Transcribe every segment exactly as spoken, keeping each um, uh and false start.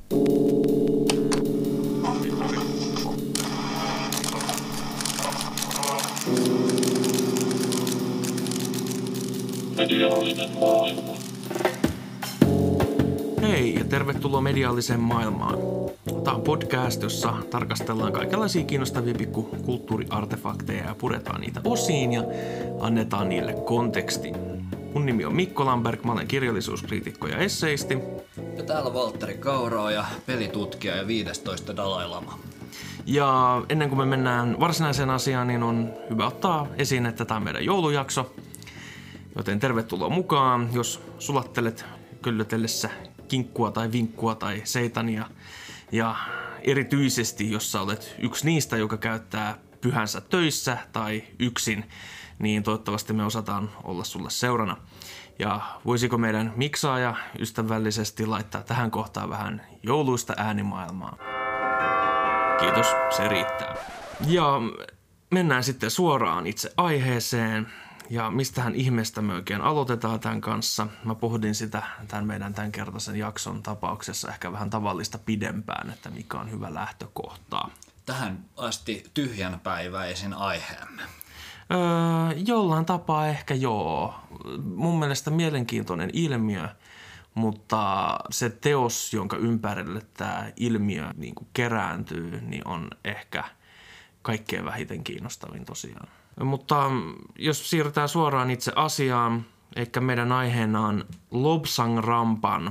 Hei ja tervetuloa mediaaliseen maailmaan. Tämä on podcast, jossa tarkastellaan kaikenlaisia kiinnostavia pikku kulttuuriartefakteja ja puretaan niitä osiin ja annetaan niille konteksti. Mun nimi on Mikko Lamberg, mä olen kirjallisuuskriitikko ja esseisti. Ja täällä Valtteri Kaurao ja pelitutkija ja viidestoista Dalai Lama. Ja ennen kuin me mennään varsinaiseen asiaan, niin on hyvä ottaa esiin, että tämä on meidän joulujakso. Joten tervetuloa mukaan, jos sulattelet köllötellessä kinkkua tai vinkkua tai seitania. Ja erityisesti, jos sä olet yksi niistä, joka käyttää pyhänsä töissä tai yksin, niin toivottavasti me osataan olla sulle seurana. Ja voisiko meidän miksaaja ystävällisesti laittaa tähän kohtaan vähän jouluista äänimaailmaa? Kiitos, se riittää. Ja mennään sitten suoraan itse aiheeseen. Ja mistähän ihmeestä me oikein aloitetaan tämän kanssa? Mä pohdin sitä tämän meidän tämänkertaisen jakson tapauksessa ehkä vähän tavallista pidempään, että mikä on hyvä lähtökohtaa. Tähän asti tyhjänpäiväisin aiheemme. Öö, jollain tapaa ehkä joo. Mun mielestä mielenkiintoinen ilmiö, mutta se teos, jonka ympärille tämä ilmiö niin kuin kerääntyy, niin on ehkä kaikkein vähiten kiinnostavin tosiaan. Mutta jos siirrytään suoraan itse asiaan, eikä meidän aiheena on Lobsang Rampan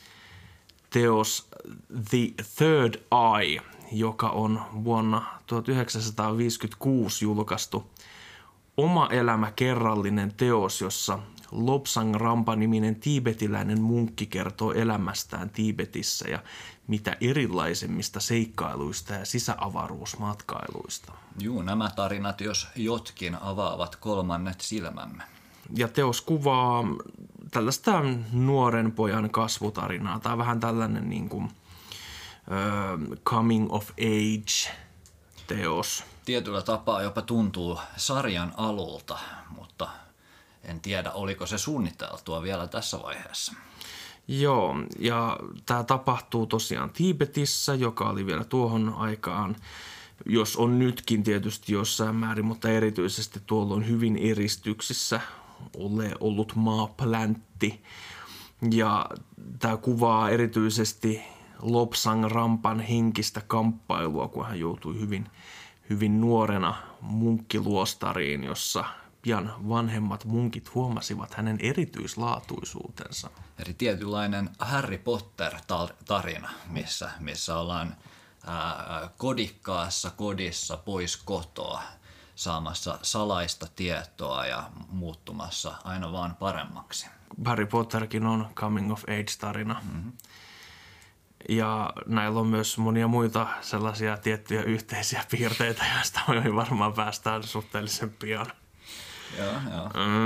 teos The Third Eye, joka on vuonna tuhatyhdeksänsataaviisikymmentäkuusi julkaistu oma elämä kerrallinen teos, jossa Lobsang Rampa-niminen tiibetiläinen munkki kertoo elämästään Tiibetissä ja mitä erilaisemmista seikkailuista ja sisäavaruusmatkailuista. Juu, nämä tarinat, jos jotkin, avaavat kolmannet silmämme. Ja teos kuvaa tällaista nuoren pojan kasvutarinaa. Tämä on vähän tällainen niin kuin, uh, coming of age teos. Tietyllä tapaa jopa tuntuu sarjan alulta, mutta en tiedä, oliko se suunniteltua vielä tässä vaiheessa. Joo, ja tämä tapahtuu tosiaan Tiibetissä, joka oli vielä tuohon aikaan, jos on nytkin tietysti jossain määrin, mutta erityisesti tuolloin hyvin eristyksissä ole ollut maapläntti. Ja tämä kuvaa erityisesti Lobsang Rampan henkistä kamppailua, kun hän joutui hyvin, hyvin nuorena munkkiluostariin, jossa pian vanhemmat munkit huomasivat hänen erityislaatuisuutensa. Eli tietynlainen Harry Potter-tarina, missä, missä ollaan ää, kodikkaassa kodissa pois kotoa, saamassa salaista tietoa ja muuttumassa aina vaan paremmaksi. Harry Potterkin on coming of age-tarina. Mm-hmm. Ja näillä on myös monia muita sellaisia tiettyjä yhteisiä piirteitä, joista me varmaan päästään suhteellisen pian. Joo, joo.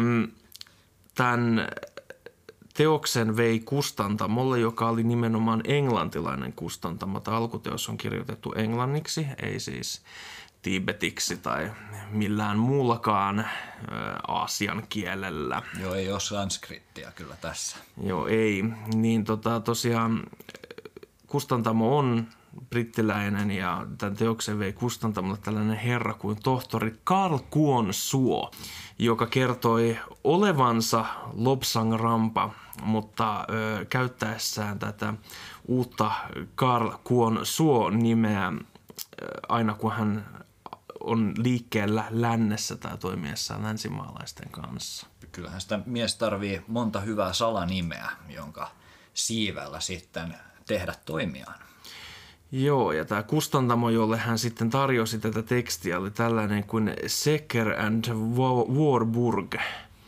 Tämän teoksen vei kustantamolle, joka oli nimenomaan englantilainen kustantamo. Tämä alkuteos on kirjoitettu englanniksi, ei siis tiibetiksi tai millään muullakaan aasian kielellä. Joo, ei ole sanskrittia kyllä tässä. Joo, ei. Niin tota, tosiaan kustantamo on brittiläinen ja tämän teoksen vei kustantamolle tällainen herra kuin tohtori Karl Kwon Suo, joka kertoi olevansa Lobsang Rampa, mutta ö, käyttäessään tätä uutta Karl Kwon Suo-nimeä ö, aina kun hän on liikkeellä lännessä tai toimiessaan länsimaalaisten kanssa. Kyllähän sitä mies tarvii monta hyvää salanimeä, jonka siivellä sitten tehdä toimiaan. Joo, ja tämä kustantamo, jolle hän sitten tarjosi tätä tekstiä, oli tällainen kuin Secker and Warburg,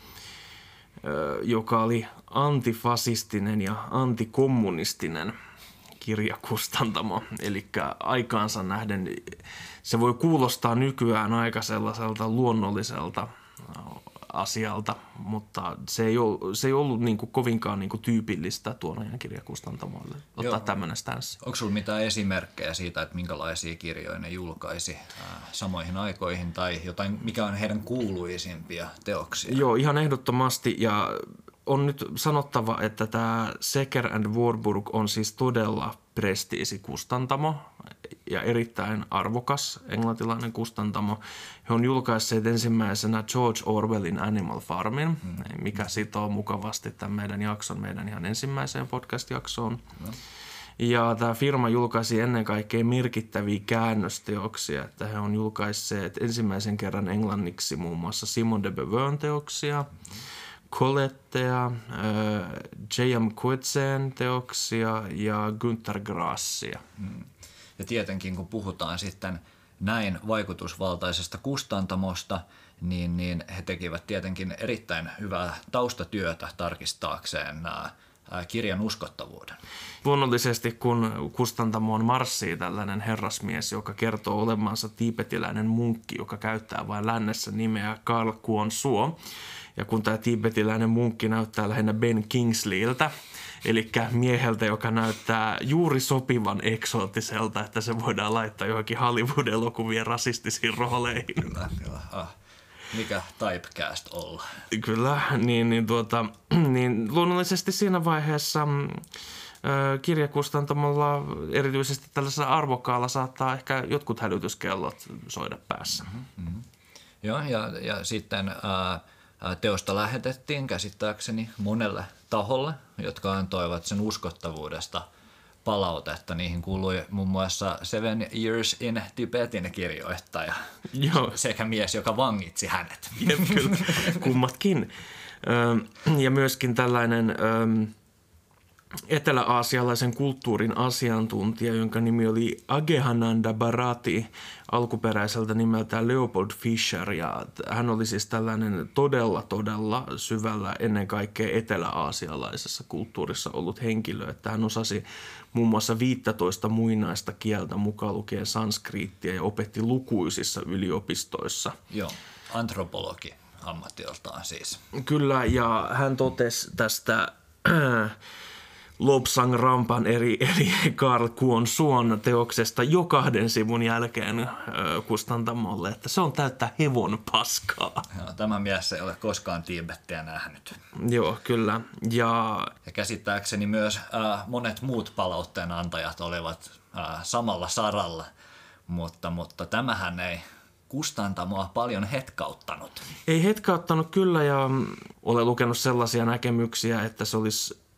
joka oli antifasistinen ja antikommunistinen kirjakustantamo. Eli aikaansa nähden se voi kuulostaa nykyään aika sellaiselta luonnolliselta asialta, mutta se ei ollut, se ei ollut niin kuin kovinkaan niin kuin tyypillistä tuon ajan kirjakustantamoille ottaa tämmöinen stanssi. Onko sinulla mitään esimerkkejä siitä, että minkälaisia kirjoja ne julkaisi äh, samoihin aikoihin tai jotain, mikä on heidän kuuluisimpia teoksia? Joo, ihan ehdottomasti, ja on nyt sanottava, että tämä Secker and Warburg on siis todella prestiisikustantamo ja erittäin arvokas englantilainen kustantamo. He on julkaisseet ensimmäisenä George Orwellin Animal Farmin, mm. mikä sitoo mukavasti tämän meidän jakson, meidän ihan ensimmäiseen podcast-jaksoon. Mm. Ja tämä firma julkaisi ennen kaikkea merkittäviä käännösteoksia, että he on julkaisseet ensimmäisen kerran englanniksi muun muassa Simone de Beauvoirin teoksia, Colettea, J M Coetzeen teoksia ja Günter Grassia. Mm. Ja tietenkin kun puhutaan sitten näin vaikutusvaltaisesta kustantamosta, niin, niin he tekivät tietenkin erittäin hyvää taustatyötä tarkistaakseen nämä kirjan uskottavuuden. Luonnollisesti kun kustantamoon marssii tällainen herrasmies, joka kertoo olemansa tiibetiläinen munkki, joka käyttää vain lännessä nimeä Karl Kwon Suo, ja kun tämä tiibetiläinen munkki näyttää lähinnä Ben Kingsleyltä, eli mieheltä, joka näyttää juuri sopivan eksoottiselta, että se voidaan laittaa johonkin Hollywood-elokuvien rasistisiin rooleihin. Kyllä, kyllä. Ah. Mikä typecast olla? Kyllä, niin, niin, tuota, niin luonnollisesti siinä vaiheessa ö, kirjakustantamolla, erityisesti tällaisella arvokkaalla, saattaa ehkä jotkut hälytyskellot soida päässä. Mm-hmm, mm-hmm. Joo, ja, ja sitten ää, teosta lähetettiin käsittääkseni monelle taholle, jotka antoivat sen uskottavuudesta palautetta. Niihin kuului muun muassa Seven Years in Tibetin kirjoittaja. Joo. Sekä mies, joka vangitsi hänet. Jep, kyllä, kummatkin. Ja myöskin tällainen etelä-aasialaisen kulttuurin asiantuntija, jonka nimi oli Agehananda Bharati, alkuperäiseltä nimeltään Leopold Fischer, ja hän oli siis tällainen todella, todella syvällä ennen kaikkea etelä-aasialaisessa kulttuurissa ollut henkilö, että hän osasi muun muassa viisitoista muinaista kieltä mukaan lukien sanskriittiä ja opetti lukuisissa yliopistoissa. Joo, antropologi ammatiltaan siis. Kyllä, ja hän totesi tästä Lobsang Rampan eri, eli Karl Kwon Suon teoksesta jo kahden sivun jälkeen ö, kustantamolle, että se on täyttä hevon paskaa. Joo, tämä mies ei ole koskaan Tiibettiä nähnyt. Joo, kyllä. Ja, ja käsittääkseni myös äh, monet muut palautteen antajat olivat äh, samalla saralla, mutta, mutta tämähän ei kustantamoa paljon hetkauttanut. Ei hetkauttanut kyllä, ja olen lukenut sellaisia näkemyksiä, että se olisi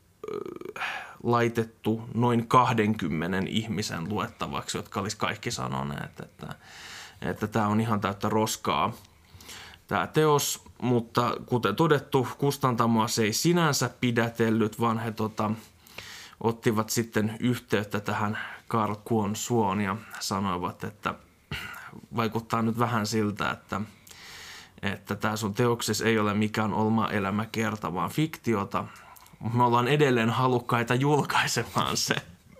laitettu noin kahdenkymmenen ihmisen luettavaksi, jotka olisi kaikki sanoneet, että, että tämä on ihan täyttä roskaa tämä teos, mutta kuten todettu, kustantamoa se ei sinänsä pidätellyt, vaan he tota, ottivat sitten yhteyttä tähän Karl Kwon Suoon ja sanoivat, että vaikuttaa nyt vähän siltä, että että tämä sun teoksessa ei ole mikään oma elämäkerta, vaan fiktiota. Me ollaan edelleen halukkaita julkaisemaan se,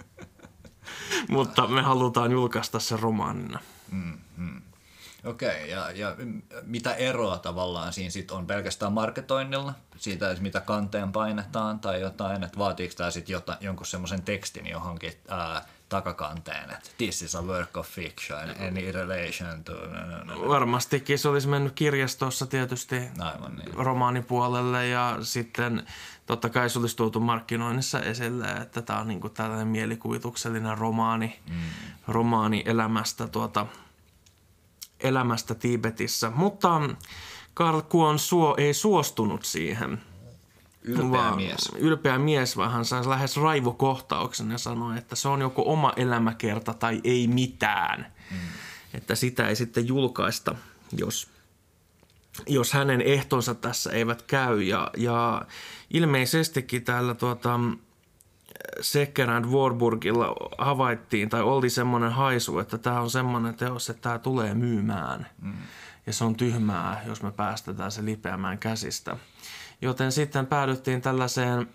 mutta me halutaan julkaista se romaanina. Mm, mm. Okei, okay, ja, ja mitä eroa tavallaan siinä sit on pelkästään marketoinnilla? Siitä, että mitä kanteen painetaan tai jotain, että vaatiiko tämä sitten jonkun semmoisen tekstin johonkin ää, takakanteen, että this is a work of fiction, any relation to... No, no, no. Varmastikin se olisi mennyt kirjastossa tietysti Aivan niin. romaanipuolelle ja sitten totta kai se olisi tuotu markkinoinnissa esille, että tämä on niinku tällainen mielikuvituksellinen romaani, mm. romaani elämästä, tuota, elämästä Tiibetissä. Mutta Karl Kwon Suo ei suostunut siihen. Ylpeä vaan, mies. Ylpeä mies, vaan hän sai lähes raivokohtauksen ja sanoi, että se on joko oma elämäkerta tai ei mitään. Mm. Että sitä ei sitten julkaista, jos, jos hänen ehtonsa tässä eivät käy. Ja, ja ilmeisestikin täällä tuota, Secker and Warburgilla havaittiin tai oli semmoinen haisu, että tämä on semmoinen teos, että tämä tulee myymään. Mm. Ja se on tyhmää, jos me päästetään se lipeämään käsistä. Joten sitten päädyttiin tällaiseen,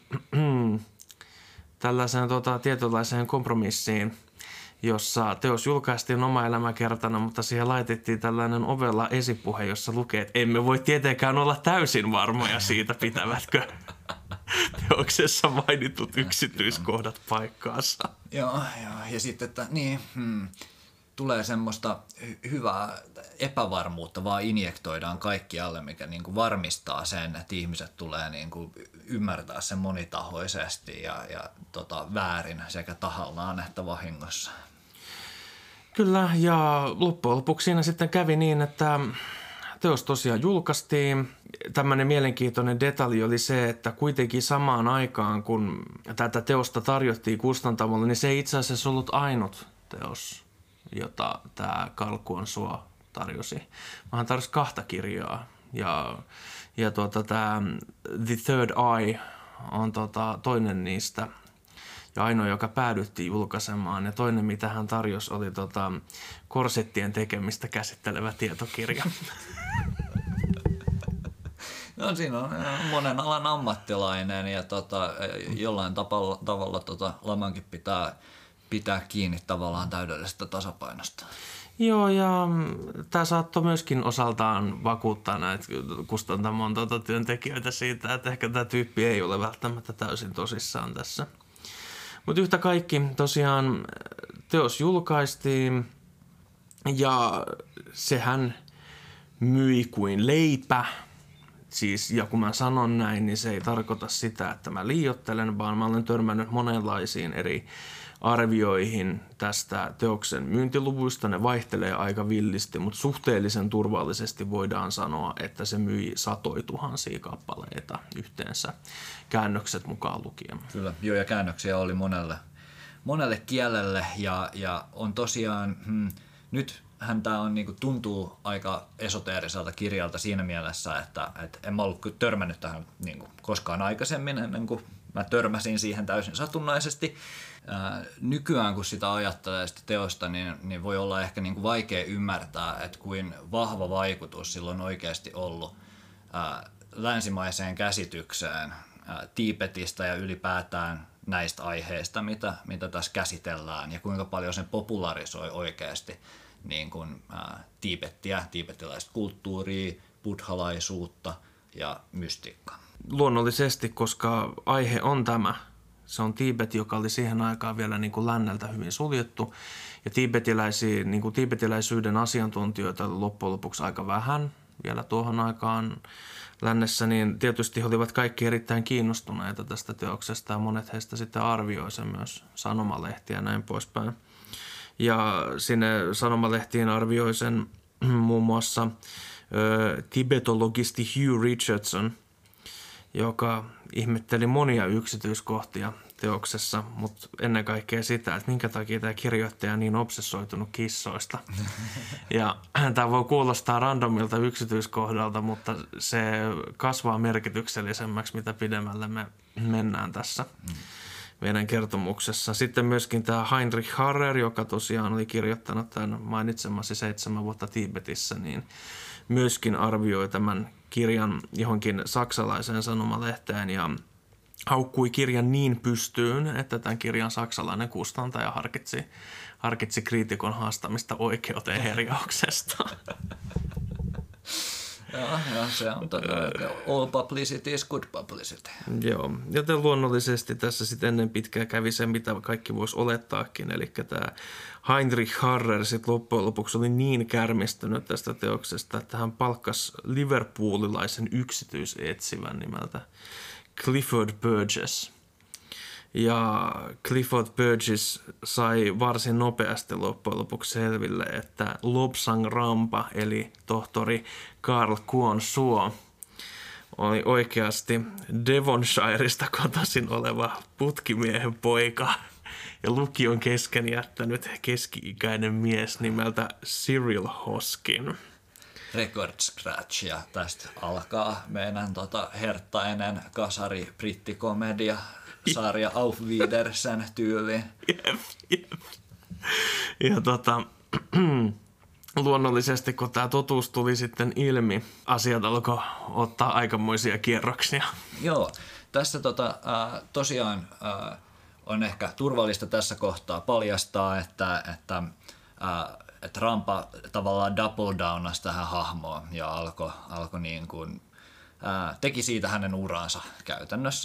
tällaiseen tota, tietynlaiseen kompromissiin, jossa teos julkaistiin oma elämäkertana, mutta siihen laitettiin tällainen ovella esipuhe, jossa lukee, että emme voi tietenkään olla täysin varmoja siitä, pitävätkö teoksessa mainitut yksityiskohdat paikkaansa. Joo, joo, ja sitten, että niin, hmm, tulee semmoista hy- hyvää epävarmuutta, vaan injektoidaan kaikkialle, mikä niin kuin varmistaa sen, että ihmiset tulee niin kuin ymmärtää sen monitahoisesti ja, ja tota, väärin sekä tahallaan että vahingossa. Kyllä, ja loppujen lopuksi siinä sitten kävi niin, että teos tosiaan julkaistiin. Tämmöinen mielenkiintoinen detalji oli se, että kuitenkin samaan aikaan, kun tätä teosta tarjottiin kustantavalle, niin se ei itse asiassa ollut ainut teos, jota tämä Carl Kwon-Suo tarjosi. Vaan tarjosi kahta kirjaa. Ja, ja tuota, tämä The Third Eye on tuota, toinen niistä ja ainoa, joka päädyttiin julkaisemaan. Ja toinen, mitä hän tarjosi, oli tuota, korsettien tekemistä käsittelevä tietokirja. No siinä on monen alan ammattilainen ja tota, jollain tavalla, tavalla tota, Lamankin pitää pitää kiinni tavallaan täydellisestä tasapainosta. Joo, ja tämä saattoi myöskin osaltaan vakuuttaa näitä kustantamon tuota työntekijöitä siitä, että ehkä tämä tyyppi ei ole välttämättä täysin tosissaan tässä. Mutta yhtä kaikki tosiaan teos julkaistiin ja sehän myi kuin leipä. Siis, ja kun mä sanon näin, niin se ei tarkoita sitä, että mä liioittelen, vaan mä olen törmännyt monenlaisiin eri arvioihin tästä teoksen myyntiluvuista. Ne vaihtelee aika villisti, mutta suhteellisen turvallisesti voidaan sanoa, että se myi satoi tuhansia kappaleita yhteensä, käännökset mukaan lukien. Kyllä, joo, ja käännöksiä oli monelle, monelle kielelle ja, ja on tosiaan, hmm, nyt hän tämä on, niin kuin, tuntuu aika esoteeriselta kirjalta siinä mielessä, että et en mä ollut törmännyt tähän niin kuin, koskaan aikaisemmin ennen kuin mä törmäsin siihen täysin satunnaisesti. Ää, nykyään kun sitä ajattelee sitä teosta, niin, niin voi olla ehkä niin kuin, vaikea ymmärtää, että kuin vahva vaikutus sillä on oikeasti ollut ää, länsimaiseen käsitykseen ää, Tiibetistä ja ylipäätään näistä aiheista, mitä, mitä tässä käsitellään ja kuinka paljon sen popularisoi oikeasti niin kuin, ää, Tiibettiä, tiibetiläistä kulttuuria, buddhalaisuutta ja mystiikkaa. Luonnollisesti, koska aihe on tämä. Se on Tiibet, joka oli siihen aikaan vielä niin kuin länneltä hyvin suljettu. Ja tiibetiläisiä, niin kuin tiibetiläisyyden asiantuntijoita oli loppujen lopuksi aika vähän vielä tuohon aikaan lännessä, niin tietysti he olivat kaikki erittäin kiinnostuneita tästä teoksesta ja monet heistä sitten arvioi sen myös sanomalehtiä ja näin poispäin. Ja sinne sanomalehtiin arvioi sen muun muassa ö, tibetologisti Hugh Richardson, joka ihmetteli monia yksityiskohtia teoksessa, mutta ennen kaikkea sitä, että minkä takia tämä kirjoittaja on niin obsessoitunut kissoista. Ja tämä voi kuulostaa randomilta yksityiskohdalta, mutta se kasvaa merkityksellisemmäksi, mitä pidemmälle me mennään tässä meidän kertomuksessa. Sitten myöskin tämä Heinrich Harrer, joka tosiaan oli kirjoittanut tämän mainitsemasi seitsemän vuotta Tiibetissä, niin myöskin arvioi tämän kirjan johonkin saksalaiseen sanomalehteen ja haukkui kirjan niin pystyyn, että tämän kirjan saksalainen kustantaja harkitsi, harkitsi kriitikon haastamista oikeuteen herjauksesta. Joo, joo, se on todella all publicity is good publicity. Joo, joten luonnollisesti tässä sitten ennen pitkään kävi se, mitä kaikki voisi olettaakin, eli tämä Heinrich Harrer sitten loppujen lopuksi oli niin kärmistynyt tästä teoksesta, että hän palkkasi liverpoolilaisen yksityisetsivän nimeltä Clifford Burgess. Ja Clifford Burgess sai varsin nopeasti loppujen lopuksi selville, että Lobsang Rampa eli tohtori Carl Kwon-Suo oli oikeasti Devonshireista kotoisin oleva putkimiehen poika ja lukion kesken jättänyt keski-ikäinen mies nimeltä Cyril Hoskin. Record scratch ja tästä alkaa meidän tota herttainen kasari brittikomedia sarja Auf Wiedersehen tyyliin. Jep, jep. Ja tota, luonnollisesti kun tämä totuus tuli sitten ilmi, asiat alkoi ottaa aikamoisia kierroksia. Joo, tässä tota, äh, tosiaan äh, on ehkä turvallista tässä kohtaa paljastaa, että, että, äh, että Rampa tavallaan double downasi tähän hahmoon ja alkoi alko niin kuin, äh, teki siitä hänen uransa käytännössä.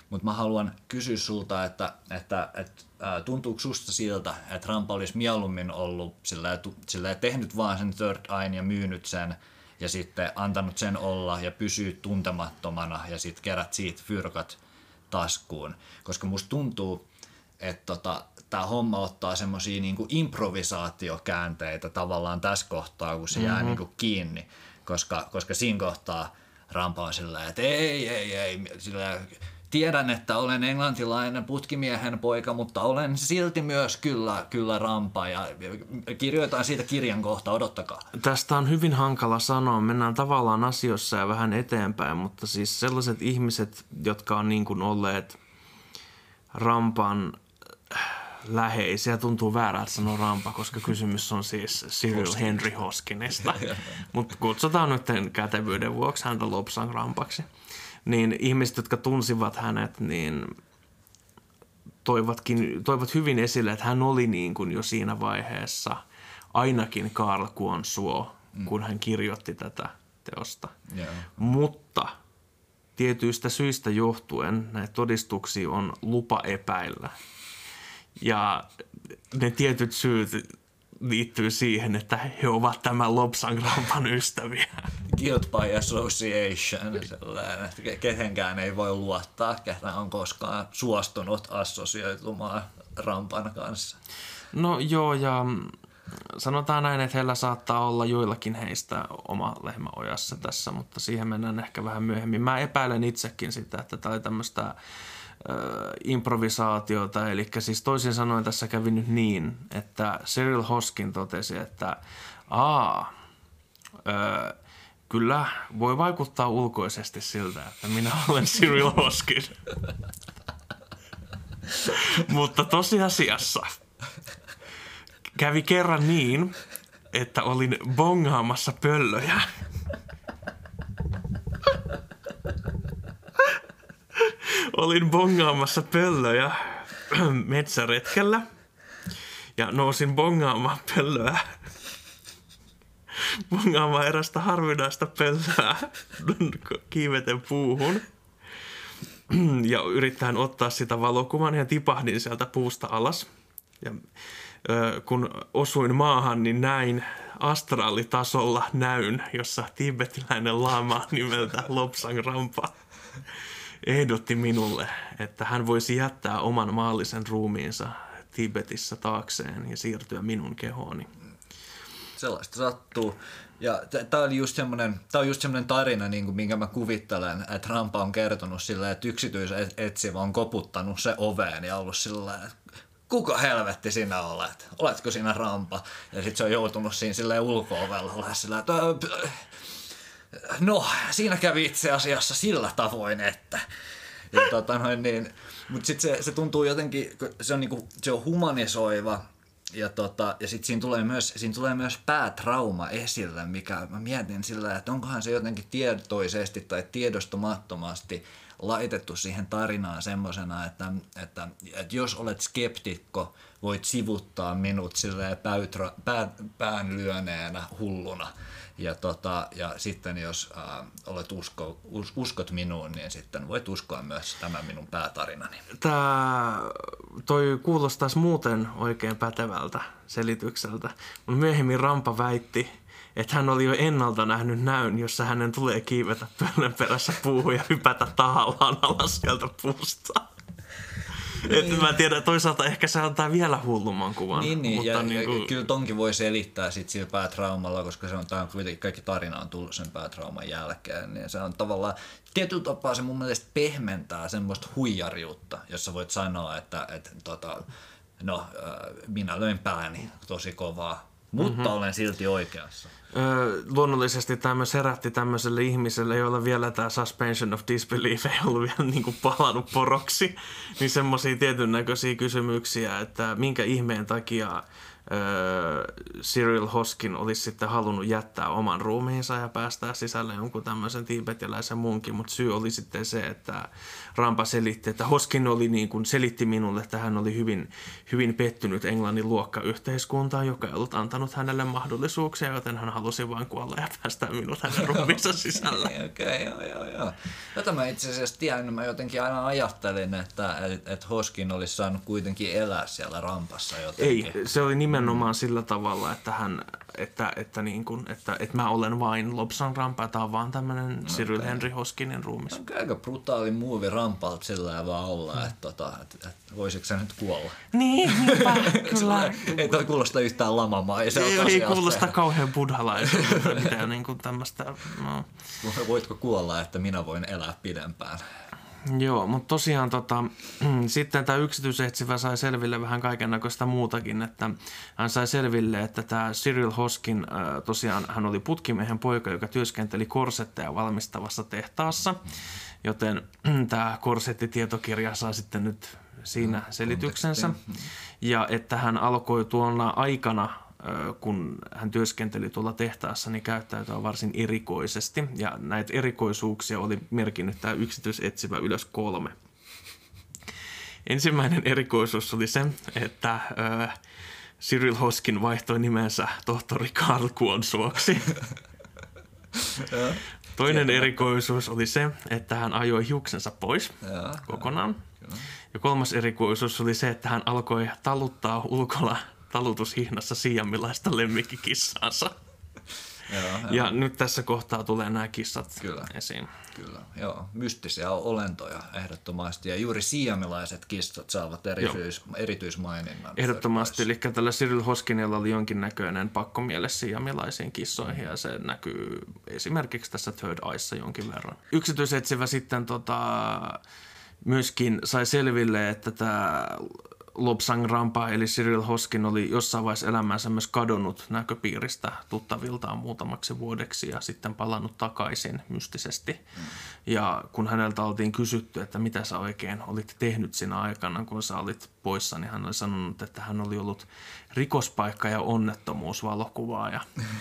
Mutta mä haluan kysyä sulta, että, että, että ää, tuntuuko susta siltä, että Rampa olisi mieluummin ollut sillä, sillä tehnyt vaan sen Third Eyen ja myynyt sen ja sitten antanut sen olla ja pysyä tuntemattomana ja sitten kerät siitä fyrkat taskuun. Koska musta tuntuu, että tota, tämä homma ottaa semmoisia niinku improvisaatiokäänteitä tavallaan tässä kohtaa, kun se mm-hmm. jää niinku kiinni. Koska, koska siinä kohtaa Rampa on sillä että ei, ei, ei, sillä tiedän, että olen englantilainen putkimiehen poika, mutta olen silti myös kyllä, kyllä Rampa ja kirjoitan siitä kirjan kohta, odottakaa. Tästä on hyvin hankala sanoa, mennään tavallaan asioissa ja vähän eteenpäin, mutta siis sellaiset ihmiset, jotka on niin kuin olleet Rampan läheisiä, tuntuu väärältä sanoa Rampa, koska kysymys on siis Cyril Henry Hoskinista, mutta kutsutaan nyt kätevyyden vuoksi häntä Lobsang Rampaksi. Niin ihmiset, jotka tunsivat hänet, niin toivatkin, toivat hyvin esille, että hän oli niin kuin jo siinä vaiheessa ainakin Karl Kuonsuo, mm. kun hän kirjoitti tätä teosta. Yeah. Mutta tietyistä syistä johtuen näitä todistuksia on lupa epäillä. Ja ne tietyt syyt liittyy siihen, että he ovat tämän Lobsang Rampan ystäviä. Guilt by association, sellainen, että kehenkään ei voi luottaa, ketä on koskaan suostunut assosioitumaan Rampan kanssa. No joo, ja sanotaan näin, että heillä saattaa olla joillakin heistä oma lehmä ojassa tässä, mutta siihen mennään ehkä vähän myöhemmin. Mä epäilen itsekin sitä, että tämä oli tämmöistä improvisaatiota, eli siis toisin sanoen tässä kävi nyt niin, että Cyril Hoskin totesi, että aa, ö, kyllä voi vaikuttaa ulkoisesti siltä, että minä olen Cyril Hoskin. Mutta tosiasiassa kävi kerran niin, että olin bongaamassa pöllöjä. Olin bongaamassa pöllöjä metsäretkellä ja nousin bongaamaan pöllöä, bongaamaan erästä harvinaista pöllöä kiiveten puuhun ja yrittäen ottaa sitä valokuvan ja tipahdin sieltä puusta alas. Ja ö, kun osuin maahan, niin näin astraalitasolla näyn, jossa tiibetiläinen laama nimeltä Lobsang Rampa ehdotti minulle, että hän voisi jättää oman maallisen ruumiinsa Tibetissä taakseen ja siirtyä minun kehooni. Sellaista sattuu. Ja tämä oli just semmoinen, tää on just semmoinen tarina, niin kuin minkä mä kuvittelen, että Rampa on kertonut sillä, että yksityisetsivä on koputtanut se oveen ja ollut sillä, että kuka helvetti sinä olet? Oletko sinä Rampa? Ja sitten se on joutunut siinä silleen ulko-ovella olla sillä, että no, siinä kävi itse asiassa sillä tavoin, että ja tota noin niin, mutta sitten se, se tuntuu jotenkin, se on, niinku, se on humanisoiva ja, tota, ja sitten siinä tulee myös, siinä tulee myös päätrauma esille, mikä mä mietin sillä, että onkohan se jotenkin tietoisesti tai tiedostamattomasti laitettu siihen tarinaan semmosena, että, että, että jos olet skeptikko, voit sivuttaa minut silleen päytra, pää, päänlyöneenä hulluna. Ja, tota, ja sitten jos äh, olet usko, us, uskot minuun, niin sitten voit uskoa myös tämän minun päätarinani. Tämä toi kuulostaisi muuten oikein pätevältä selitykseltä. Mutta myöhemmin Rampa väitti, että hän oli jo ennalta nähnyt näyn, jossa hänen tulee kiivetä pöllön perässä puuhun ja hypätä tahallaan alas sieltä puusta. Että mä tiedän, toisaalta ehkä se antaa vielä hullumman kuvan. Niin, niin mutta ja, niin kuin... ja kyllä tonkin voi selittää sit sillä päätraumalla, koska se on, tää on kuitenkin kaikki tarina on tullut sen päätrauman jälkeen. Niin se on tavallaan, tietyllä tapaa se mun mielestä pehmentää semmoista huijariutta, jossa voit sanoa, että, että tota, no, minä löin pääni tosi kovaa, mutta mm-hmm. olen silti oikeassa. Öö, luonnollisesti tämä myös herätti tämmöiselle ihmiselle, jolla vielä tämä suspension of disbelief ei ollut vielä niin kuin palannut poroksi, niin semmoisia tietyn näköisiä kysymyksiä, että minkä ihmeen takia öö, Cyril Hoskin olisi sitten halunnut jättää oman ruumiinsa ja päästää sisälle jonkun tämmöisen tiibetiläisen munkin, mutta syy oli sitten se, että Rampa selitti, että Hoskin oli niin kuin selitti minulle, että hän oli hyvin, hyvin pettynyt Englannin luokkayhteiskuntaan, joka ei ollut antanut hänelle mahdollisuuksia, joten hän halusi vain kuolla ja päästää minut hänen ruumiinsa sisällä. Okei, okay, joo, joo, joo. Tätä mä itse asiassa tiedän, mä jotenkin aina ajattelin, että et, et Hoskin olisi saanut kuitenkin elää siellä Rampassa jotenkin. Ei, se oli nimenomaan mm. sillä tavalla, että, hän, että, että, niin kuin, että, että mä olen vain Lobsang Rampa, tämä on vaan tämmöinen okay. Cyril Henry Hoskinin ruumis. Okay, aika brutaali muuvi Rampalta sillä vaan olla, mm. että, että, että, että voisitko sä nyt kuolla? Niin, niinpä, kyllä. Ei toi kuulosta yhtään lamamaiselta. Ei, ei kuulosta kauhean buddhalaiselta tai mitään niin kuin tämmöistä. No. Voitko kuolla, että minä voin elää pidempään? Joo, mutta tosiaan tota, sitten tämä yksityisetsivä sai selville vähän kaikennäköistä muutakin, että hän sai selville, että tämä Cyril Hoskin, äh, tosiaan hän oli putkimiehen poika, joka työskenteli korsetteja valmistavassa tehtaassa, joten tämä korsettitietokirja saa sitten nyt siinä selityksensä, ja että hän alkoi tuona aikana, kun hän työskenteli tuolla tehtaassa, niin käyttäytyä varsin erikoisesti. Ja näitä erikoisuuksia oli merkinnyt tämä yksityisetsivä ylös kolme. Ensimmäinen erikoisuus oli se, että äh, Cyril Hoskin vaihtoi nimensä tohtori Karl Kuonsuoksi. Toinen erikoisuus oli se, että hän ajoi hiuksensa pois kokonaan. Ja kolmas erikoisuus oli se, että hän alkoi taluttaa ulkolla talutushihnassa siamilaista lemmikkikissaansa. Joo, ja joo. Nyt tässä kohtaa tulee nämä kissat kyllä, esiin. Kyllä, joo. Mystisiä olentoja ehdottomasti. Ja juuri siamilaiset kissat saavat erityis, erityismaininnan. Ehdottomasti. Eli tällä Cyril Hoskinilla oli jonkinnäköinen pakkomielle siamilaisiin kissoihin. Ja se näkyy esimerkiksi tässä Third Eyessa jonkin verran. Yksityisetsivä sitten tota, myöskin sai selville, että tämä Lobsang Rampa eli Cyril Hoskin oli jossain vaiheessa elämänsä myös kadonnut näköpiiristä tuttaviltaan muutamaksi vuodeksi ja sitten palannut takaisin mystisesti. Mm. Ja kun häneltä oltiin kysytty, että mitä sä oikein olit tehnyt siinä aikana, kun sä olit poissa, niin hän oli sanonut, että hän oli ollut rikospaikka- ja onnettomuusvalokuvaaja,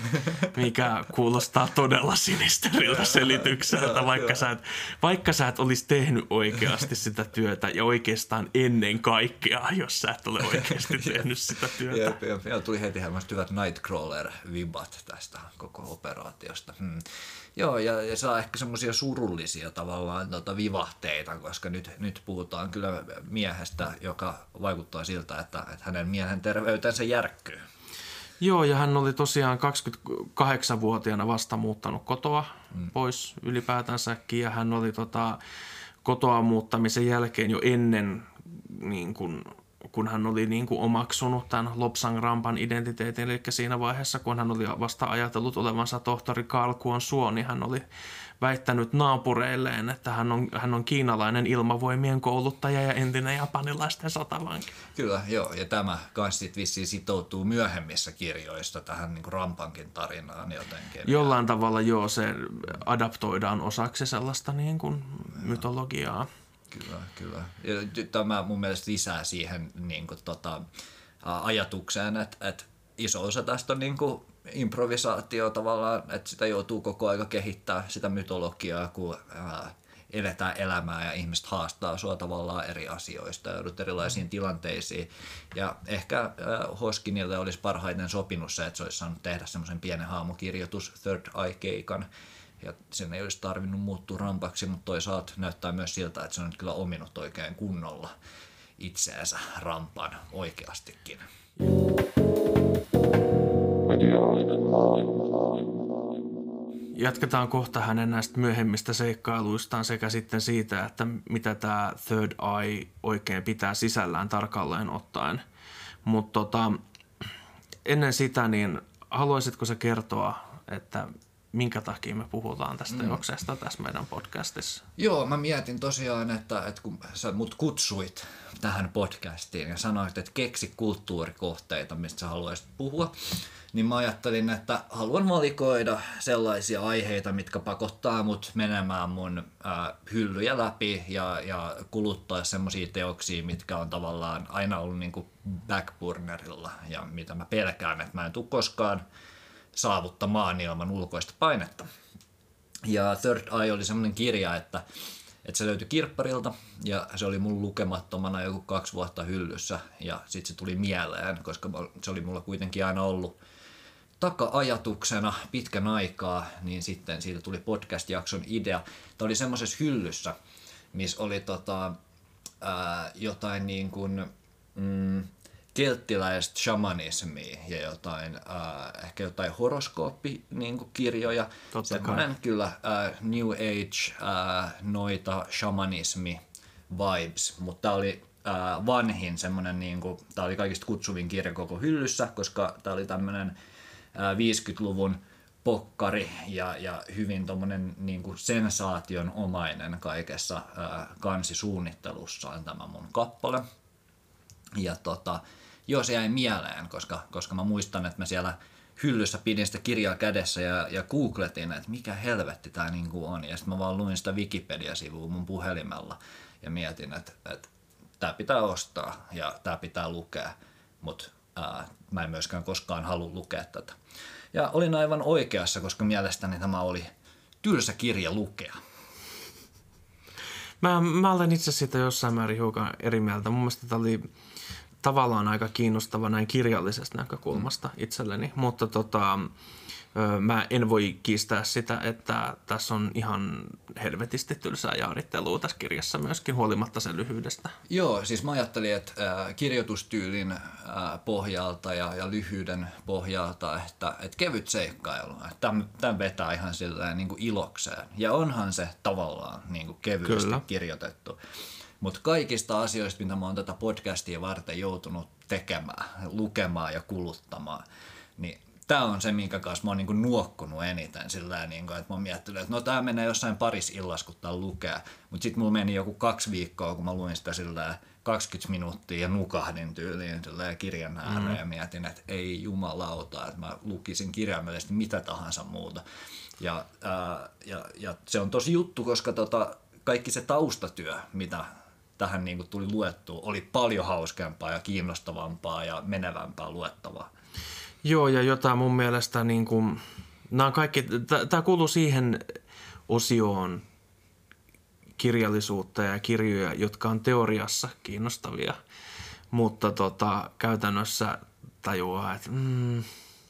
mikä kuulostaa todella sinisteriltä selitykseltä, vaikka sä et, vaikka sä et olisi tehnyt oikeasti sitä työtä ja oikeastaan ennen kaikkea, jos sä et ole oikeasti tehnyt sitä työtä. Jep, jep. Ja tuli heti helmästi hyvät Nightcrawler-vibat tästä koko operaatiosta. Hmm. Joo, ja, ja saa ehkä semmoisia surullisia tavallaan tuota, vivahteita, koska nyt, nyt puhutaan kyllä miehestä, joka vaikuttaa siltä, että, että hänen miehen terveytensä järkkyy. Joo, ja hän oli tosiaan kaksikymmentäkahdeksanvuotiaana vasta muuttanut kotoa mm. pois ylipäätänsäkin, ja hän oli tota, kotoa muuttamisen jälkeen jo ennen niin kuin kun hän oli niin kuin omaksunut tämän Lobsang Rampan identiteetin, eli siinä vaiheessa, kun hän oli vasta ajatellut olevansa tohtori Karl Kuonsuo, niin hän oli väittänyt naapureilleen, että hän on, hän on kiinalainen ilmavoimien kouluttaja ja entinen japanilaisten sotavanki. Kyllä, joo, ja tämä kanssa sitten vissiin sitoutuu myöhemmissä kirjoissa tähän niin kuin Rampankin tarinaan jotenkin. Jollain tavalla joo, se adaptoidaan osaksi sellaista niin kuin mytologiaa. Kyllä, kyllä. Ja tämä mun mielestä lisää siihen niin kuin, tota, ajatukseen, että, että iso osa tästä on niin kuin improvisaatio tavallaan, että sitä joutuu koko aika kehittämään sitä mytologiaa, kun ää, eletään elämää ja ihmiset haastaa sua tavallaan eri asioista ja joudut erilaisiin tilanteisiin. Ja ehkä ää, Hoskinille olisi parhaiten sopinut se, että se olisi saanut tehdä semmoisen pienen haamukirjoitus Third Eye-keikan. Ja sen ei olisi tarvinnut muuttua Rampaksi, mutta toisaalta näyttää myös siltä, että se on nyt kyllä ominut oikein kunnolla itseänsä Rampan oikeastikin. Jatketaan kohta hänen näistä myöhemmistä seikkailuistaan sekä sitten siitä, että mitä tämä Third Eye oikein pitää sisällään tarkalleen ottaen. Mutta tota, ennen sitä, niin haluaisitko sä kertoa, että minkä takia me puhutaan tästä mm. teoksesta tässä meidän podcastissa. Joo, mä mietin tosiaan, että, että kun sä mut kutsuit tähän podcastiin ja sanoit, että keksi kulttuurikohteita, mistä sä haluaisit puhua, niin mä ajattelin, että haluan valikoida sellaisia aiheita, mitkä pakottaa mut menemään mun äh, hyllyjä läpi ja, ja kuluttaa semmoisia teoksia, mitkä on tavallaan aina ollut niinku backburnerilla ja mitä mä pelkään, että mä en tule koskaan saavuttamaan ilman ulkoista painetta. Ja Third Eye oli semmoinen kirja, että, että se löytyi kirpparilta ja se oli mun lukemattomana joku kaksi vuotta hyllyssä ja sitten se tuli mieleen, koska se oli mulla kuitenkin aina ollut taka-ajatuksena pitkän aikaa, niin sitten siitä tuli podcast-jakson idea. Tämä oli semmoisessa hyllyssä, missä oli tota, ää, jotain niin kuin mm, kelttiläistä shamanismia ja jotain, ää, ehkä jotain horoskooppikirjoja. Semmoinen kyllä ää, New Age, ää, noita shamanismi vibes, mutta tämä oli ää, vanhin semmoinen, niin kuin, tämä oli kaikista kutsuvin kirja koko hyllyssä, koska tämä oli tämmöinen viisikymmentäluvun pokkari ja, ja hyvin tommonen niin kuin sensaation omainen kaikessa ää, kansisuunnittelussaan tämä mun kappale. Ja tota, joo, se jäi mieleen, koska, koska mä muistan, että mä siellä hyllyssä pidin sitä kirjaa kädessä ja, ja googletin, että mikä helvetti tää niin kuin on. Ja sitten mä vaan luin sitä Wikipedia-sivua mun puhelimella ja mietin, että, että tää pitää ostaa ja tää pitää lukea, mutta Ää, mä en myöskään koskaan halua lukea tätä. Ja olin aivan oikeassa, koska mielestäni tämä oli tylsä kirja lukea. Mä, mä olen itse siitä jossain määrin hiukan eri mieltä. Mun mielestä tämä oli tavallaan aika kiinnostava näin kirjallisesta näkökulmasta mm. itselleni, mutta tota, mä en voi kiistää sitä, että tässä on ihan helvetisti tylsää jaarittelua tässä kirjassa myöskin huolimatta sen lyhyydestä. Joo, siis mä ajattelin, että äh, kirjoitustyylin äh, pohjalta ja, ja lyhyyden pohjalta, että, että kevyt seikkailu, että tämän, tämän vetää ihan silleen niin kuin ilokseen. Ja onhan se tavallaan niin kuin kevyesti Kyllä. kirjoitettu. Mutta kaikista asioista, mitä mä oon tätä podcastia varten joutunut tekemään, lukemaan ja kuluttamaan, niin tämä on se, minkä kanssa mä oon niinku nuokkunut eniten sillä niinku, että mä oon miettinyt, että no tää menee jossain paris illassa, kun tää lukee. Mutta sitten mulla meni joku kaksi viikkoa, kun mä luin sitä sillä kaksikymmentä minuuttia ja nukahdin tyyliin sillä kirjan ääreen mm-hmm. ja mietin, että ei jumalauta, että mä lukisin kirjaimellisesti mitä tahansa muuta. Ja, ää, ja, ja se on tosi juttu, koska tota, kaikki se taustatyö, mitä tähän niinku tuli luettua, oli paljon hauskempaa ja kiinnostavampaa ja menevämpää luettavaa. Joo, ja jotain mun mielestä, niin kuin, nämä kaikki, tämä kuuluu siihen osioon kirjallisuutta ja kirjoja, jotka on teoriassa kiinnostavia, mutta tota, käytännössä tajuaa, että mm,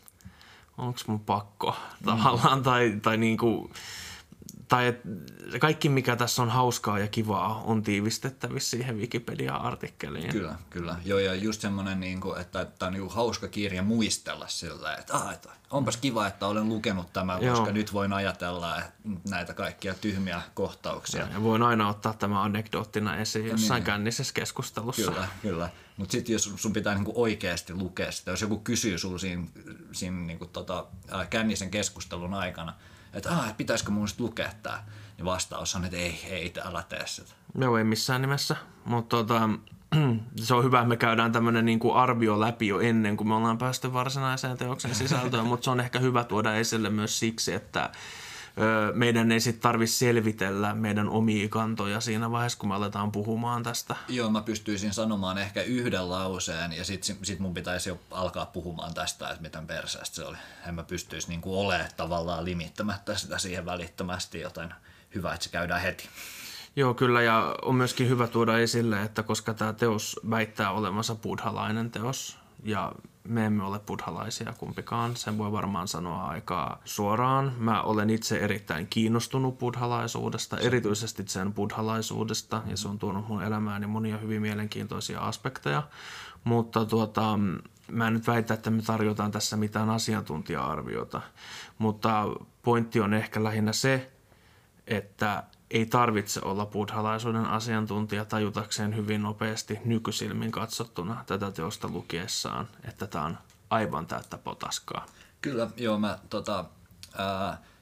onko mun pakko tavallaan, mm. tai, tai niin kuin, tai et kaikki, mikä tässä on hauskaa ja kivaa, on tiivistettävissä siihen Wikipedia-artikkeliin. Kyllä, kyllä. Joo, ja just semmoinen, niin kuin, että tämä on niin hauska kirja muistella sillä, että, ah, että onpas kiva, että olen lukenut tämän, koska Joo. nyt voin ajatella näitä kaikkia tyhmiä kohtauksia. Ja voin aina ottaa tämä anekdoottina esiin jossain niin. kännisessä keskustelussa. Kyllä, kyllä. Mutta sitten jos sun pitää niinku oikeasti lukea sitä, jos joku kysyy sulla siinä, siinä niinku tota, kännisen keskustelun aikana, että ah, pitäisikö mun sitten lukea tää, niin vastaus on, että ei, ei, älä tee sitä. Joo, ei missään nimessä, mutta tota, se on hyvä, että me käydään tämmöinen niinku arvio läpi jo ennen kuin me ollaan päästy varsinaiseen teoksen sisältöön, mutta se on ehkä hyvä tuoda esille myös siksi, että ö, meidän ei sitten tarvitse selvitellä meidän omia kantoja siinä vaiheessa, kun me aletaan puhumaan tästä. Joo, mä pystyisin sanomaan ehkä yhden lauseen ja sitten sit mun pitäisi jo alkaa puhumaan tästä, että miten perseestä se oli. En mä pystyisi niinku olemaan tavallaan limittämättä sitä siihen välittömästi, joten hyvä, että se käydään heti. Joo, kyllä, ja on myöskin hyvä tuoda esille, että koska tämä teos väittää olevansa buddhalainen teos, ja me emme ole buddhalaisia kumpikaan, sen voi varmaan sanoa aika suoraan. Mä olen itse erittäin kiinnostunut buddhalaisuudesta, erityisesti sen buddhalaisuudesta, ja se on tuonut mun elämääni monia hyvin mielenkiintoisia aspekteja, mutta tuota, mä en nyt väitä, että me tarjotaan tässä mitään asiantuntija-arviota, mutta pointti on ehkä lähinnä se, että ei tarvitse olla buddhalaisuuden asiantuntija tajutakseen hyvin nopeasti nykysilmin katsottuna tätä teosta lukiessaan, että tämä on aivan täyttä potaskaa. Kyllä, joo, mä tota, ää,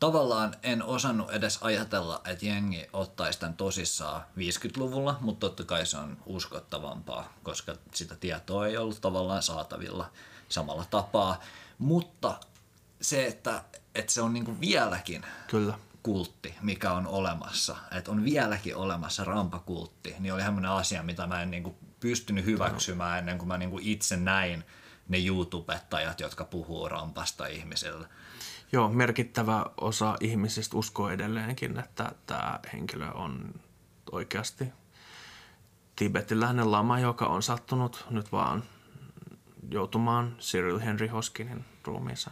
tavallaan en osannut edes ajatella, että jengi ottaisi tämän tosissaan viisikymmentäluvulla, mutta totta kai se on uskottavampaa, koska sitä tietoa ei ollut tavallaan saatavilla samalla tapaa. Mutta se, että, että se on niin kuin vieläkin Kyllä. kultti, mikä on olemassa, että on vieläkin olemassa rampakultti, niin oli semmoinen asia, mitä mä en niin kuin pystynyt hyväksymään ennen kuin mä niin kuin itse näin ne YouTubettajat, jotka puhuu rampasta ihmisille. Joo, merkittävä osa ihmisistä uskoo edelleenkin, että tämä henkilö on oikeasti tibetiläinen lama, joka on sattunut nyt vaan joutumaan Cyril Henry Hoskinin ruumiinsa.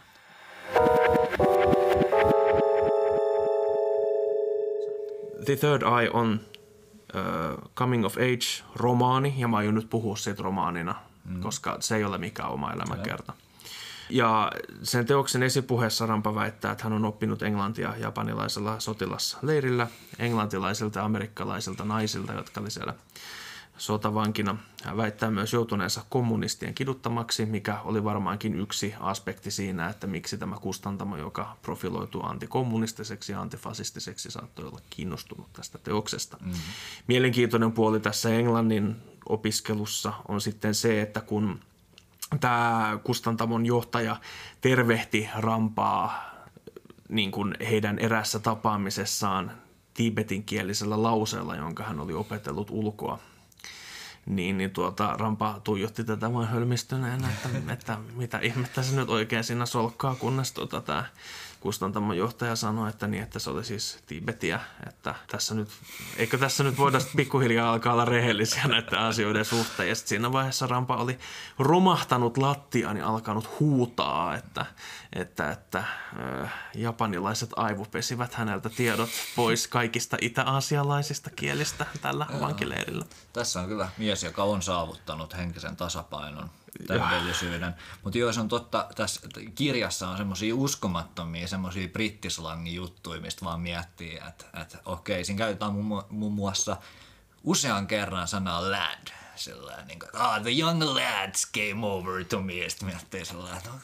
The Third Eye on uh, coming of age romaani, ja mä aion nyt puhua siitä romaanina, mm. koska se ei ole mikään oma elämäkerta. Ja sen teoksen esipuheessa Rampa väittää, että hän on oppinut englantia japanilaisella sotilasleirillä englantilaisilta ja amerikkalaisilta naisilta, jotka oli siellä sotavankina. Hän väittää myös joutuneensa kommunistien kiduttamaksi, mikä oli varmaankin yksi aspekti siinä, että miksi tämä kustantamo, joka profiloituu antikommunistiseksi ja antifasistiseksi, saattoi olla kiinnostunut tästä teoksesta. Mm-hmm. Mielenkiintoinen puoli tässä englannin opiskelussa on sitten se, että kun tämä kustantamon johtaja tervehti Rampaa niin kuin heidän erässä tapaamisessaan tiibetinkielisellä lauseella, jonka hän oli opetellut ulkoa, niin, niin tuota, Rampa tuijotti tätä vain hölmistyneenä, että, että mitä ihmettä se nyt oikein siinä solkkaa, kunnes tuota, tämä kustantamon johtaja sanoi, että, niin, että se oli siis Tiibetiä, että tässä nyt, eikö tässä nyt voida pikkuhiljaa alkaa olla rehellisiä näiden asioiden suhteen. Ja sitten siinä vaiheessa Rampa oli romahtanut lattiaan ja alkanut huutaa, että, että, että äh, japanilaiset aivopesivät häneltä tiedot pois kaikista itä-aasialaisista kielistä tällä vankileirillä. Tässä on kyllä mies, joka on saavuttanut henkisen tasapainon, täydellisyyden. Mutta joo, se on totta, tässä kirjassa on semmoisia uskomattomia, semmoisia brittislangin juttuja, mistä vaan miettii, että, että okei, siinä käytetään muun, muun muassa usean kerran sanaa lad, sellainen niin kuin, ah, the young lads came over to me, ja sitten miettii sellainen, että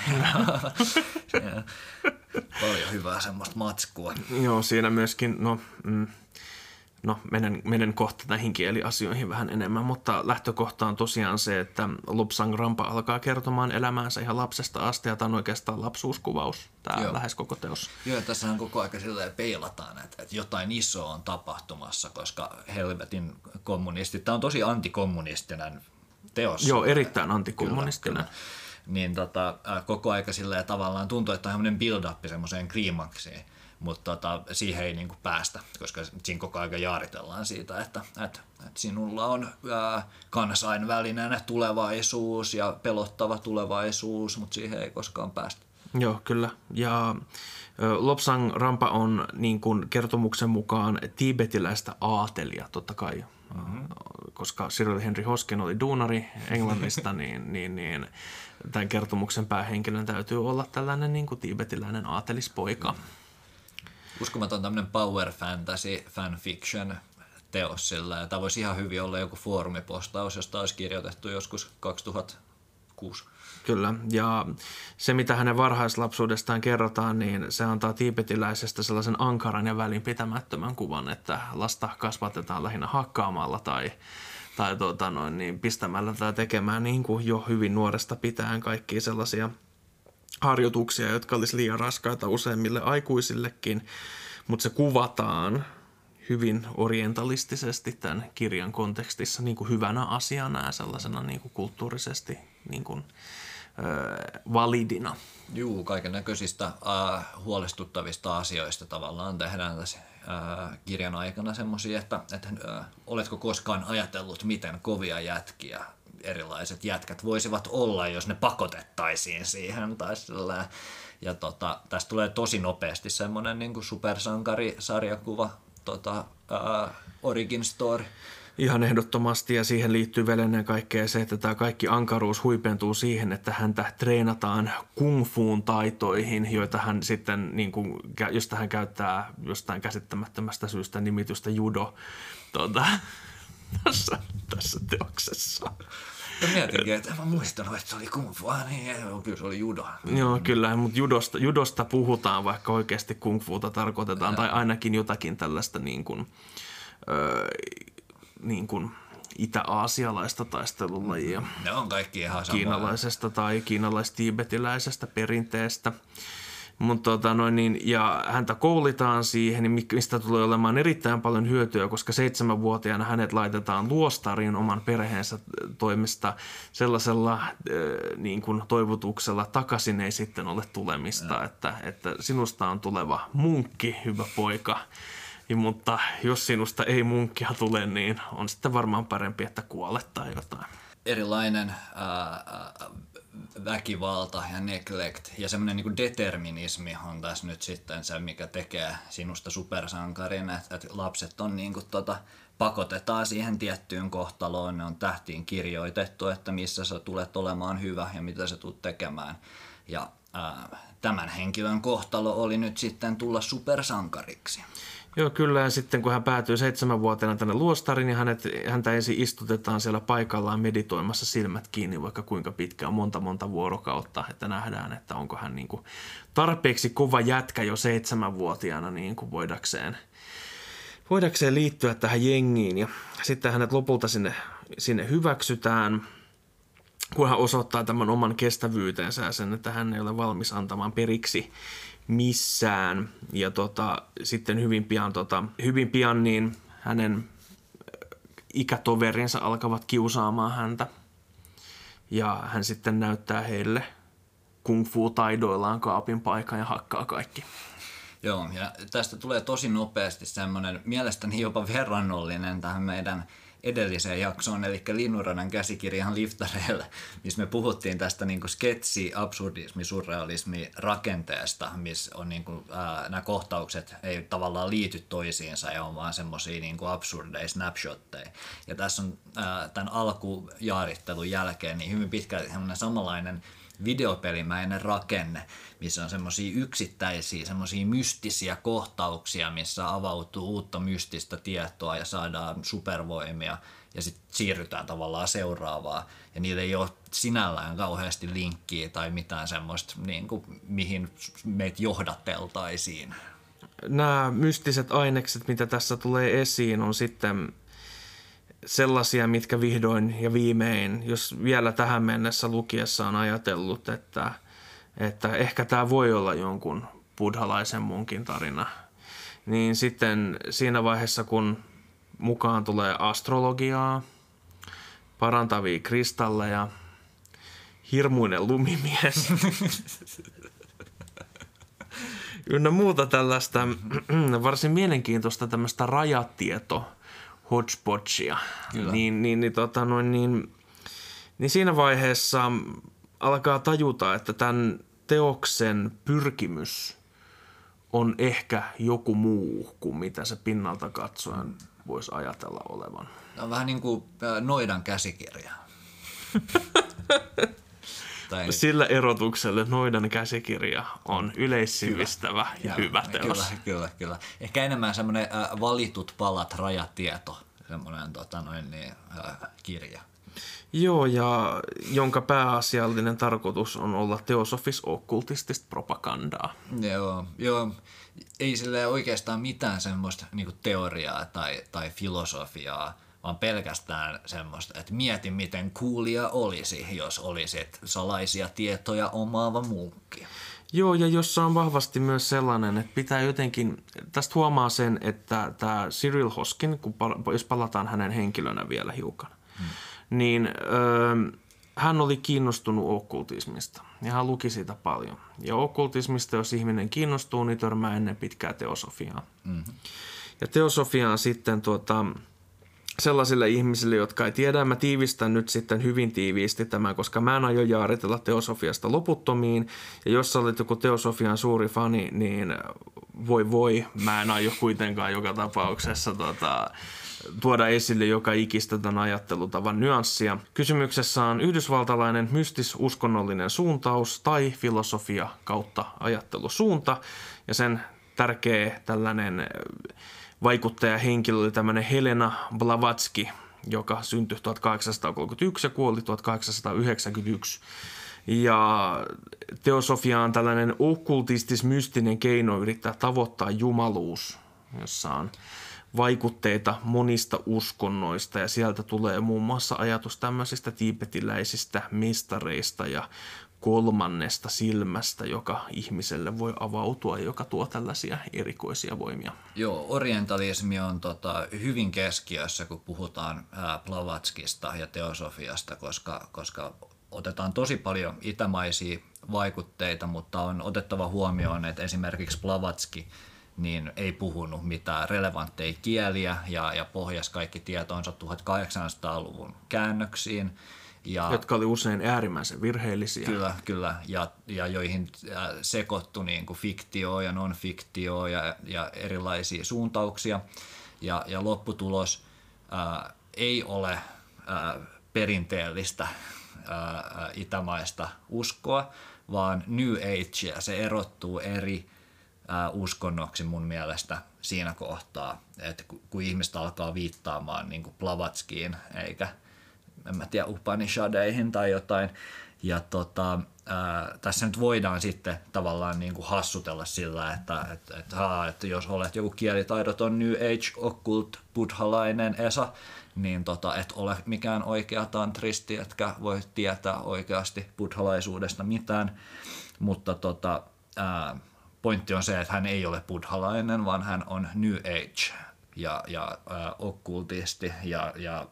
okei. Okay. Paljon hyvää semmoista matskua. Joo, siinä myöskin, no... Mm. No, menen, menen kohta näihin kieliasioihin vähän enemmän, mutta lähtökohta on tosiaan se, että Lobsang Rampa alkaa kertomaan elämäänsä ihan lapsesta asti, ja tämä on oikeastaan lapsuuskuvaus, tämä Joo. lähes koko teos. Joo, tässähän koko ajan silleen peilataan, että, että jotain isoa on tapahtumassa, koska helvetin kommunistit, tämä on tosi antikommunistinen teos. Joo, erittäin antikommunistinen. Kyllä, kyllä. Niin tota, koko aika silleen tavallaan tuntuu, että on semmoinen build-up semmoiseen kliimaksiin. Mutta tota, siihen ei niinku päästä, koska siinä koko ajan jaaritellaan siitä, että, että, että sinulla on ää, kansainvälinen tulevaisuus ja pelottava tulevaisuus, mutta siihen ei koskaan päästä. Joo, kyllä. Ja Lobsang Rampa on niin kuin kertomuksen mukaan tiibetiläistä aatelia, totta kai. Mm-hmm. Koska Cyril Henry Hoskin oli duunari Englannista, niin, niin, niin tämän kertomuksen päähenkilön täytyy olla tällainen niin kuin tiibetiläinen aatelispoika. Uskomaton tämmöinen power fantasy, fanfiction teos sillä, ja tämä voisi ihan hyvin olla joku foorumipostaus, josta olisi kirjoitettu joskus kaksituhattakuusi. Kyllä, ja se mitä hänen varhaislapsuudestaan kerrotaan, niin se antaa tiibetiläisestä sellaisen ankaran ja välinpitämättömän kuvan, että lasta kasvatetaan lähinnä hakkaamalla tai, tai tuota noin, niin pistämällä tai tekemään niin kuin jo hyvin nuoresta pitäen kaikkia sellaisia harjoituksia, jotka olisi liian raskaita useimmille aikuisillekin, mutta se kuvataan hyvin orientalistisesti tämän kirjan kontekstissa niin kuin hyvänä asiana ja sellaisena niin kuin kulttuurisesti niin kuin, ö, validina. Juu, kaiken näköisistä äh, huolestuttavista asioista tavallaan tehdään tässä äh, kirjan aikana semmoisia, että, että äh, oletko koskaan ajatellut, miten kovia jätkiä erilaiset jätkät voisivat olla, jos ne pakotettaisiin siihen. Tai sillä, ja tota, tästä tulee tosi nopeasti semmoinen niin kuin supersankari-sarjakuva, tota, uh, origin story. Ihan ehdottomasti, ja siihen liittyy vielä ennen kaikkea se, että tämä kaikki ankaruus huipentuu siihen, että häntä treenataan kung-fuun taitoihin, joita hän sitten, niin kuin, josta hän käyttää jostain käsittämättömästä syystä nimitystä judo tuota, tässä, tässä teoksessa. Ja mietinkin, että mä muistanut, että se oli kung fu. Ah, niin, joo, kyllä se oli judo. Joo, kyllä, mutta judosta, judosta puhutaan, vaikka oikeasti kung fuuta tarkoitetaan, tai ainakin jotakin tällaista niin kuin, öö, niin kuin itä-aasialaista taistelulajia. Ne on kaikki ihan samaa. Kiinalaisesta tai kiinalaistiibetiläisestä perinteestä. Mutta tota noin niin, ja häntä koulitaan siihen, niin mistä tulee olemaan erittäin paljon hyötyä, koska seitsemänvuotiaana hänet laitetaan luostariin oman perheensä toimesta sellaisella äh, niin kuin toivotuksella, takaisin ei sitten ole tulemista, että, että sinusta on tuleva munkki, hyvä poika. Ja, mutta jos sinusta ei munkkia tule, niin on sitten varmaan parempi, että kuolet tai jotain. Erilainen ää, väkivalta ja neglect ja semmoinen niin kuin determinismi on tässä nyt sitten se, mikä tekee sinusta supersankarin, että, että lapset on niin kuin tota, pakotetaan siihen tiettyyn kohtaloon, ne on tähtiin kirjoitettu, että missä sä tulet olemaan hyvä ja mitä sä tulet tekemään. Ja ää, tämän henkilön kohtalo oli nyt sitten tulla supersankariksi. Joo, kyllä. Ja sitten kun hän päätyy seitsemänvuotiaana tänne luostariin, niin hänet, häntä ensin istutetaan siellä paikallaan meditoimassa silmät kiinni, vaikka kuinka pitkään, monta monta vuorokautta, että nähdään, että onko hän niin kuin tarpeeksi kova jätkä jo seitsemänvuotiaana niin kuin voidakseen, voidakseen liittyä tähän jengiin. Ja sitten hänet lopulta sinne, sinne hyväksytään, kun hän osoittaa tämän oman kestävyytensä ja sen, että hän ei ole valmis antamaan periksi missään. Ja tota, sitten hyvin pian, tota, hyvin pian niin hänen ikätoverinsa alkavat kiusaamaan häntä. Ja hän sitten näyttää heille kung fu-taidoillaan kaapin paikan ja hakkaa kaikki. Joo, ja tästä tulee tosi nopeasti semmoinen mielestäni jopa verrannollinen tähän meidän edelliseen jaksoon, eli Linnunradan käsikirjan Liftareille, missä me puhuttiin tästä niin kuin sketsi, absurdismi, surrealismi rakenteesta, missä on niin kuin, ää, nämä kohtaukset ei tavallaan liity toisiinsa ja on vaan semmoisia niin kuin absurdeja snapshotteja. Ja tässä on ää, tämän alkujaarittelun jälkeen niin hyvin pitkälti semmoinen samanlainen videopelimäinen rakenne, missä on semmoisia yksittäisiä, semmoisia mystisiä kohtauksia, missä avautuu uutta mystistä tietoa ja saadaan supervoimia ja sitten siirrytään tavallaan seuraavaan. Ja niillä ei ole sinällään kauheasti linkkiä tai mitään semmoista, niin kuin, mihin meitä johdatteltaisiin. Nämä mystiset ainekset, mitä tässä tulee esiin, on sitten sellaisia, mitkä vihdoin ja viimein, jos vielä tähän mennessä lukiessa on ajatellut, että, että ehkä tämä voi olla jonkun buddhalaisen munkin tarina, niin sitten siinä vaiheessa, kun mukaan tulee astrologiaa, parantavia kristalleja, hirmuinen lumimies, ynnä muuta tällaista varsin mielenkiintoista tämmöistä rajatieto hodgepodgea, niin, niin, niin, tota, noin, niin, niin siinä vaiheessa alkaa tajuta, että tämän teoksen pyrkimys on ehkä joku muu kuin mitä se pinnalta katsoen voisi ajatella olevan. Tämä on vähän niin kuin noidan käsikirja. Tai... Sillä erotuksella noidan käsikirja on yleissivistävä ja, ja hyvä teos. Kyllä, kyllä, kyllä. Ehkä enemmän semmoinen äh, valitut palat rajatieto, semmoinen tota, noin, niin, äh, kirja. Joo, ja jonka pääasiallinen tarkoitus on olla teosofis-okkultistista propagandaa. Joo, joo. Ei sille oikeastaan mitään semmoista niin kuin teoriaa tai, tai filosofiaa, vaan pelkästään semmoista, että mieti miten coolia olisi, jos olisit salaisia tietoja omaava munkki. Joo, ja jossa on vahvasti myös sellainen, että pitää jotenkin, tästä huomaa sen, että tämä Cyril Hoskin, kun pal- jos palataan hänen henkilönä vielä hiukan, hmm. niin öö, hän oli kiinnostunut okkultismista ja hän luki siitä paljon. Ja okkultismista, jos ihminen kiinnostuu, niin törmää ennen pitkää teosofiaan. Hmm. Ja teosofiaan sitten tuota... sellaisille ihmisille, jotka ei tiedä, mä tiivistän nyt sitten hyvin tiiviisti tämän, koska mä en aio jaaritella teosofiasta loputtomiin. Ja jos sä olet joku teosofian suuri fani, niin voi voi, mä en aio kuitenkaan joka tapauksessa tota, tuoda esille joka ikistä tämän ajattelutavan nyanssia. Kysymyksessä on yhdysvaltalainen mystis-uskonnollinen suuntaus tai filosofia kautta ajattelusuunta. Ja sen tärkeä tällainen vaikuttajahenkilö oli tämmöinen Helena Blavatsky, joka syntyi tuhatkahdeksansataakolmekymmentäyksi ja kuoli tuhatkahdeksansataayhdeksänkymmentäyksi. Ja teosofia on tällainen okkultistis-mystinen keino yrittää tavoittaa jumaluus, jossa on vaikutteita monista uskonnoista ja sieltä tulee muun muassa ajatus tämmöisistä tiibetiläisistä mestareista ja kolmannesta silmästä, joka ihmiselle voi avautua ja joka tuo tällaisia erikoisia voimia. Joo, orientalismi on tota, hyvin keskiössä, kun puhutaan ää, Blavatskista ja teosofiasta, koska, koska otetaan tosi paljon itämaisia vaikutteita, mutta on otettava huomioon, että esimerkiksi Blavatski niin ei puhunut mitään relevantteja kieliä ja, ja pohjasi kaikki tietonsa tuhatkahdeksansataaluvun käännöksiin. Ja, jotka oli usein äärimmäisen virheellisiä. Kyllä, kyllä. Ja, ja joihin sekoittui niin kuin fiktio ja non-fiktio ja, ja erilaisia suuntauksia. Ja, ja lopputulos ää, ei ole ää, perinteellistä ää, itämaista uskoa, vaan New Age, ja se erottuu eri ää, uskonnoksi mun mielestä siinä kohtaa, että kun ihmiset alkaa viittaamaan niin kuin Blavatskiin eikä en mä tiedä, Upanishadeihin tai jotain. Ja tota, ää, tässä nyt voidaan sitten tavallaan niin kuin hassutella sillä, että, että, että, haa, että jos olet joku kielitaidoton New Age, occult, buddhalainen Esa, niin tota, et ole mikään oikea tantristi, etkä voi tietää oikeasti buddhalaisuudesta mitään. Mutta tota, ää, pointti on se, että hän ei ole buddhalainen, vaan hän on New Age ja, ja ää, okkultisti ja, ja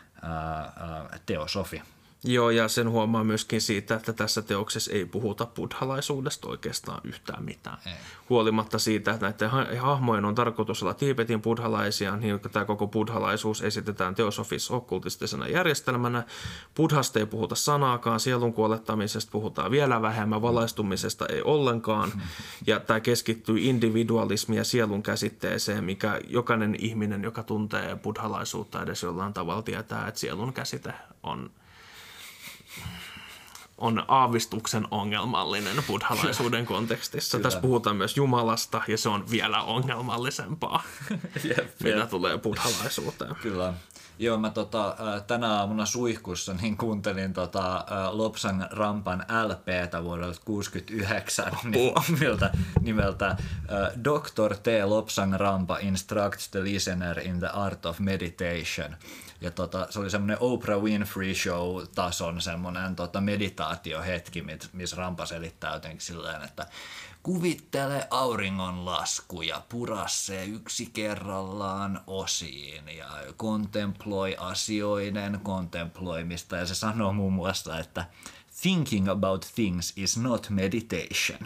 teosofi. Joo, ja sen huomaa myöskin siitä, että tässä teoksessa ei puhuta buddhalaisuudesta oikeastaan yhtään mitään. Ei. Huolimatta siitä, että näiden hahmojen on tarkoitus olla Tiibetin buddhalaisia, niin tämä koko buddhalaisuus esitetään teosofis-okkultistisena järjestelmänä. Buddhasta ei puhuta sanaakaan, sielun kuolettamisesta puhutaan vielä vähemmän, valaistumisesta ei ollenkaan. Ja tämä keskittyy individualismiin ja sielun käsitteeseen, mikä jokainen ihminen, joka tuntee buddhalaisuutta edes jollain tavalla tietää, että sielun käsite on on aavistuksen ongelmallinen buddhalaisuuden kontekstissa. Kyllä. Tässä puhutaan myös Jumalasta, ja se on vielä ongelmallisempaa, jep, mitä jep. tulee buddhalaisuuteen. Kyllä. Joo, mä tota, tänä aamuna suihkussa niin kuuntelin tota, Lobsang Rampan L P:tä vuodelta kuusikymmentäyhdeksän nimeltä, nimeltä doctor T. Lobsang Rampa instructs the listener in the art of meditation. Ja tota, se oli semmoinen Oprah Winfrey Show-tason semmoinen tota, meditaatiohetki, missä Rampa selittää jotenkin silleen, että kuvittele auringonlasku ja pura se yksi kerrallaan osiin ja kontemploi asioiden kontemploimista. Ja se sanoo muun muassa, että thinking about things is not meditation.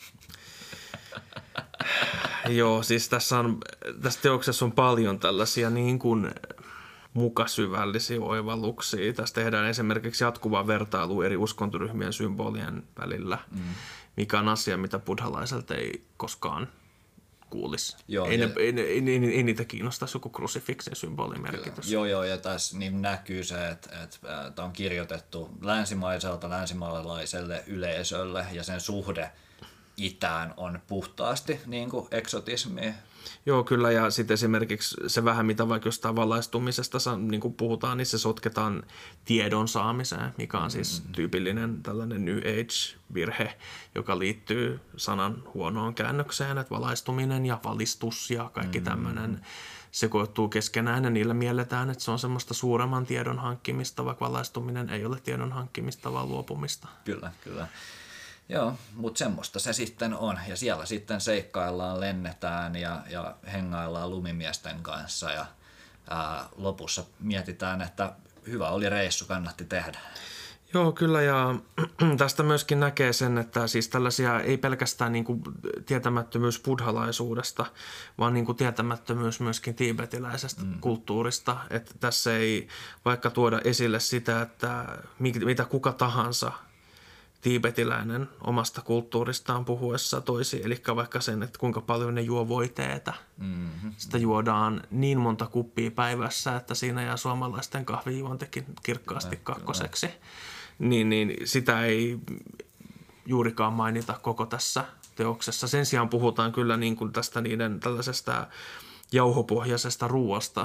Joo, siis tässä, on, tässä teoksessa on paljon tällaisia niin kuin muka syvällisiä oivalluksia. Tässä tehdään esimerkiksi jatkuvaa vertailua eri uskontoryhmien symbolien välillä, mm. mikä on asia, mitä buddhalaiselta ei koskaan kuulisi. Joo, ei, ja... ne, ei, ei, ei, ei niitä kiinnostaisi joku krusifiksin symbolin merkitys. Joo, joo, ja tässä niin näkyy se, että, että tämä on kirjoitettu länsimaiselta länsimaalaiselle yleisölle, ja sen suhde itään on puhtaasti niin kuin eksotismia. Joo, kyllä, ja sitten esimerkiksi se vähän, mitä vaikka jostain valaistumisesta niin kuin puhutaan, niin se sotketaan tiedon saamiseen, mikä on siis mm-hmm. tyypillinen tällainen New Age-virhe, joka liittyy sanan huonoon käännökseen, että valaistuminen ja valistus ja kaikki mm-hmm. tämmöinen sekoittuu keskenään, ja niillä mielletään, että se on semmoista suuremman tiedon hankkimista, vaikka valaistuminen ei ole tiedon hankkimista, vaan luopumista. Kyllä, kyllä. Joo, mutta semmoista se sitten on. Ja siellä sitten seikkaillaan, lennetään ja, ja hengaillaan lumimiesten kanssa. Ja ää, lopussa mietitään, että hyvä oli reissu, kannatti tehdä. Joo, kyllä, ja tästä myöskin näkee sen, että siis tällaisia ei pelkästään niin kuin tietämättömyys buddhalaisuudesta, vaan niin kuin tietämättömyys myöskin tiibetiläisestä mm. kulttuurista. Että tässä ei vaikka tuoda esille sitä, että mitä kuka tahansa tiibetiläinen omasta kulttuuristaan puhuessa toisi, eli vaikka sen, että kuinka paljon ne juo voiteetä. Mm-hmm. Sitä juodaan niin monta kuppia päivässä, että siinä jää suomalaisten kahvijuontekin kirkkaasti kakkoseksi. Niin, niin sitä ei juurikaan mainita koko tässä teoksessa. Sen sijaan puhutaan kyllä niin kuin tästä niiden tällaisesta jauhopohjaisesta ruoasta,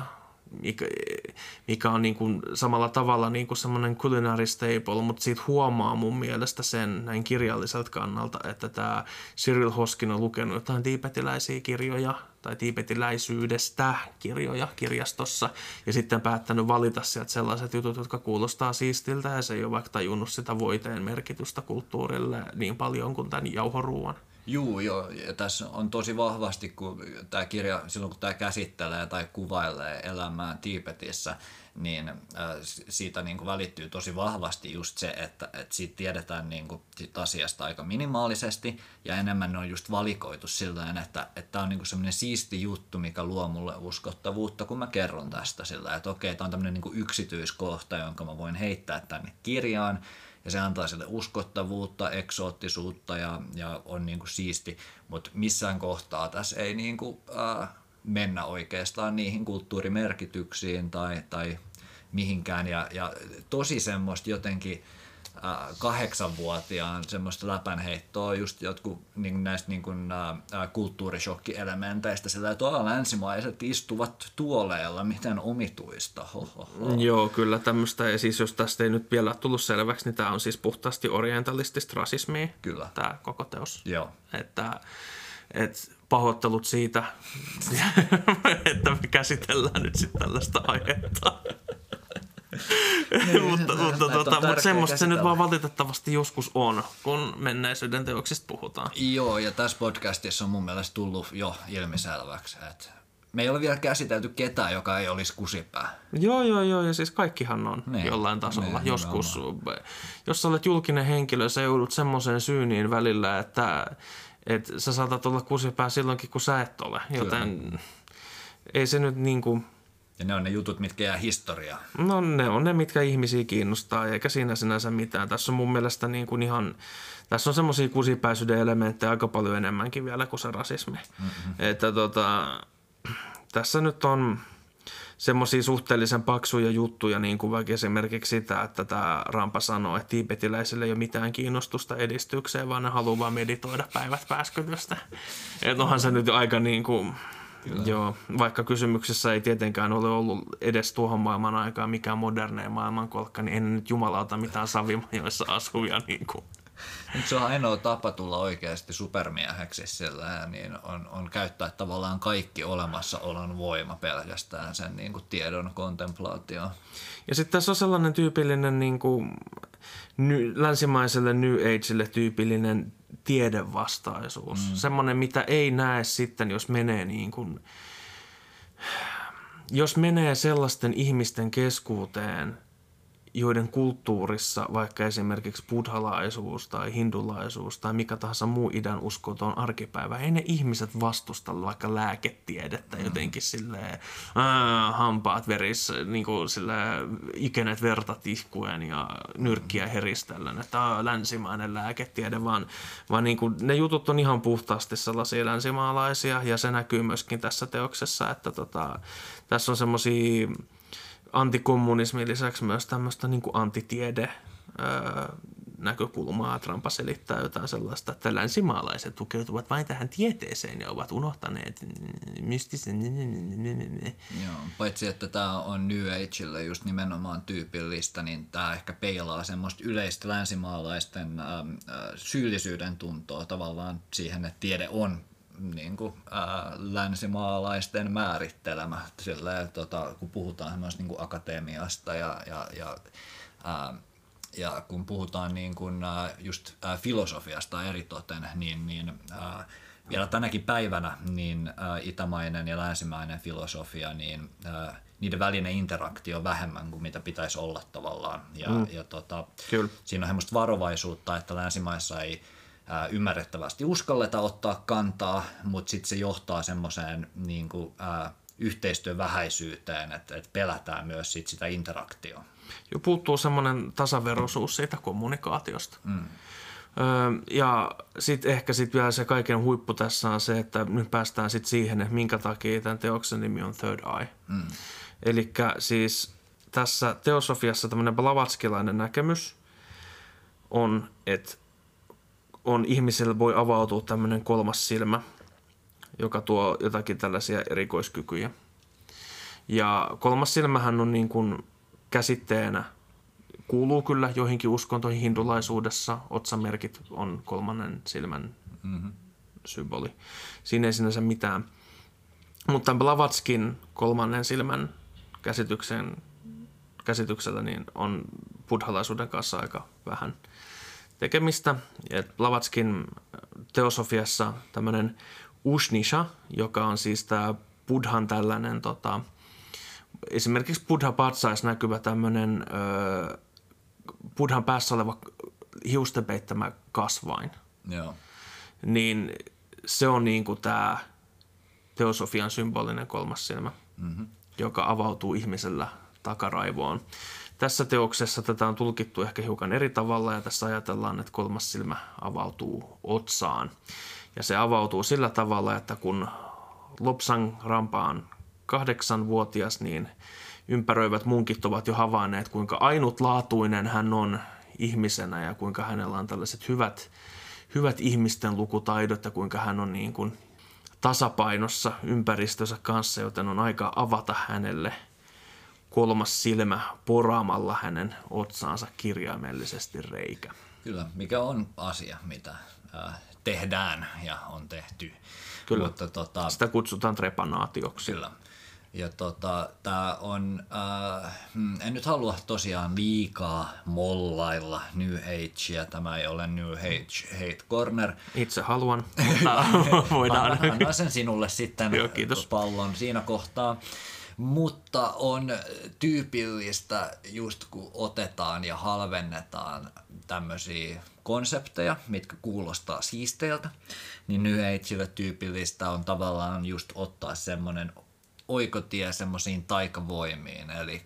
mikä, mikä on niin kuin samalla tavalla niin kuin semmoinen culinary staple, mutta siitä huomaa mun mielestä sen näin kirjalliselta kannalta, että tämä Cyril Hoskin on lukenut jotain tiibetiläisiä kirjoja tai tiibetiläisyydestä kirjoja kirjastossa ja sitten päättänyt valita sieltä sellaiset jutut, jotka kuulostaa siistiltä ja se ei ole vaikka tajunnut sitä voiteen merkitystä kulttuurille niin paljon kuin tämän jauhoruuan. Juu, joo. Ja tässä on tosi vahvasti, kun tämä kirja, silloin kun tämä käsittelee tai kuvailee elämää Tiibetissä, niin äh, siitä niin kuin välittyy tosi vahvasti just se, että, että siitä tiedetään niin kuin siitä asiasta aika minimaalisesti ja enemmän ne on just valikoitu sillä että tämä on niin kuin semmoinen siisti juttu, mikä luo mulle uskottavuutta, kun mä kerron tästä sillä että okei, tämä on tämmöinen niin kuin yksityiskohta, jonka mä voin heittää tänne kirjaan. Ja se antaa sille uskottavuutta, eksoottisuutta ja, ja on niinku siisti, mutta missään kohtaa tässä ei niinku, äh, mennä oikeastaan niihin kulttuurimerkityksiin tai, tai mihinkään. Ja, ja tosi semmoista jotenkin äh, kahdeksanvuotiaan semmoista läpänheittoa just jotkut niin näistä niin kuin, äh, kulttuurishokkielementeistä, sillä tuolla länsimaiset istuvat tuoleilla, miten omituista. Hohoho. Joo, kyllä tämmöistä, ja siis jos tästä ei nyt vielä tullut selväksi, niin tämä on siis puhtaasti orientalistista rasismia, kyllä. Tämä koko teos. Joo. Että, että pahoittelut siitä, että me käsitellään nyt sitten tällaista aihetta. Niin, mutta mutta, tota, mutta semmoista se nyt vaan valitettavasti joskus on, kun menneisyyden teoksista puhutaan. Joo, ja tässä podcastissa on mun mielestä tullut jo ilmiselväksi, että me ei ole vielä käsitelty ketään, joka ei olisi kusipää. Joo, joo, joo, ja siis kaikkihan on niin, jollain tasolla. Niin, joskus, nimenomaan. Jos sä olet julkinen henkilö, sä joudut semmoiseen syyniin välillä, että, että sä saatat olla kusipää silloinkin, kun sä et ole. Joten kyllä. Ei se nyt niin kuin... Ja ne on ne jutut, mitkä jää historiaan. No ne on ne, mitkä ihmisiä kiinnostaa, eikä siinä sinänsä mitään. Tässä on mun mielestä niin kuin ihan, tässä on semmoisia kusipäisyyden elementtejä aika paljon enemmänkin vielä kuin se rasismi. Mm-hmm. Että tota, tässä nyt on semmoisia suhteellisen paksuja juttuja, niin kuin vaikka esimerkiksi sitä, että tämä Rampa sanoo, että tiibetiläisille ei ole mitään kiinnostusta edistykseen, vaan ne haluaa vaan meditoida päivät pääskytystä. Että onhan se nyt aika niin kuin... Kyllä. Joo, vaikka kysymyksessä ei tietenkään ole ollut edes tuohon maailman aikaan mikään modernein maailmankolkka, niin en nyt jumalauta mitään savimajoissa asuvia. Niin kuin. Se on ainoa tapa tulla oikeasti supermieheksi sillä, niin on, on käyttää tavallaan kaikki olemassaolon voima pelkästään sen niin kuin tiedon kontemplaatioon. Ja sitten tässä on sellainen tyypillinen niin kuin, ny, länsimaiselle New Agelle tyypillinen tiedevastaisuus. Mm. Semmoinen, mitä ei näe sitten, jos menee niin kuin, jos menee sellaisten ihmisten keskuuteen, joiden kulttuurissa vaikka esimerkiksi buddhalaisuus tai hindulaisuus tai mikä tahansa muu idän uskoton arkipäivä, ei ne ihmiset vastusta vaikka lääketiedettä mm. jotenkin silleen ää, hampaat verissä, niin kuin silleen ikenet verta tihkuen ja nyrkkiä heristellen, että aa, länsimainen lääketiede, vaan, vaan niin kuin, ne jutut on ihan puhtaasti sellaisia länsimaalaisia ja se näkyy myöskin tässä teoksessa, että tota, tässä on semmoisia antikommunismin lisäksi myös tämmöistä niin kuin antitiede öö, näkökulmaa. Trumpa selittää jotain sellaista, että länsimaalaiset tukeutuvat vain tähän tieteeseen ja ovat unohtaneet mystisen. Joo, paitsi että tämä on New Agelle just nimenomaan tyypillistä, niin tämä ehkä peilaa semmoista yleistä länsimaalaisten äh, syyllisyyden tuntoa tavallaan siihen, että tiede on niin kuin, ää, länsimaalaisten määrittelemä, sillä, tota, kun puhutaan niin kuin akatemiasta ja, ja, ja, ää, ja kun puhutaan niin kuin, ää, just ää, filosofiasta eritoten, niin, niin ää, vielä tänäkin päivänä niin ää, itämainen ja länsimainen filosofia, niin ää, niiden välinen interaktio on vähemmän kuin mitä pitäisi olla tavallaan. Ja, mm. ja tota, siinä on semmoista varovaisuutta, että länsimaissa ei Ää, ymmärrettävästi uskalleta ottaa kantaa, mutta sitten se johtaa semmoiseen niin kuin, ää, yhteistyön vähäisyyteen, että, että pelätään myös sit sitä interaktioa. Jo puuttuu semmoinen tasaveroisuus siitä kommunikaatiosta. Mm. Öö, ja sitten ehkä sit vielä se kaiken huippu tässä on se, että nyt päästään sitten siihen, että minkä takia tämän teoksen nimi on Third Eye. Mm. Elikkä siis tässä teosofiassa tämmöinen blavatskilainen näkemys on, että on ihmisellä voi avautua tämmöinen kolmas silmä, joka tuo jotakin tällaisia erikoiskykyjä. Ja kolmas silmähän on niin kuin käsitteenä, kuuluu kyllä joihinkin uskontoihin hindulaisuudessa. Otsamerkit on kolmannen silmän mm-hmm. symboli. Siinä ei sinänsä mitään. Mutta Blavatskin kolmannen silmän käsityksen, käsityksellä niin on buddhalaisuuden kanssa aika vähän tekemistä. Et Blavatskin teosofiassa tämmöinen Ushnisha, joka on siis tämä buddhan tällainen, tota, esimerkiksi buddha-patsaissa näkyvä tämmöinen ö, buddhan päässä oleva hiusten peittämä kasvain. Joo. Niin se on niin kuin tämä teosofian symbolinen kolmas silmä, mm-hmm. joka avautuu ihmisellä takaraivoon. Tässä teoksessa tätä on tulkittu ehkä hiukan eri tavalla ja tässä ajatellaan, että kolmas silmä avautuu otsaan. Ja se avautuu sillä tavalla, että kun Lobsang Rampa on kahdeksanvuotias, niin ympäröivät munkit ovat jo havainneet, kuinka ainutlaatuinen hän on ihmisenä ja kuinka hänellä on tällaiset hyvät, hyvät ihmisten lukutaidot ja kuinka hän on niin kuin tasapainossa ympäristönsä kanssa, joten on aika avata hänelle kolmas silmä poraamalla hänen otsaansa kirjaimellisesti reikä. Kyllä, mikä on asia, mitä äh, tehdään ja on tehty. Kyllä, mutta, tota, sitä kutsutaan trepanaatioksi. Kyllä. Ja tota, tää on, äh, en nyt halua tosiaan liikaa mollailla New Agea, tämä ei ole New Age Hate Corner. Itse haluan, mutta voidaan. Anna, anna sen sinulle sitten. Joo, kiitos. Pallon siinä kohtaa. Mutta on tyypillistä just kun otetaan ja halvennetaan tämmöisiä konsepteja, mitkä kuulostaa siisteiltä, niin New Agelle tyypillistä on tavallaan just ottaa semmoinen oikotie semmoisiin taikavoimiin, eli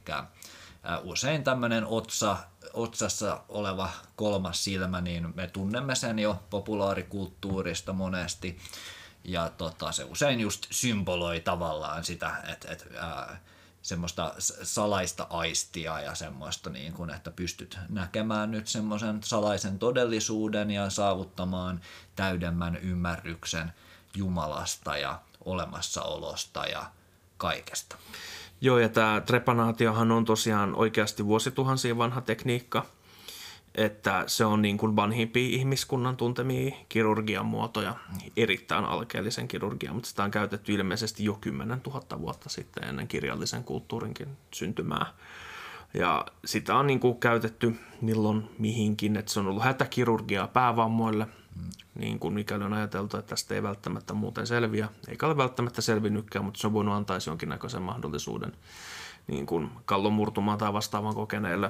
usein tämmöinen otsa, otsassa oleva kolmas silmä, niin me tunnemme sen jo populaarikulttuurista monesti, ja tota, se usein just symboloi tavallaan sitä, että et, ää, semmoista salaista aistia ja semmoista, niin kun, että pystyt näkemään nyt semmoisen salaisen todellisuuden ja saavuttamaan täydemmän ymmärryksen Jumalasta ja olemassaolosta ja kaikesta. Joo, ja tämä trepanaatiohan on tosiaan oikeasti vuosituhansia vanha tekniikka, että se on niin kuin vanhimpia ihmiskunnan tuntemia kirurgian muotoja, erittäin alkeellisen kirurgian, mutta sitä on käytetty ilmeisesti jo kymmenen tuhatta vuotta sitten ennen kirjallisen kulttuurinkin syntymää. Ja sitä on niin kuin käytetty milloin mihinkin, että se on ollut hätäkirurgiaa päävammoille, mm. niin kuin mikäli on ajateltu, että tästä ei välttämättä muuten selviä, eikä ole välttämättä selvinnytkään, mutta se on voinut antaa jonkinnäköisen mahdollisuuden niin kuin kallon murtumaan tai vastaavan kokeneelle.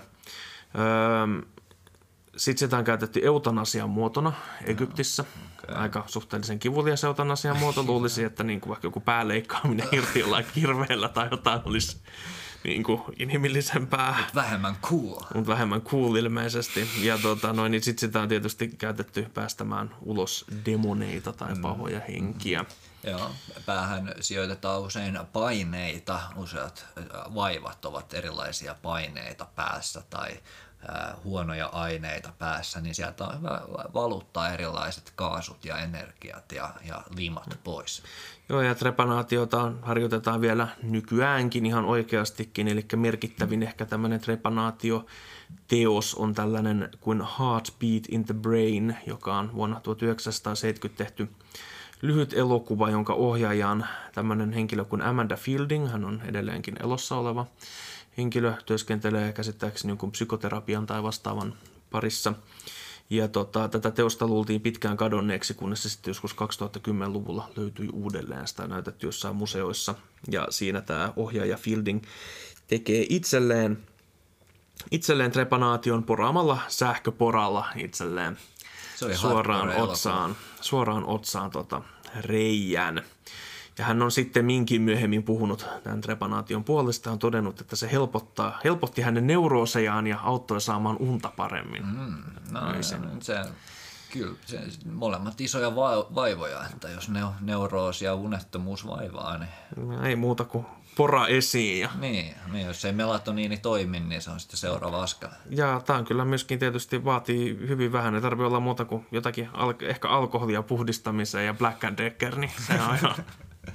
Öö, Sitten sitä on käytetty eutanasian muotona Egyptissä. Okay. Aika suhteellisen kivulias eutanasian muoto. Luulisi, että niin kuin vaikka joku pääleikkaaminen irti jollain kirveellä tai jotain olisi niin kuin inhimillisempää. Mutta vähemmän cool. Mutta vähemmän cool ilmeisesti. Ja tota, noin, niin sitten sitä on tietysti käytetty päästämään ulos demoneita tai pahoja henkiä. Joo, päähän sijoitetaan usein paineita. Useat vaivat ovat erilaisia paineita päässä tai huonoja aineita päässä, niin sieltä on hyvä valuttaa erilaiset kaasut ja energiat ja, ja limat pois. Joo, ja trepanaatiota harjoitetaan vielä nykyäänkin ihan oikeastikin, eli merkittävin ehkä tämmöinen trepanaatio-teos on tällainen kuin Heartbeat in the Brain, joka on vuonna tuhatyhdeksänsataaseitsemänkymmentä tehty lyhyt elokuva, jonka ohjaaja on tämmöinen henkilö kuin Amanda Fielding, hän on edelleenkin elossa oleva henkilö, työskentelee käsittääkseni jonkun psykoterapian tai vastaavan parissa. Ja tota, tätä teosta luultiin pitkään kadonneeksi, kunnes se sitten joskus kaksituhattakymmenluvulla löytyi uudelleen. Sitä näytetty jossain museoissa. Ja siinä tämä ohjaaja Fielding tekee itselleen, itselleen trepanaation poraamalla sähköporalla itselleen suoraan otsaan, suoraan otsaan tota, reijän. Ja hän on sitten minkin myöhemmin puhunut tämän trepanaation puolesta ja on todennut, että se helpottaa, helpotti hänen neuroosejaan ja auttoi saamaan unta paremmin. Mm, no, se, kyllä, se, molemmat isoja va- vaivoja, että jos ne neuroosi ja unettomuus vaivaa, niin... Ei muuta kuin pora esiin. Ja... Niin, niin, jos ei melatoniini toimi, niin se on sitten seuraava askel. Ja tämä kyllä myöskin tietysti vaatii hyvin vähän. Ei tarvitse olla muuta kuin jotakin, al- ehkä alkoholia puhdistamiseen ja Black and Decker, niin se on ihan...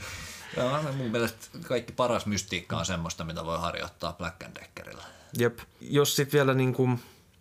Joo, mun mielestä kaikki paras mystiikka on semmoista, mitä voi harjoittaa Black and Deckerillä. Jep. Jos sitten vielä niin kuin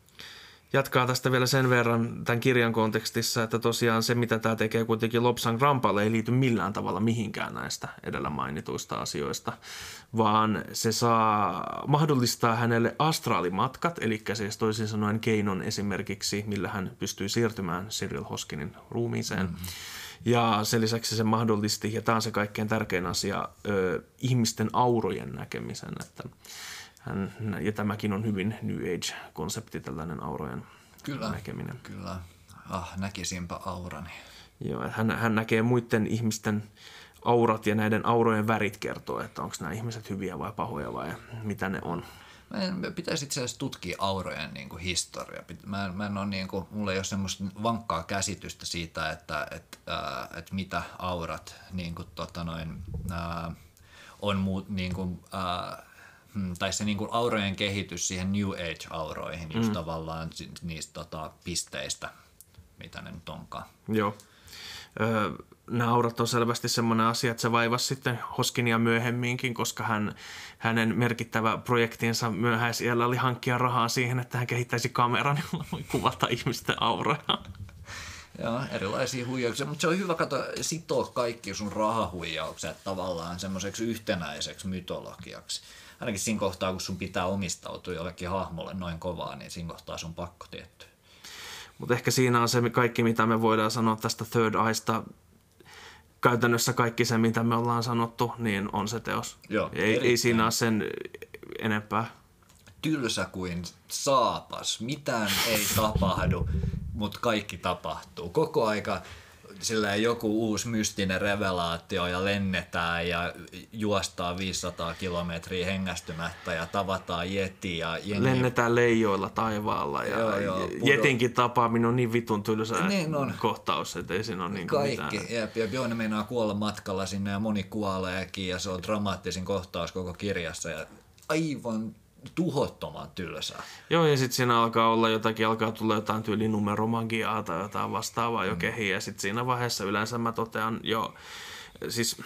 jatkaa tästä vielä sen verran tämän kirjan kontekstissa, että tosiaan se, mitä tämä tekee kuitenkin Lobsang Rampalle, ei liity millään tavalla mihinkään näistä edellä mainituista asioista, vaan se saa mahdollistaa hänelle astraalimatkat, eli siis toisin sanoen keinon esimerkiksi, millä hän pystyy siirtymään Cyril Hoskinin ruumiiseen. Mm-hmm. Ja sen lisäksi se mahdollisti, ja tämä on se kaikkein tärkein asia, ö, ihmisten aurojen näkemisen, että hän, ja tämäkin on hyvin New Age-konsepti, tällainen aurojen kyllä, näkeminen. Kyllä, ah, näkisinpä aurani. Joo, hän, hän näkee muiden ihmisten aurat ja näiden aurojen värit kertoo, että onko nämä ihmiset hyviä vai pahoja vai mitä ne on. Mä pitäisi itse asiassa tutkia aurojen niin kuin historia. Mä, mä en ole, niin kuin, mulla ei ole semmoista vankkaa käsitystä siitä, että et, äh, et mitä aurat niin kuin, tota noin, äh, on muut, niin kuin, äh, tai se niin kuin aurojen kehitys siihen New Age-auroihin, just mm. tavallaan niistä tota, pisteistä, mitä ne nyt onkaan. Joo. Öö, nämä aurat on selvästi semmoinen asia, että se vaivasi sitten Hoskinia myöhemminkin, koska hän, hänen merkittävä projektinsa myöhäisiällä oli hankkia rahaa siihen, että hän kehittäisi kameran, jolla voi kuvata ihmisten auroja. Joo, erilaisia huijauksia, mutta se on hyvä katsoa, sitoa kaikki sun rahahuijaukset tavallaan semmoiseksi yhtenäiseksi mytologiaksi. Ainakin siinä kohtaa, kun sun pitää omistautua jollekin hahmolle noin kovaa, niin siinä kohtaa sun pakko tietty. Mutta ehkä siinä on se kaikki, mitä me voidaan sanoa tästä Third Eyesta. Käytännössä kaikki se, mitä me ollaan sanottu, niin on se teos. Joo, ei, ei siinä ole sen enempää. Tylsä kuin saapas. Mitään ei tapahdu, mutta kaikki tapahtuu. Koko aika sillä joku uusi mystinen revelaatio ja lennetään ja juostaan viisisataa kilometriä hengästymättä ja tavataan jeti. Ja jengi... Lennetään leijoilla taivaalla ja joo, joo, pudo... jetinkin tapaaminen on niin vitun tylsä niin kohtaus, että ei siinä ole niin kaikki. mitään. Kaikki. Ja Björn meinaa kuolla matkalla sinne ja moni kuoleekin ja se on dramaattisin kohtaus koko kirjassa ja aivan tuhottoman tylsää. Joo, ja sitten siinä alkaa olla jotakin, alkaa tulla jotain tyyli numeromagiaa tai jotain vastaavaa jo mm. kehiin, ja sitten siinä vaiheessa yleensä mä totean jo, siis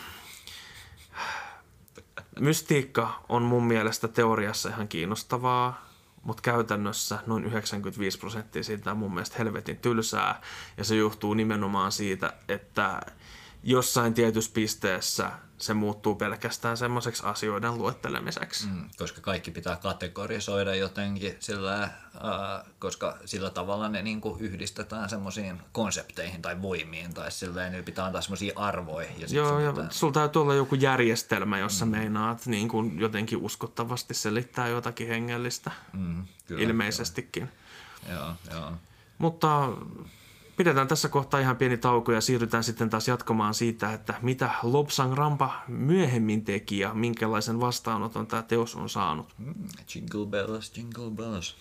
mystiikka on mun mielestä teoriassa ihan kiinnostavaa, mutta käytännössä noin yhdeksänkymmentäviisi prosenttia siitä on mun mielestä helvetin tylsää, ja se johtuu nimenomaan siitä, että jossain tietyssä pisteessä se muuttuu pelkästään semmoiseksi asioiden luettelemiseksi. Mm, koska kaikki pitää kategorisoida jotenkin, sillä, äh, koska sillä tavalla ne niinku yhdistetään semmoisiin konsepteihin tai voimiin, tai silleen niillä pitää antaa semmoisia arvoja. Ja joo, ja pitää... sulla täytyy olla joku järjestelmä, jossa mm. meinaat niin kuin jotenkin uskottavasti selittää jotakin hengellistä, mm, kyllä, ilmeisestikin. Kyllä. Joo, joo. Mutta... pidetään tässä kohtaa ihan pieni tauko ja siirrytään sitten taas jatkamaan siitä, että mitä Lobsang Rampa myöhemmin teki ja minkälaisen vastaanoton tämä teos on saanut. Mm, jingle bells, jingle bells.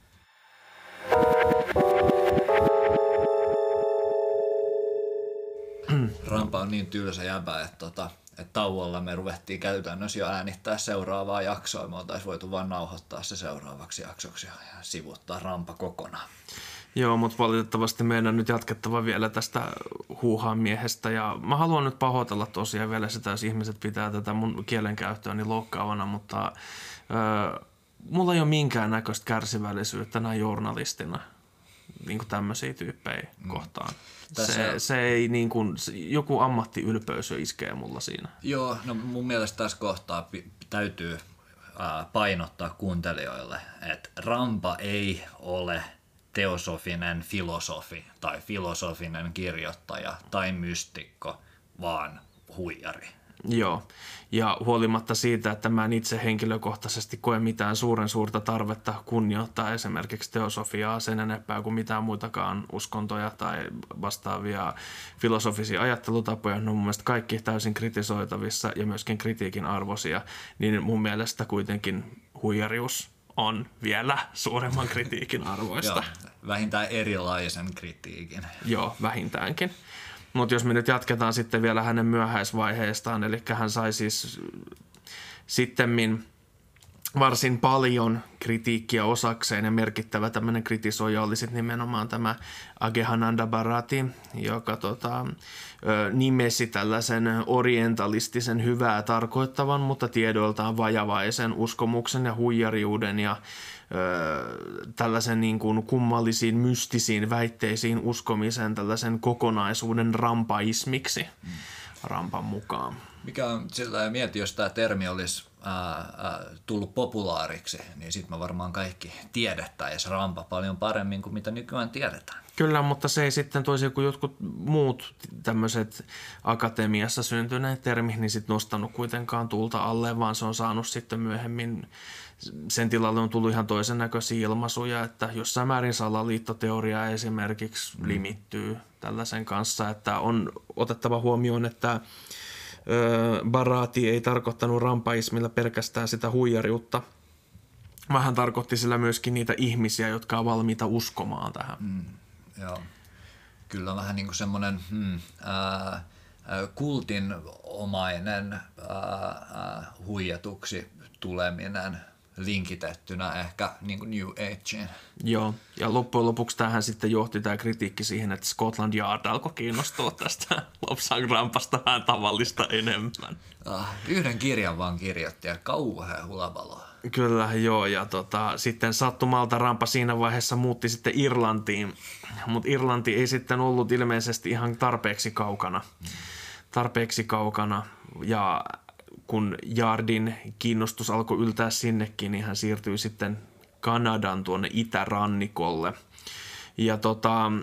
Rampa on niin tylsä jäbä, että, tota, että tauolla me ruvettiin käytännössä jo äänittää seuraavaa jaksoa. Me oltaisiin voitu vaan nauhoittaa se seuraavaksi jaksoksi ja sivuttaa Rampa kokonaan. Joo, mutta valitettavasti meidän nyt jatkettava vielä tästä huuhaan miehestä ja mä haluan nyt pahoitella tosiaan vielä sitä, jos ihmiset pitää tätä mun kielenkäyttöäni loukkaavana, mutta öö, mulla ei ole minkään näköistä kärsivällisyyttä näin journalistina niin kuin tämmöisiä tyyppejä mm. kohtaan. Se, se ei niin kuin, joku ammattiylpeys jo iskee mulla siinä. Joo, no mun mielestä tässä kohtaa p- täytyy ää, painottaa kuuntelijoille, että Rampa ei ole teosofinen filosofi tai filosofinen kirjoittaja tai mystikko, vaan huijari. Joo, ja huolimatta siitä, että mä en itse henkilökohtaisesti koe mitään suuren suurta tarvetta kunnioittaa esimerkiksi teosofiaa sen enempää kuin mitään muitakaan uskontoja tai vastaavia filosofisia ajattelutapoja, ne on mun mielestä kaikki täysin kritisoitavissa ja myöskin kritiikin arvoisia, niin mun mielestä kuitenkin huijarius on vielä suuremman kritiikin arvoista. Joo, vähintään erilaisen kritiikin. Joo, vähintäänkin. Mutta jos me nyt jatketaan sitten vielä hänen myöhäisvaiheestaan, eli hän sai siis sittemmin varsin paljon kritiikkiä osakseen, ja merkittävä tämmöinen kritisoija oli sitten nimenomaan tämä Agehananda Bharati, joka tota, nimesi tällaisen orientalistisen hyvää tarkoittavan, mutta tiedoiltaan vajavaisen uskomuksen ja huijariuden ja ö, tällaisen niin kuin kummallisiin mystisiin väitteisiin uskomisen tällaisen kokonaisuuden rampaismiksi mm. Rampan mukaan. Mikä on sillä mieti, jos tämä termi olisi ää, ää, tullut populaariksi, niin sitten me varmaan kaikki tiedettäisiin rampa paljon paremmin kuin mitä nykyään tiedetään. Kyllä, mutta se ei sitten toisin kuin jotkut muut tämmöiset akatemiassa syntyneet termit, niin sitten nostanut kuitenkaan tulta alle, vaan se on saanut sitten myöhemmin, sen tilalle on tullut ihan toisen näköisiä ilmaisuja, että jossain määrin salaliittoteoria esimerkiksi mm. limittyy tällaisen kanssa, että on otettava huomioon, että Bharati ei tarkoittanut rampaismilla pelkästään sitä huijariutta, vaan hän tarkoitti sillä myöskin niitä ihmisiä, jotka on valmiita uskomaan tähän. Mm, joo. Kyllä vähän niin kuin semmoinen hmm, äh, kultinomainen äh, äh, huijatuksi tuleminen linkitettynä ehkä niin kuin New Ageen. Joo, ja loppujen lopuksi tähän sitten johti tämä kritiikki siihen, että Scotland Yard alkoi kiinnostua tästä Lobsang Rampasta vähän tavallista enemmän. Ah, yhden kirjan vaan kirjoitti ja kauhea hulabaloa. Kyllä, joo, ja tota, sitten sattumalta Rampa siinä vaiheessa muutti sitten Irlantiin, mutta Irlanti ei sitten ollut ilmeisesti ihan tarpeeksi kaukana, tarpeeksi kaukana, ja kun Yardin kiinnostus alkoi yltää sinnekin, niin hän siirtyi sitten Kanadan tuonne itärannikolle. Ja tota,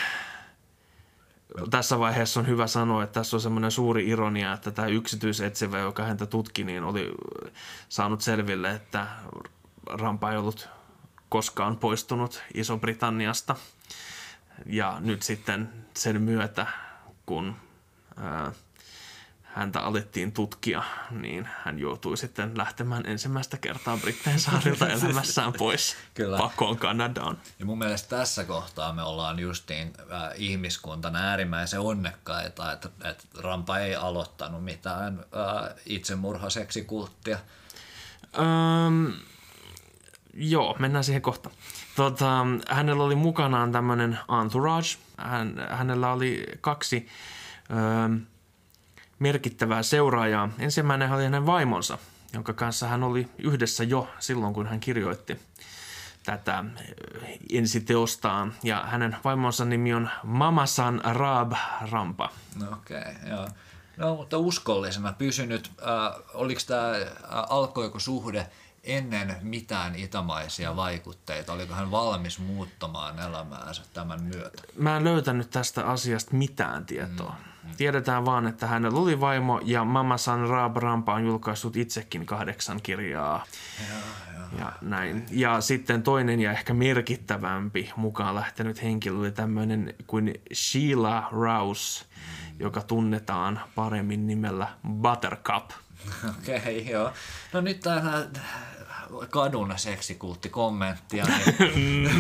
tässä vaiheessa on hyvä sanoa, että tässä on semmoinen suuri ironia, että tämä yksityisetsivä, joka häntä tutki, niin oli saanut selville, että Rampa ei ollut koskaan poistunut Iso-Britanniasta. Ja nyt sitten sen myötä, kun ää, häntä alettiin tutkia, niin hän joutui sitten lähtemään ensimmäistä kertaa Brittein saarilta elämässään pois Kyllä. pakoon Kanadaan. Ja mun mielestä tässä kohtaa me ollaan justiin äh, ihmiskuntana äärimmäisen onnekkaita, että, että Rampa ei aloittanut mitään äh, itsemurhaseksikulttia. Öm, joo, mennään siihen kohta. Tota, hänellä oli mukanaan tämmöinen entourage. Hän, hänellä oli kaksi Öm, merkittävää seuraajaa. Ensimmäinen oli hänen vaimonsa, jonka kanssa hän oli yhdessä jo silloin, kun hän kirjoitti tätä ensiteostaan. Ja hänen vaimonsa nimi on Mamasan Raab Rampa. Okei, okay, joo. No, mutta uskollisena pysynyt. Äh, oliko tämä, äh, alkoiko suhde ennen mitään itämaisia vaikutteita? Oliko hän valmis muuttamaan elämäänsä tämän myötä? Mä en löytänyt tästä asiasta mitään tietoa. Mm. Tiedetään vaan, että hänellä oli vaimo ja Mamasan Raab Rampa on julkaissut itsekin kahdeksan kirjaa. Ja, ja. ja näin. Ja sitten toinen ja ehkä merkittävämpi mukaan lähtenyt henkilö oli tämmöinen kuin Sheila Rouse, mm. joka tunnetaan paremmin nimellä Buttercup. Okei, okay, joo. No nyt täällä kadun seksikulttikommenttia. Niin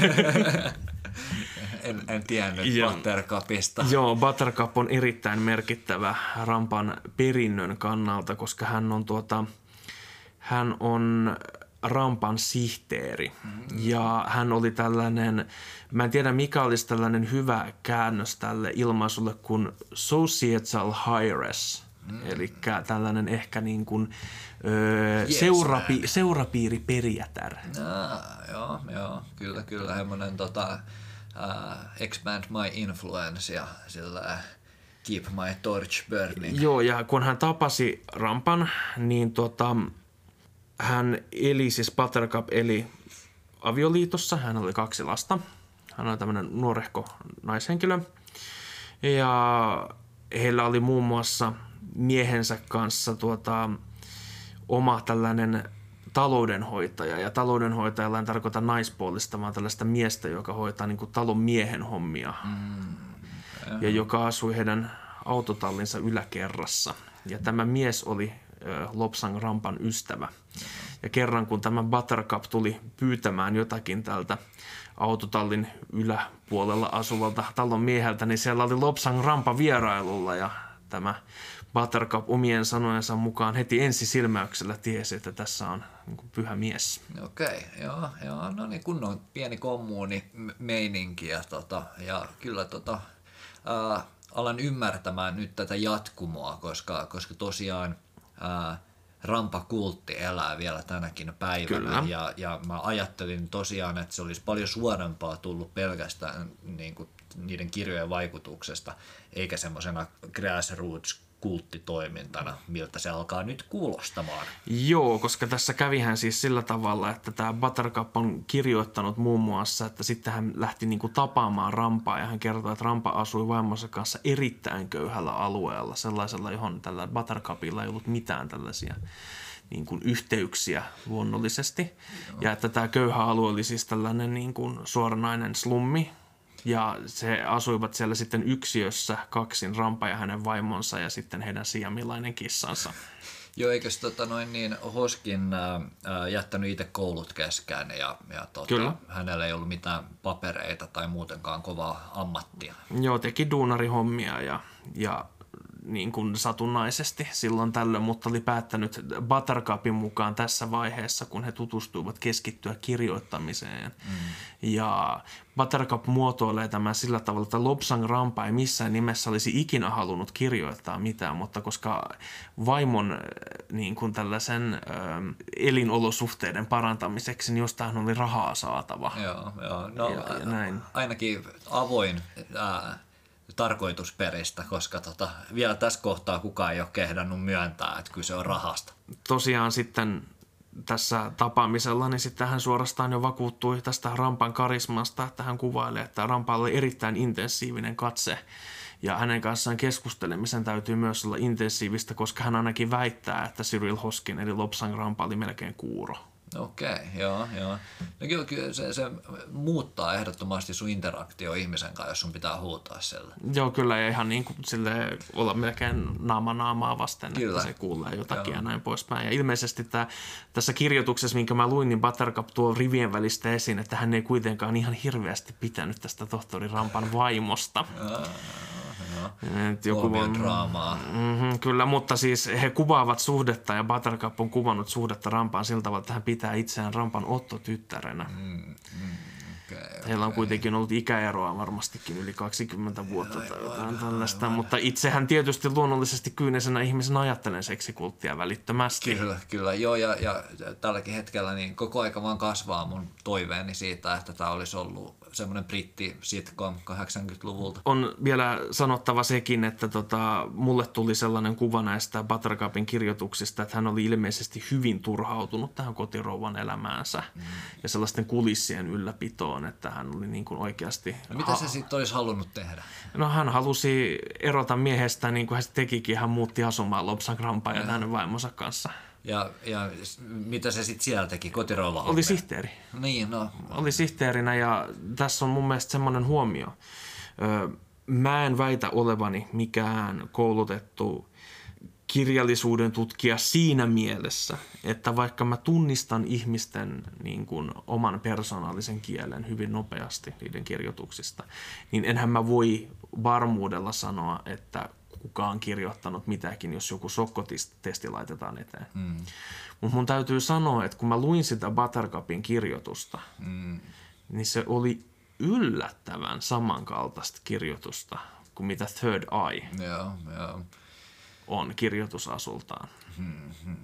en, en tiennyt ja, Buttercupista. Joo, Buttercup on erittäin merkittävä Rampan perinnön kannalta, koska hän on, tuota, hän on Rampan sihteeri. Mm. Ja hän oli tällainen, mä en tiedä mikä olisi tällainen hyvä käännös tälle ilmaisulle kuin societal heiress. Mm. Eli tällainen ehkä niin kuin öö, yes, seurapi, seurapiiriperijätär. Ah, joo, joo, kyllä, kyllä. Semmoinen tota, uh, expand my influence ja sillä keep my torch burning. Joo, ja kun hän tapasi Rampan, niin tota, hän eli, siis Buttercup eli avioliitossa. Hän oli kaksi lasta. Hän oli tämmöinen nuorehko naishenkilö. Ja heillä oli muun muassa miehensä kanssa tuota, oma tällainen taloudenhoitaja. Ja taloudenhoitajalla en tarkoita naispuolista, vaan tällaista miestä, joka hoitaa niin kuin talon miehen hommia. Mm, ja joka asui heidän autotallinsa yläkerrassa. Ja tämä mies oli ö, Lobsang Rampan ystävä. Ja kerran kun tämä Buttercup tuli pyytämään jotakin tältä autotallin yläpuolella asuvalta talon mieheltä, niin siellä oli Lobsang Rampa vierailulla ja tämä Buttercup omien sanojensa mukaan heti ensisilmäyksellä tiesi, että tässä on niin kuin pyhä mies. Okei, joo, joo, no niin, kunnon pieni kommuuni meininki ja, tota, ja kyllä tota, ää, alan ymmärtämään nyt tätä jatkumoa, koska, koska tosiaan ää, rampakultti elää vielä tänäkin päivänä ja, ja mä ajattelin tosiaan, että se olisi paljon suorempaa tullut pelkästään niin kuin niiden kirjojen vaikutuksesta, eikä semmoisena grassroots-kulttitoimintana, miltä se alkaa nyt kuulostamaan. Joo, koska tässä kävihän siis sillä tavalla, että tämä Buttercup on kirjoittanut muun muassa, että sitten hän lähti niinku tapaamaan Rampaa ja hän kertoi, että Rampa asui vaimonsa kanssa erittäin köyhällä alueella, sellaisella, johon tällä Buttercupilla ei ollut mitään tällaisia niin kuin yhteyksiä luonnollisesti. Joo. Ja että tämä köyhä alue oli siis tällainen niin kuin suoranainen slummi. Ja se asuivat siellä sitten yksiössä kaksin, Rampa ja hänen vaimonsa ja sitten heidän siamilainen kissansa. Joo, eikös tota noin niin Hoskin ää, jättänyt itse koulut keskään ja, ja tota, hänellä ei ollut mitään papereita tai muutenkaan kovaa ammattia. Joo, teki duunarihommia ja, ja niin kuin satunnaisesti silloin tällöin, mutta oli päättänyt Buttercupin mukaan tässä vaiheessa, kun he tutustuivat, keskittyä kirjoittamiseen. Mm. Ja Buttercup muotoilee tämän sillä tavalla, että Lobsang Rampa ei missään nimessä olisi ikinä halunnut kirjoittaa mitään, mutta koska vaimon niin kuin tällaisen ö, elinolosuhteiden parantamiseksi, niin jostain oli rahaa saatava. Joo, joo. No, ja, ja näin. Ainakin avoin ää, tarkoitusperistä, koska tota, vielä tässä kohtaa kukaan ei ole kehdannut myöntää, että kyse on rahasta. Tosiaan sitten tässä tapaamisella, niin sitten hän suorastaan jo vakuuttui tästä Rampan karismasta, että hän kuvailee, että Rampalla oli erittäin intensiivinen katse ja hänen kanssaan keskustelemisen täytyy myös olla intensiivistä, koska hän ainakin väittää, että Cyril Hoskin eli Lobsang Rampa oli melkein kuuro. Okei, joo, joo. No kyllä, kyllä se, se muuttaa ehdottomasti sun interaktio ihmisen kanssa, jos sun pitää huutaa sille. Joo, kyllä, ja ihan niin kuin sille olla melkein naama naamaa vasten, kyllä, että se kuulee jotakin joo, ja näin poispäin. Ja ilmeisesti tämä, tässä kirjoituksessa, minkä mä luin, niin Buttercup tuo rivien välistä esiin, että hän ei kuitenkaan ihan hirveästi pitänyt tästä tohtori Rampan vaimosta. Joku on draamaa. Mm-hmm, kyllä, mutta siis he kuvaavat suhdetta ja Buttercup on kuvannut suhdetta Rampaan sillä tavalla, että hän pitää itseään Rampan Otto-tyttärenä. Mm, mm, okay, Heillä on okay. kuitenkin ollut ikäeroa varmastikin yli kaksikymmentä vuotta aivan, tai jotain tällaista, aivan. Mutta itsehän tietysti luonnollisesti kyynisenä ihmisen ajattelen seksikulttia välittömästi. Kyllä, kyllä. Joo, ja, ja tälläkin hetkellä niin koko aika vaan kasvaa mun toiveeni siitä, että tämä olisi ollut semmoinen britti-sitcom kahdeksankymmentäluvulta. On vielä sanottava sekin, että tota, mulle tuli sellainen kuva näistä Buttercupin kirjoituksista, että hän oli ilmeisesti hyvin turhautunut tähän kotirouvan elämäänsä mm. ja sellaisten kulissien ylläpitoon, että hän oli niin kuin oikeasti... No, mitä se sitten olisi halunnut tehdä? No hän halusi erota miehestä, niin kuin hän tekikin, hän muutti asumaan Lobsang Rampaan ja hänen vaimonsa kanssa. Ja, ja mitä se sitten siellä teki, kotirouva? Oli sihteeri. Niin, no. Oli sihteerinä ja tässä on mun mielestä semmoinen huomio. Öö, mä en väitä olevani mikään koulutettu kirjallisuuden tutkija siinä mielessä, että vaikka mä tunnistan ihmisten niin kuin, oman persoonallisen kielen hyvin nopeasti niiden kirjoituksista, niin enhän mä voi varmuudella sanoa, että kuka on kirjoittanut mitäkin, jos joku sokkotesti laitetaan eteen. Mm. Mutta mun täytyy sanoa, että kun mä luin sitä Buttercupin kirjoitusta, mm. niin se oli yllättävän samankaltaista kirjoitusta kuin mitä Third Eye yeah, yeah. on kirjoitusasultaan. Mm-hmm.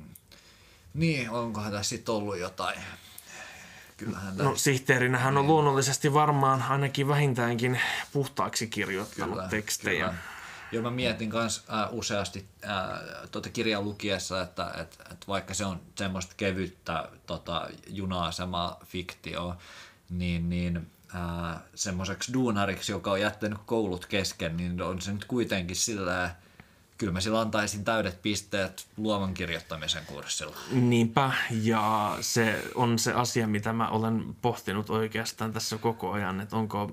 Niin, onkohan tässä sitten ollut jotain? Kyllähän no sihteerinä hän on luonnollisesti varmaan ainakin vähintäänkin puhtaaksi kirjoittanut kyllä, tekstejä. Kyllä. Joo, mä mietin myös äh, useasti äh, tuota kirjan lukiessa, että et, et vaikka se on semmoista kevyttä tota, juna-asemaa fiktioa, niin, niin äh, semmoiseksi duunariksi, joka on jättänyt koulut kesken, niin on se nyt kuitenkin sillä, kyllä mä sillä antaisin täydet pisteet luovan kirjoittamisen kurssilla. Niinpä, ja se on se asia, mitä mä olen pohtinut oikeastaan tässä koko ajan, että onko...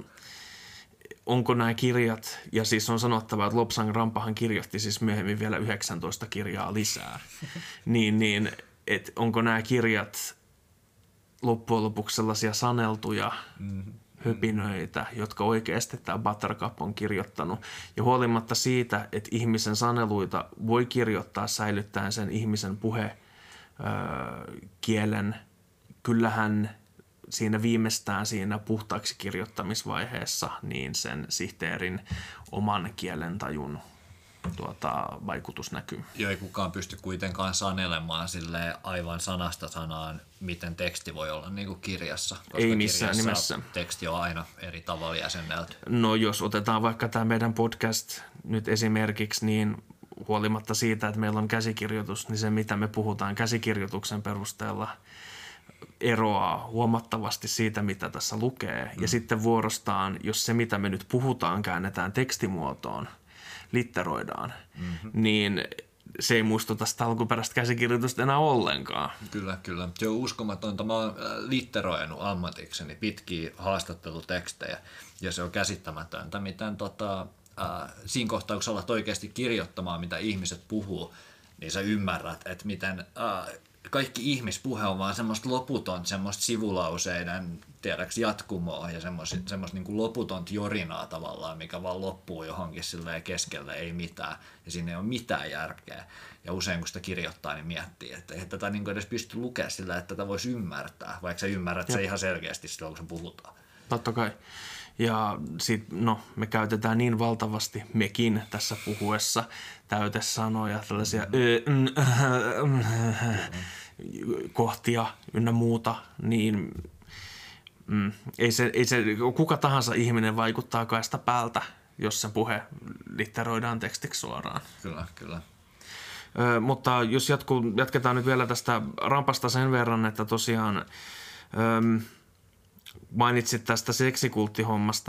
Onko nämä kirjat, ja siis on sanottava, että Lobsang Rampahan kirjoitti siis myöhemmin vielä yhdeksäntoista kirjaa lisää, niin, niin että onko nämä kirjat loppujen lopuksi sellaisia saneltuja, mm-hmm. höpinöitä, jotka oikeasti tämä Buttercup on kirjoittanut. Ja huolimatta siitä, että ihmisen saneluita voi kirjoittaa säilyttäen sen ihmisen puhekielen, kyllähän siinä viimeistään siinä puhtaaksi kirjoittamisvaiheessa niin sen sihteerin oman kielentajun tuota, vaikutus näkyy. Joo, ei kukaan pysty kuitenkaan sanelemaan silleen aivan sanasta sanaan, miten teksti voi olla niin kuin kirjassa. Koska ei missään kirjassa nimessä. Teksti on aina eri tavalla jäsennelty. No jos otetaan vaikka tämä meidän podcast nyt esimerkiksi, niin huolimatta siitä, että meillä on käsikirjoitus, niin se mitä me puhutaan käsikirjoituksen perusteella eroaa huomattavasti siitä, mitä tässä lukee. Mm. Ja sitten vuorostaan, jos se mitä me nyt puhutaan käännetään tekstimuotoon, litteroidaan, mm-hmm. niin se ei muistuta sitä alkuperäistä käsikirjoitusta enää ollenkaan. Kyllä, kyllä. Se on uskomatonta. Mä oon litteroinut ammatikseni pitkiä haastattelutekstejä ja se on käsittämätöntä, miten tota, äh, siinä kohtaa, kun sä alat oikeasti kirjoittamaan, mitä ihmiset puhuu, niin sä ymmärrät, että miten äh, kaikki ihmispuhe on vaan semmoista loputonta, semmoista sivulauseiden tiedäks jatkumoa ja semmoista, semmoista niin kuin loputonta jorinaa tavallaan, mikä vaan loppuu johonkin silleen keskelle, ei mitään. Ja siinä ei ole mitään järkeä. Ja usein kun sitä kirjoittaa, niin miettii, että ei tätä niin kuin edes pysty lukemaan sillä, että tätä voisi ymmärtää, vaikka sä ymmärrät se ihan selkeästi silloin, kun se puhutaan. Totta kai. Ja sit, no, me käytetään niin valtavasti mekin tässä puhuessa täytesanoja, tällaisia mm-hmm. kohtia ynnä muuta, niin mm, ei se, ei se, kuka tahansa ihminen vaikuttaa kaista päältä, jos se puhe litteroidaan tekstiksi suoraan. Kyllä, kyllä. Ö, mutta jos jatku, jatketaan nyt vielä tästä rampasta sen verran, että tosiaan Ö, mainitsit tästä seksikulttihommasta,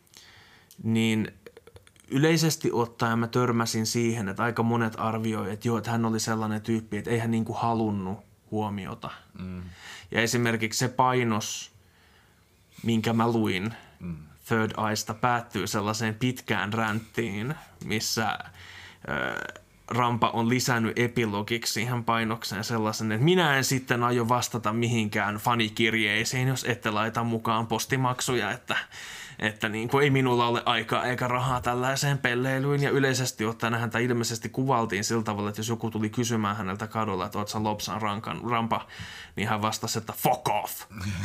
niin yleisesti ottaen mä törmäsin siihen, että aika monet arvioivat, että joo, että hän oli sellainen tyyppi, että ei hän niin kuin halunnut huomiota. Mm. Ja esimerkiksi se painos, minkä mä luin mm. Third Eyesta, päättyy sellaiseen pitkään ränttiin, missä äh, Rampa on lisännyt epilogiksi siihen painokseen sellaisen, että minä en sitten aio vastata mihinkään fanikirjeisiin, jos ette laita mukaan postimaksuja, että, että niin kuin ei minulla ole aikaa eikä rahaa tällaiseen pelleilyyn. Ja yleisesti ottaen häntä ilmeisesti kuvaltiin sillä tavalla, että jos joku tuli kysymään häneltä kadulla, että oot sä Lobsan rankan, Rampa, niin hän vastasi, että fuck off.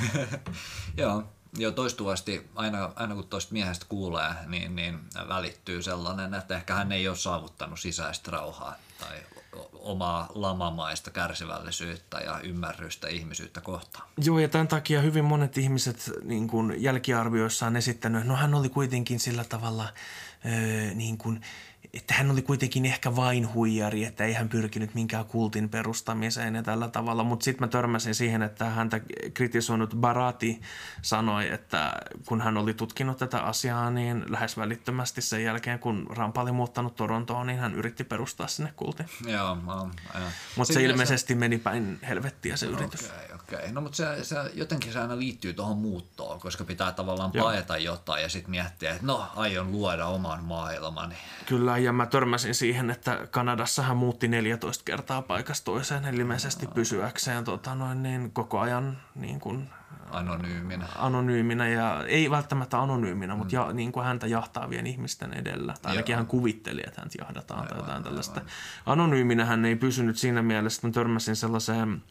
Joo. Joo, toistuvasti, aina, aina kun toista miehestä kuulee, niin, niin välittyy sellainen, että ehkä hän ei ole saavuttanut sisäistä rauhaa tai omaa lamamaista kärsivällisyyttä ja ymmärrystä ihmisyyttä kohtaan. Joo, ja tämän takia hyvin monet ihmiset niin kuin jälkiarvioissaan esittänyt, että no hän oli kuitenkin sillä tavalla öö, niin kuin, että hän oli kuitenkin ehkä vain huijari, että ei hän pyrkinyt minkään kultin perustamiseen ja tällä tavalla. Mutta sitten mä törmäsin siihen, että häntä kritisoinut Barati sanoi, että kun hän oli tutkinut tätä asiaa, niin lähes välittömästi sen jälkeen, kun Rampa oli muuttanut Torontoon, niin hän yritti perustaa sinne kultin. Joo, no, mutta se ilmeisesti se meni päin helvettiä se yritys. Okei, okay, okei. Okay. No mutta se, se, jotenkin se aina liittyy tuohon muuttoon, koska pitää tavallaan Joo. paeta jotain ja sitten miettiä, että no, aion luoda oman maailmani. Kyllä, ja mä törmäsin siihen, että Kanadassa hän muutti neljätoista kertaa paikasta toiseen, ilmeisesti pysyäkseen tota noin, niin koko ajan niin kuin, anonyyminä. anonyyminä, ja ei välttämättä anonyyminä, mm. mutta ja, niin kuin häntä jahtaavien ihmisten edellä. Tai ainakin hän kuvitteli, että häntä jahdataan aivan, tai jotain tällaista. Aivan. Anonyyminä hän ei pysynyt siinä mielessä, että mä törmäsin sellaiseen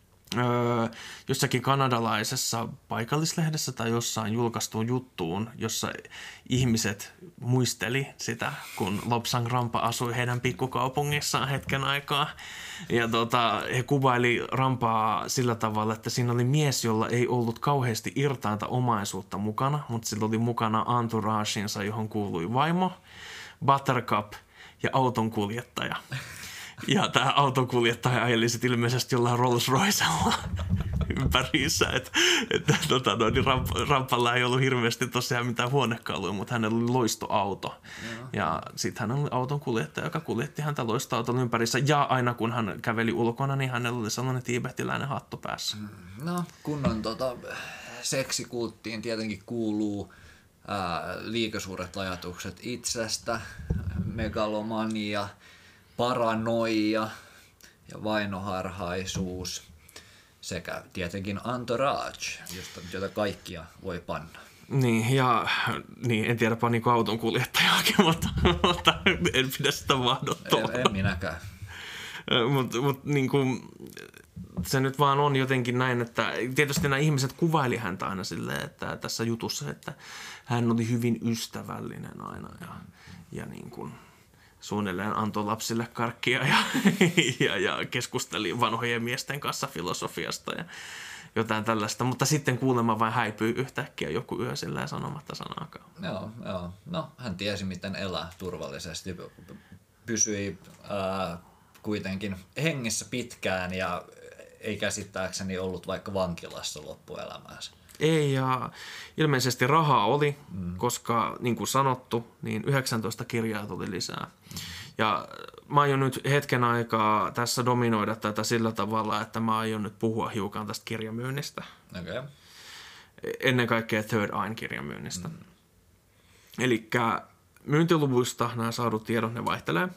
Öö, jossakin kanadalaisessa paikallislehdessä tai jossain julkaistuun juttuun, jossa ihmiset muisteli sitä, kun Lobsang Rampa asui heidän pikkukaupungissaan hetken aikaa. Ja tota, he kuvaili Rampaa sillä tavalla, että siinä oli mies, jolla ei ollut kauheasti irtainta omaisuutta mukana, mutta sillä oli mukana entourageinsa, johon kuului vaimo, Buttercup ja autonkuljettaja. Ja tämä autokuljettaja ajeli sitten ilmeisesti jollain Rolls-Roycella ympäriinsä, että et, tota, no, niin ramp, Rampalla ei ollut hirveästi tosiaan mitään huonekaluja, mutta hänellä oli loistoauto. Joo. Ja sitten hän oli auton kuljettaja, joka kuljetti häntä loistoauton ympärissä. Ja aina kun hän käveli ulkona, niin hänellä oli sellainen tiibetiläinen hattu päässä. No kunnon tota, seksikulttiin tietenkin kuuluu ää, liikasuuret ajatukset itsestä, megalomania, paranoia ja vainoharhaisuus sekä tietenkin entourage, josta, jota kaikkia voi panna. Niin, ja niin, en tiedä paniko auton kuljettajaakin, mutta, mutta en pidä sitä mahdottomana. En, en minäkään. Mutta mut, niin se nyt vaan on jotenkin näin, että tietysti nämä ihmiset kuvaili häntä aina silleen, että tässä jutussa, että hän oli hyvin ystävällinen aina ja, ja niin kuin suunnilleen antoi lapsille karkkia ja, ja, ja keskusteli vanhojen miesten kanssa filosofiasta ja jotain tällaista, mutta sitten kuulemma vain häipyi yhtäkkiä joku yö silleen sanomatta sanaakaan. Joo, joo. No, hän tiesi, miten elää turvallisesti. Pysyi ää, kuitenkin hengissä pitkään ja ei käsittääkseni ollut vaikka vankilassa loppuelämäänsä. Ei, ja ilmeisesti rahaa oli, mm. koska niin kuin sanottu, niin yhdeksäntoista kirjaa tuli lisää. Mm. Ja mä aion nyt hetken aikaa tässä dominoida tätä sillä tavalla, että mä aion nyt puhua hiukan tästä kirjamyynnistä. Okay. Ennen kaikkea Third Eyen kirjamyynnistä. Mm. Elikkä myyntiluvuista nämä saadut tiedot, ne vaihtelee.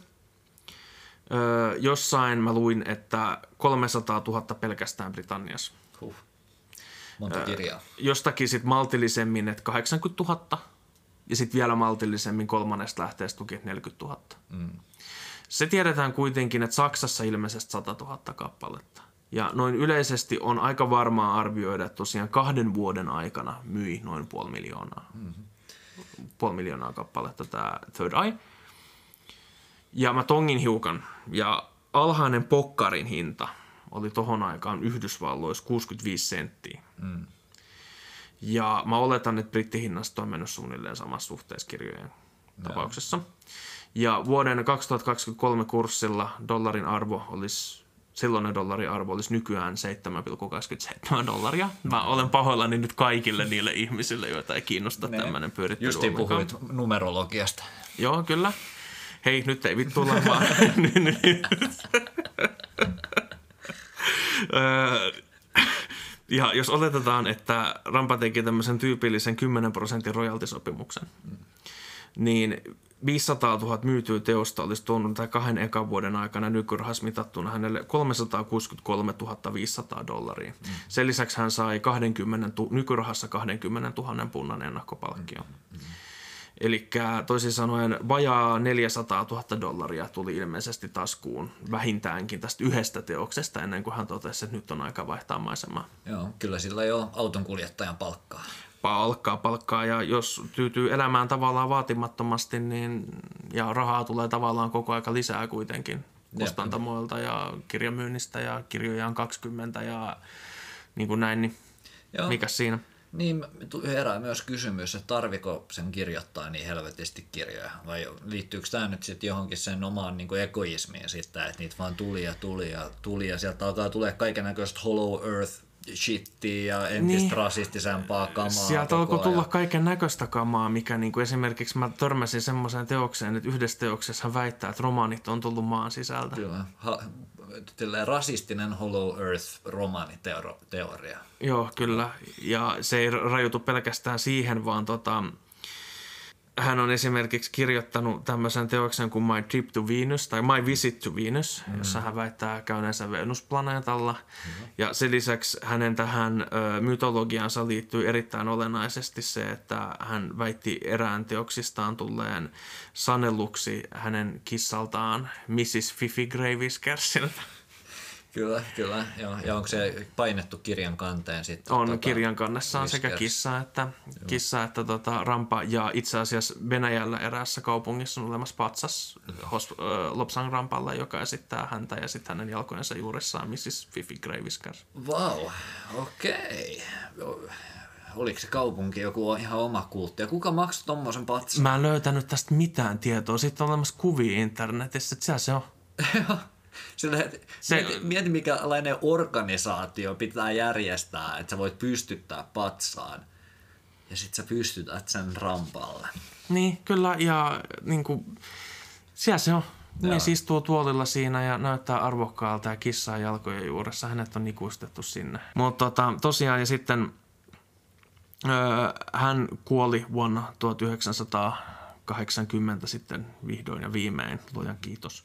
Öö, jossain mä luin, että kolmesataatuhatta pelkästään Britanniassa. Huh. Monta kirjaa. Öö, jostakin sitten maltillisemmin, että kahdeksankymmentätuhatta. Ja sitten vielä maltillisemmin kolmannesta lähteestä tuki neljäkymmentätuhatta. Mm. Se tiedetään kuitenkin, että Saksassa ilmeisesti satatuhatta kappaletta. Ja noin yleisesti on aika varmaa arvioida, että tosiaan kahden vuoden aikana myi noin puoli miljoonaa. Mm-hmm. Puoli miljoonaa kappaletta tämä Third Eye. Ja mä tongin hiukan. Ja alhainen pokkarin hinta oli tohon aikaan Yhdysvalloissa kuusikymmentäviisi senttiä. Mm. Ja mä oletan, että brittihinnasta on mennyt suunnilleen samassa suhteessa kirjojen no. tapauksessa. Ja vuoden kaksituhattakaksikymmentäkolme kurssilla dollarin arvo olisi, silloinen dollarin arvo olisi nykyään seitsemän pilkku kaksikymmentäseitsemän dollaria. Mä olen pahoillani nyt kaikille niille ihmisille, joita ei kiinnosta ne. Tämmöinen pyörittely. Justiin puhuit numerologiasta. Joo, kyllä. Hei, nyt ei vittu olla vaan. Ja jos oletetaan, että Rampa teki tämmöisen tyypillisen kymmenen prosentin royaltisopimuksen, mm. niin viisisataatuhatta myytyä teosta olisi tuonut tämän kahden ekan vuoden aikana nykyrahassa mitattuna hänelle kolmesataakuusikymmentäkolmetuhatta viisisataa dollaria. Mm. Sen lisäksi hän sai kaksikymmentä, nykyrahassa kaksikymmentätuhatta punnan ennakkopalkkio. Mm. Mm. Eli toisin sanoen vajaa neljäsataatuhatta dollaria tuli ilmeisesti taskuun vähintäänkin tästä yhdestä teoksesta ennen kuin hän totesi, että nyt on aika vaihtaa maisemaa. Joo, kyllä sillä ei ole autonkuljettajan palkkaa. Palkkaa, palkkaa ja jos tyytyy elämään tavallaan vaatimattomasti niin, ja rahaa tulee tavallaan koko aika lisää kuitenkin kustantamoilta ja kirjamyynnistä ja kirjoja on kaksikymmentä ja niin kuin näin, niin Joo. mikäs siinä? Niin herää myös kysymys, että tarviko sen kirjoittaa niin helvetisti kirjoja vai liittyykö tämä nyt sitten johonkin sen omaan niin kuin egoismiin sitten, että niitä vaan tuli ja tuli ja tuli ja sieltä alkaa tulee kaikennäköistä Hollow Earth shittiä ja entistä niin. rasistisempaa kamaa. Sieltä alkoi tulla kaiken näköistä kamaa, mikä niin kuin esimerkiksi mä törmäsin semmoiseen teokseen, että yhdessä teoksessa hän väittää, että romaanit on tullut maan sisältä. Kyllä, ha- rasistinen Hollow Earth romaaniteoria. Joo, kyllä. Ja se ei rajoitu pelkästään siihen, vaan tota, hän on esimerkiksi kirjoittanut tämmöisen teoksen kuin My Trip to Venus tai My Visit to Venus, mm. jossa hän väittää käyneensä Venus-planeetalla. Mm. Ja sen lisäksi hänen tähän ö, mytologiansa liittyy erittäin olennaisesti se, että hän väitti erään teoksistaan tulleen sanelluksi hänen kissaltaan missis Fifi Grey Whiskersiltä. Kyllä, kyllä. Joo. Ja onko se painettu kirjan kanteen sitten? On, tota, kirjan kannessa on Whiskers. Sekä kissa että, kissa että tota, rampa. Ja itse asiassa Venäjällä eräässä kaupungissa on olemassa patsas hos, äh, Lopsan rampalla, joka esittää häntä ja sitten hänen jalkojensa juurissaan missis Fifi Grey Whiskers. Vau, wow. Okei. Okay. Oliko se kaupunki joku ihan oma kultti? Ja kuka maksoi tommosen patsan? Mä en löytänyt tästä mitään tietoa. Sitten on olemassa kuvia internetissä, että siellä se on. Sille, se, mieti, mieti, mikälainen organisaatio pitää järjestää, että sä voit pystyttää patsaan ja sit sä pystytät sen rampalle. Niin, kyllä. Ja niin kuin, siellä se on. Mies istuu tuolilla siinä ja näyttää arvokkaalta ja kissaa jalkojen juuressa. Hänet on ikuistettu sinne. Mutta tota, tosiaan ja sitten öö, hän kuoli vuonna tuhatyhdeksänsataakahdeksankymmentä sitten vihdoin ja viimein. Luojan kiitos.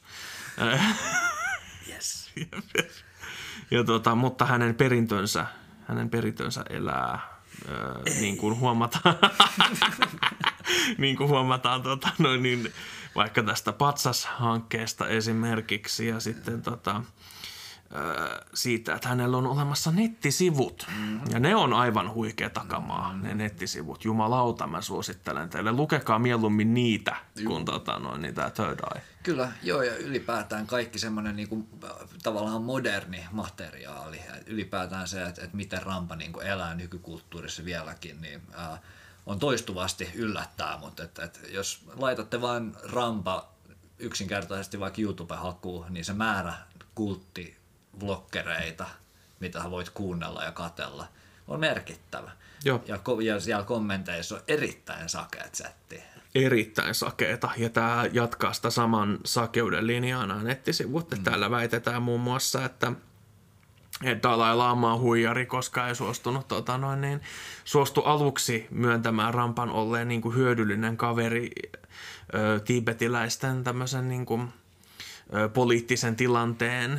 Yes. Ja tota, mutta hänen perintönsä, hänen perintönsä elää öö, niin kuin huomataan, niin kuin huomataan tota, noin niin, vaikka tästä Patsas-hankkeesta esimerkiksi ja sitten tota, siitä, että hänellä on olemassa nettisivut. Mm-hmm. Ja ne on aivan huikea takamaa, mm-hmm. ne nettisivut. Jumalauta, mä suosittelen teille. Lukekaa mieluummin niitä, Juh. kuin tota, noin, niitä Third Eye. Kyllä, joo, ja ylipäätään kaikki semmoinen niin kuin, tavallaan moderni materiaali. Ylipäätään se, että, että miten rampa niin kuin elää nykykulttuurissa vieläkin, niin ää, on toistuvasti yllättää. Mutta että, että jos laitatte vain rampa yksinkertaisesti vaikka YouTube-hakuun, niin se määrä kultti vloggereita, mitä voit kuunnella ja katsella, on merkittävä. Joo. Ja, ko- ja siellä kommenteissa on erittäin sakeat setti. Erittäin sakeeta, ja tämä jatkaa sitä saman sakeuden linjaa nämä nettisivut. Mm. Täällä väitetään muun muassa, että Dalai Lama on huijari, koska ei suostunut, tota noin, niin, suostu aluksi myöntämään rampan olleen niin kuin hyödyllinen kaveri ö, tiibetiläisten tämmöisen niin kuin, ö, poliittisen tilanteen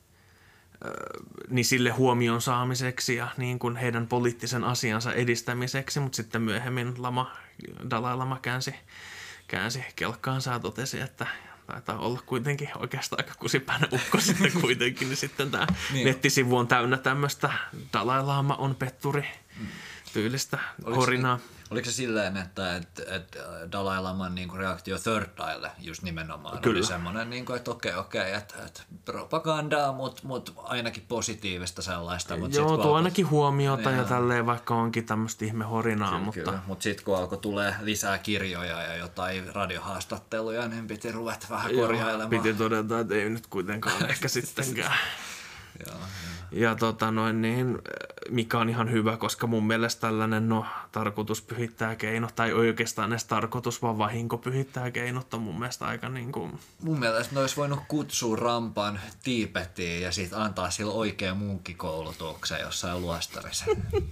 niin sille huomion saamiseksi ja niin kuin heidän poliittisen asiansa edistämiseksi, mutta sitten myöhemmin Lama, Dalai Lama käänsi, käänsi kelkkaansa ja totesi, että taitaa olla kuitenkin oikeastaan aika kusipäinen ukko sitten kuitenkin, niin sitten tämä niin nettisivu on täynnä tämmöistä Dalai Lama on petturi tyylistä horinaa. Oliko se silleen, että, että, että Dalai Laman niin kuin reaktio Third Eyelle just nimenomaan Kyllä. oli semmoinen, niin kuin, että okei, okei, että, että propagandaa, mutta, mutta ainakin positiivista sellaista. Mutta Joo, sit, tuo alko... ainakin huomiota ja, ja tälleen, vaikka onkin tämmöistä ihme horinaa. Kyllä, mutta kyllä. Mut sitten kun alkoi tulee lisää kirjoja ja jotain radiohaastatteluja, niin piti ruveta vähän Joo, korjailemaan. piti todeta, että ei nyt kuitenkaan ehkä sittenkään. Joo, ja tota noin niin, mikä on ihan hyvä, koska mun mielestä tällainen no, tarkoitus pyhittää keinot, tai oikeastaan edes tarkoitus, vaan vahinko pyhittää keinot on mun mielestä aika niin kuin... Mun mielestä ne olisi voinut kutsua rampan Tiibetiin ja sitten antaa sille oikean munkkikoulutuksen jossain luostarissa.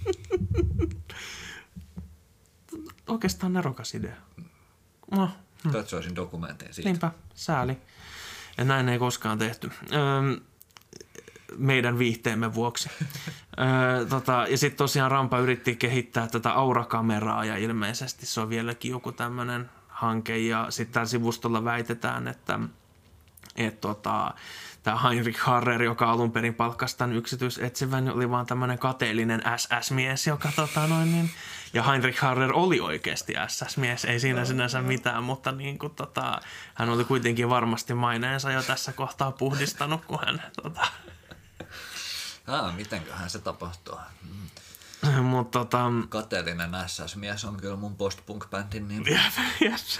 Oikeastaan nerokas idea. No, hm. Katsoisin dokumentin siitä. Niinpä, sääli. Ja näin ei koskaan tehty. Öm, meidän viihteemme vuoksi. öö, tota, ja sitten tosiaan Rampa yritti kehittää tätä aurakameraa ja ilmeisesti se on vieläkin joku tämmöinen hanke. Ja sitten täällä sivustolla väitetään, että et, tota, tämä Heinrich Harrer, joka alun perin palkkasi tämän yksityisetsivän, oli vaan tämmöinen kateellinen S S-mies, joka tota, noin niin, ja Heinrich Harrer oli oikeasti S S-mies, ei siinä sinänsä mitään, mutta niin kuin, tota, hän oli kuitenkin varmasti maineensa jo tässä kohtaa puhdistanut, kun hän... Tota, Ah, mitenköhän se tapahtuu? Mm. Mut, tota, kateellinen S S-mies on kyllä mun post-punk-bändin nimi. Yes.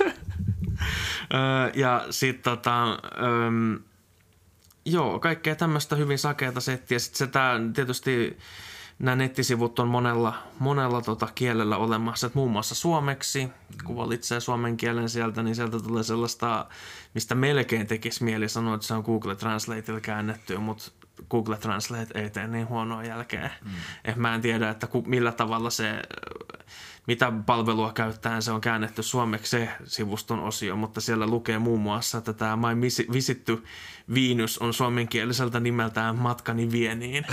Ja sit tota... Um, joo, kaikkea tämmöistä hyvin sakeata settiä. Sitten se tää, tietysti nämä nettisivut on monella, monella tota kielellä olemassa. Et muun muassa suomeksi, kun valitsee suomen kielen sieltä, niin sieltä tulee sellaista, mistä melkein tekisi mieli sanoa, että se on Google Translateilla käännetty, mutta Google Translate ei tee niin huonoa jälkeä. Mm. Et mä en tiedä, että ku, millä tavalla se, mitä palvelua käyttäen se on käännetty suomeksi se sivuston osio, mutta siellä lukee muun muassa, että tämä My Visit to Venus on suomenkieliseltä nimeltään Matkani Vieniin.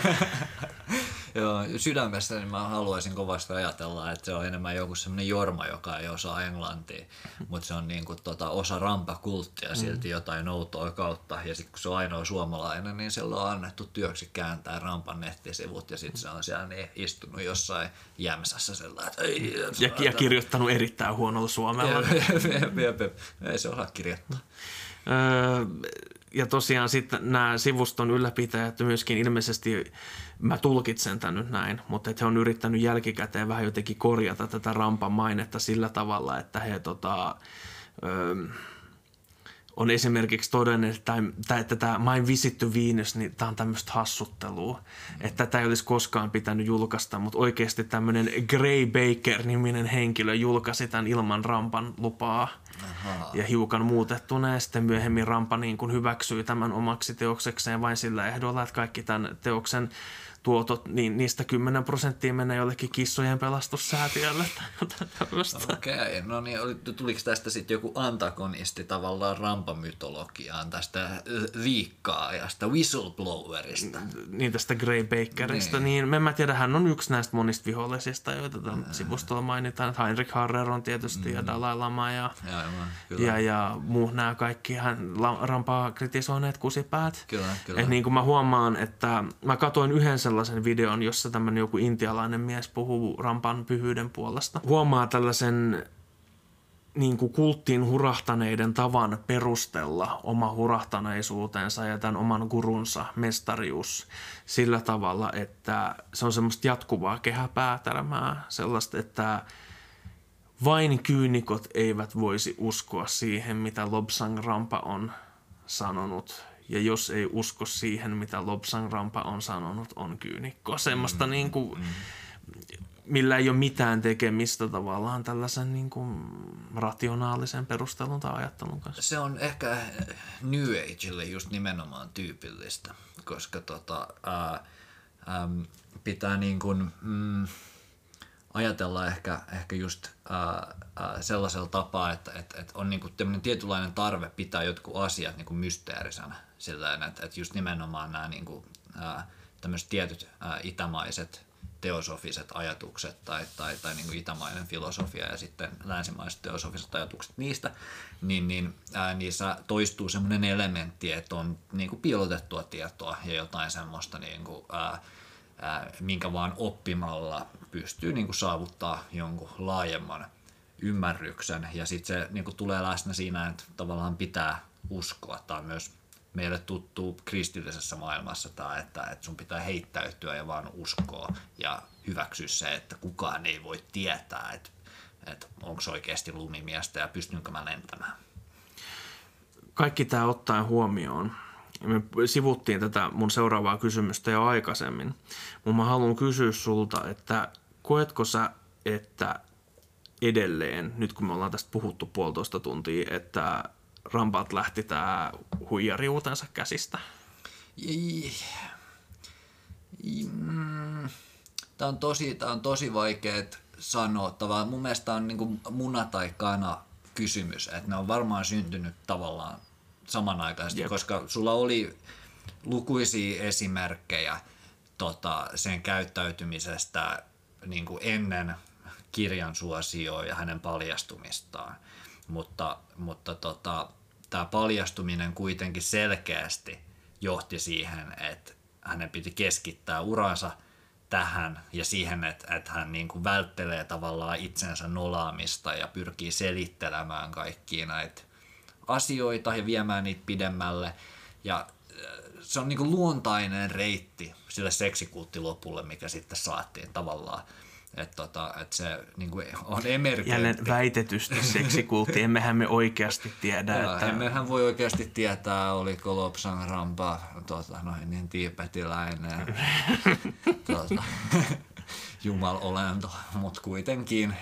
Joo, sydämessä niin mä haluaisin kovasti ajatella, että se on enemmän joku semmoinen jorma, joka ei osaa englantia, mutta se on niin kuin tota osa rampakulttia, silti jotain outoa kautta. Ja sitten kun se on ainoa suomalainen, niin sillä on annettu työksi kääntää rampan nettisivut ja sitten se on siellä niin istunut jossain jämsässä sellainen, että ei... Ja, ja kirjoittanut erittäin huonolla suomella. Ei se osaa kirjoittaa. Öö, ja tosiaan sitten nämä sivuston ylläpitäjät myöskin ilmeisesti, mä tulkitsen tämän nyt näin, mutta he on yrittänyt jälkikäteen vähän jotenkin korjata tätä rampan mainetta sillä tavalla, että he tota, öö, on esimerkiksi todenneet, että, että tämä My Visit to Venus, niin tämä on tämmöistä hassuttelua, mm. että tätä ei olisi koskaan pitänyt julkaista, mutta oikeasti tämmöinen Gray Baker-niminen henkilö julkaisi tämän ilman rampan lupaa. Aha. Ja hiukan muutettuna, ja sitten myöhemmin Rampa niin kuin hyväksyi tämän omaksi teoksekseen vain sillä ehdolla, että kaikki tämän teoksen tuotot, niin niistä kymmenen prosenttia menee jollekin kissojen pelastussäätiölle tai jotain tämmöistä. Okei, okay. No niin, oli, tuliko tästä sitten joku antagonisti tavallaan rampamytologiaan tästä viikkaajasta, whistleblowerista? Niin tästä Gray Bakerista, niin, niin en mä tiedä, hän on yksi näistä monista vihollisista, joita tämän sivustolla mainitaan. Heinrich Harrer on tietysti mm. ja Dalai Lama ja, ja, ja, ja muut nämä kaikki hän rampaa kritisoineet kusipäät. Kyllä, kyllä. Et niin kuin mä huomaan, että mä katsoin yhden sellaisen videon, jossa tämmöinen joku intialainen mies puhuu rampan pyhyyden puolesta. Huomaa tällaisen niin kuin kulttiin hurahtaneiden tavan perustella oma hurahtaneisuutensa ja tämän oman gurunsa mestarius sillä tavalla, että se on semmoista jatkuvaa kehäpäätelmää, sellaista, että vain kyynikot eivät voisi uskoa siihen, mitä Lobsang Rampa on sanonut. Ja jos ei usko siihen, mitä Lobsang Rampa on sanonut, on kyynikko. Semmoista mm, niin kuin, mm. millä ei ole mitään tekemistä tavallaan tällaisen niin kuin rationaalisen perustelun tai ajattelun kanssa. Se on ehkä New Agelle just nimenomaan tyypillistä, koska tota, ää, ää, pitää niin kuin, mm, ajatella ehkä, ehkä just ää, ää, sellaisella tapaa, että et, et on niinku tämmöinen tietynlainen tarve pitää jotkut asiat niinku mysteerisenä. Silleen, että et just nimenomaan nämä niinku, tämmöiset tietyt ää, itämaiset teosofiset ajatukset tai, tai, tai niinku itämainen filosofia ja sitten länsimaiset teosofiset ajatukset niistä, niin, niin ää, niissä toistuu semmoinen elementti, että on niinku piilotettua tietoa ja jotain semmoista niinku, ää, ää, minkä vaan oppimalla pystyy niinku saavuttaa jonkun laajemman ymmärryksen ja sitten se niinku tulee läsnä siinä, että tavallaan pitää uskoa. Tämä on myös meille tuttu kristillisessä maailmassa tämä, että, että sun pitää heittäytyä ja vaan uskoa ja hyväksyä se, että kukaan ei voi tietää, että, että onko oikeasti lumimiestä ja pystynkö mä lentämään. Kaikki tämä ottaen huomioon. Me sivuttiin tätä mun seuraavaa kysymystä jo aikaisemmin, mutta mä haluan kysyä sulta, että koetko sä, että edelleen, nyt kun me ollaan tästä puhuttu puolitoista tuntia, että Rampat lähti tää huijariuutensa käsistä? Tämä on tosi, tää on tosi vaikea sanoa. Tavallaan mun mielestä tämä on niin kuin muna tai kana kysymys, että ne on varmaan syntynyt tavallaan samanaikaisesti, Jep. koska sulla oli lukuisia esimerkkejä tota, sen käyttäytymisestä niin kuin ennen kirjan suosioon ja hänen paljastumistaan, mutta, mutta tota, tämä paljastuminen kuitenkin selkeästi johti siihen, että hänen piti keskittää uransa tähän ja siihen, että, että hän niin kuin välttelee tavallaan itsensä nolaamista ja pyrkii selittelemään kaikkia näitä asioita ja viemään niitä pidemmälle. Ja se on niin kuin luontainen reitti sille seksikulttilopulle, mikä sitten saatiin tavallaan. Että tota, et se niin kuin on emergentti. Jälleen väitetysti seksikultti, emmehän me oikeasti tiedä. Ja, että... Emmehän voi oikeasti tietää, oliko Lobsang Rampa tota, no, niin tiibetiläinen tota, jumalolento, mutta kuitenkin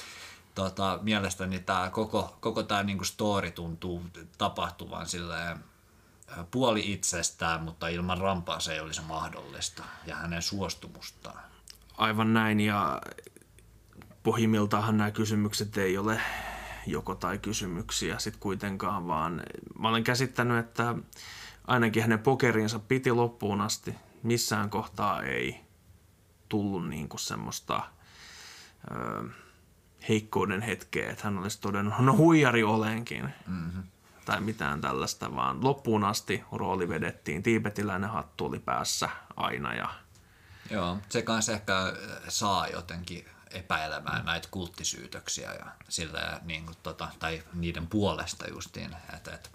tota, mielestäni tämä koko, koko tämä niinku story tuntuu tapahtuvan silleen puoli itsestään, mutta ilman Rampaa se ei olisi mahdollista ja hänen suostumustaan. Aivan näin, ja pohjimmiltaanhan nämä kysymykset ei ole joko tai kysymyksiä sitten kuitenkaan, vaan mä olen käsittänyt, että ainakin hänen pokerinsa piti loppuun asti. Missään kohtaa ei tullut niinku semmoista ö, heikkouden hetkeä, että hän olisi todennut, no huijari olenkin, mm-hmm. tai mitään tällaista, vaan loppuun asti rooli vedettiin, tiibetiläinen hattu oli päässä aina ja joo, se kanssa ehkä saa jotenkin epäilemään näitä kulttisyytöksiä ja sillä, niin kuin, tota, tai niiden puolesta justiin, että, että,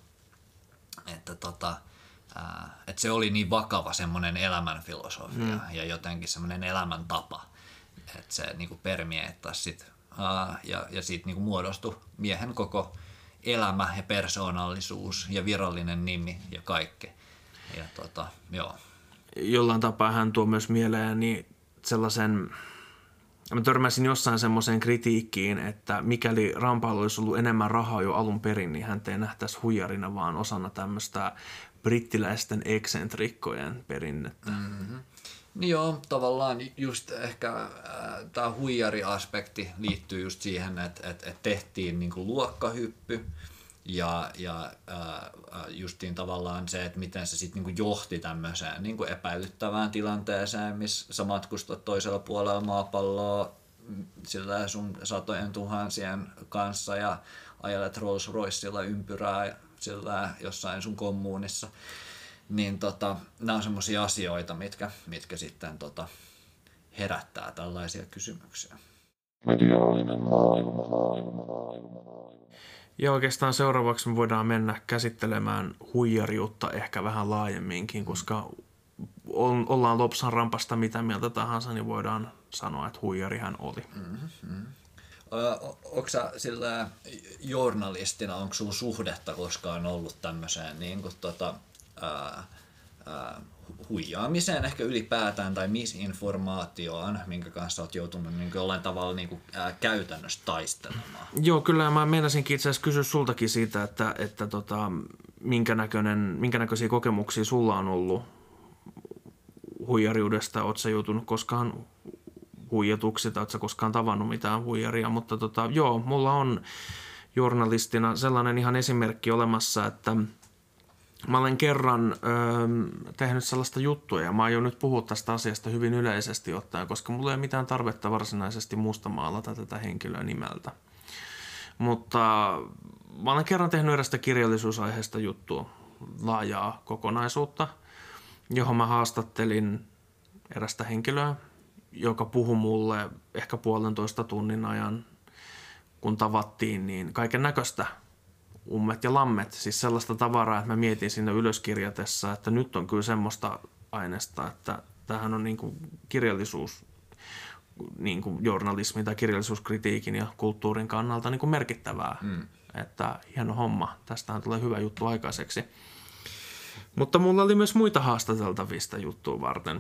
että, tota, ää, että se oli niin vakava semmoinen elämänfilosofia mm. ja jotenkin semmoinen elämäntapa, että se niin kuin permieettaisi sit, ää, ja, ja siitä niin kuin muodostui miehen koko elämä ja persoonallisuus ja virallinen nimi ja kaikki. Ja tota, joo. Jollain tapaa hän tuo myös mieleeni sellaisen, mä törmäsin jossain semmoiseen kritiikkiin, että mikäli Rampalla olisi ollut enemmän rahaa jo alun perin, niin hän ei nähtäisi huijarina, vaan osana tämmöistä brittiläisten eksentrikkojen perinnettä. Mm-hmm. Niin joo, tavallaan just ehkä äh, tämä huijariaspekti liittyy just siihen, että et, et tehtiin niinku luokkahyppy ja, ja äh, justiin tavallaan se, että miten se sitten niinku johti tämmöiseen niinku epäilyttävään tilanteeseen, missä sä matkustat toisella puolella maapalloa sillä sun satojen tuhansien kanssa ja ajelet Rolls-Roycella ympyrää sillä jossain sun kommuunissa. Niin tota, nämä on semmoisia asioita, mitkä, mitkä sitten tota, herättää tällaisia kysymyksiä. Mediaalinen maailma, maailma, maailma, maailma. Ja oikeastaan seuraavaksi me voidaan mennä käsittelemään huijariutta ehkä vähän laajemminkin, koska on, ollaan lopsan rampasta mitä mieltä tahansa, niin voidaan sanoa, että huijari hän oli. Mm-hmm. Onko sä sillä journalistina, onko sulla suhdetta koskaan ollut tämmöiseen niin kuin, tota, ää, ää, huijaamiseen ehkä ylipäätään tai misinformaatioon, minkä kanssa olet joutunut niin kuin jollain tavalla niin kuin, ää, käytännössä taistelemaan? Joo, kyllä mä meinasinkin itse asiassa kysyä sultakin siitä, että, että tota, minkä, näköinen, minkä näköisiä kokemuksia sulla on ollut huijariudesta, ootko sä joutunut koskaan huijatuksi tai ootko sä koskaan tavannut mitään huijaria, mutta tota, joo, mulla on journalistina sellainen ihan esimerkki olemassa, että mä olen kerran ö, tehnyt sellaista juttua ja mä aion nyt puhua tästä asiasta hyvin yleisesti ottaen, koska mulla ei ole mitään tarvetta varsinaisesti mustamaalata tätä henkilöä nimeltä. Mutta mä olen kerran tehnyt erästä kirjallisuusaiheesta juttua, laajaa kokonaisuutta, johon mä haastattelin erästä henkilöä, joka puhui mulle ehkä puolentoista tunnin ajan, kun tavattiin, niin kaiken näköistä ummet ja lammet. Siis sellaista tavaraa, että mä mietin siinä ylöskirjatessa, että nyt on kyllä semmoista aineesta, että tämähän on niin kuin kirjallisuus, niin kuin journalismin tai kirjallisuuskritiikin ja kulttuurin kannalta niin kuin merkittävää. Mm. Että hieno homma, tästähän tulee hyvä juttu aikaiseksi. Mutta mulla oli myös muita haastateltavista juttua varten.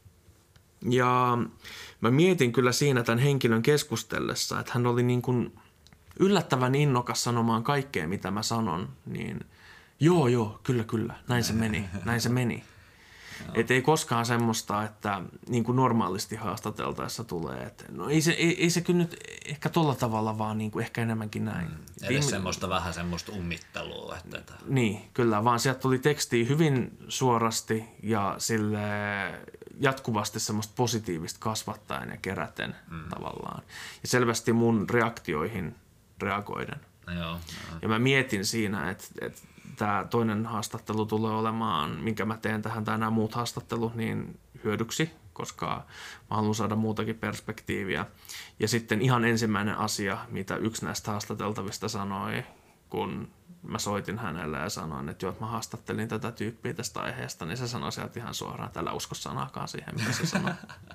Ja mä mietin kyllä siinä tämän henkilön keskustellessa, että hän oli niin kuin yllättävän innokas sanomaan kaikkea, mitä mä sanon. Niin joo, joo, kyllä, kyllä, näin se meni, näin se meni. Että ei koskaan semmoista, että niin kuin normaalisti haastateltaessa tulee, että no ei se, ei, ei se kyllä nyt ehkä tolla tavalla, vaan niin kuin ehkä enemmänkin näin. Mm, edes Viime... semmoista vähän semmoista ummittelua. Että, että... Niin, kyllä, vaan sieltä tuli tekstiä hyvin suorasti ja sille jatkuvasti semmoista positiivista kasvattaen ja keräten mm. tavallaan. Ja selvästi mun reaktioihin reagoiden. No joo, joo. Ja mä mietin siinä, että, että tämä toinen haastattelu tulee olemaan, minkä mä teen tähän tai nämä muut haastattelut, niin hyödyksi, koska mä haluan saada muutakin perspektiiviä. Ja sitten ihan ensimmäinen asia, mitä yksi näistä haastateltavista sanoi, kun mä soitin hänelle ja sanoin, että joo, että mä haastattelin tätä tyyppiä tästä aiheesta, niin se sanoi sieltä ihan suoraan, että älä usko sanaakaan siihen, mitä se sanoi.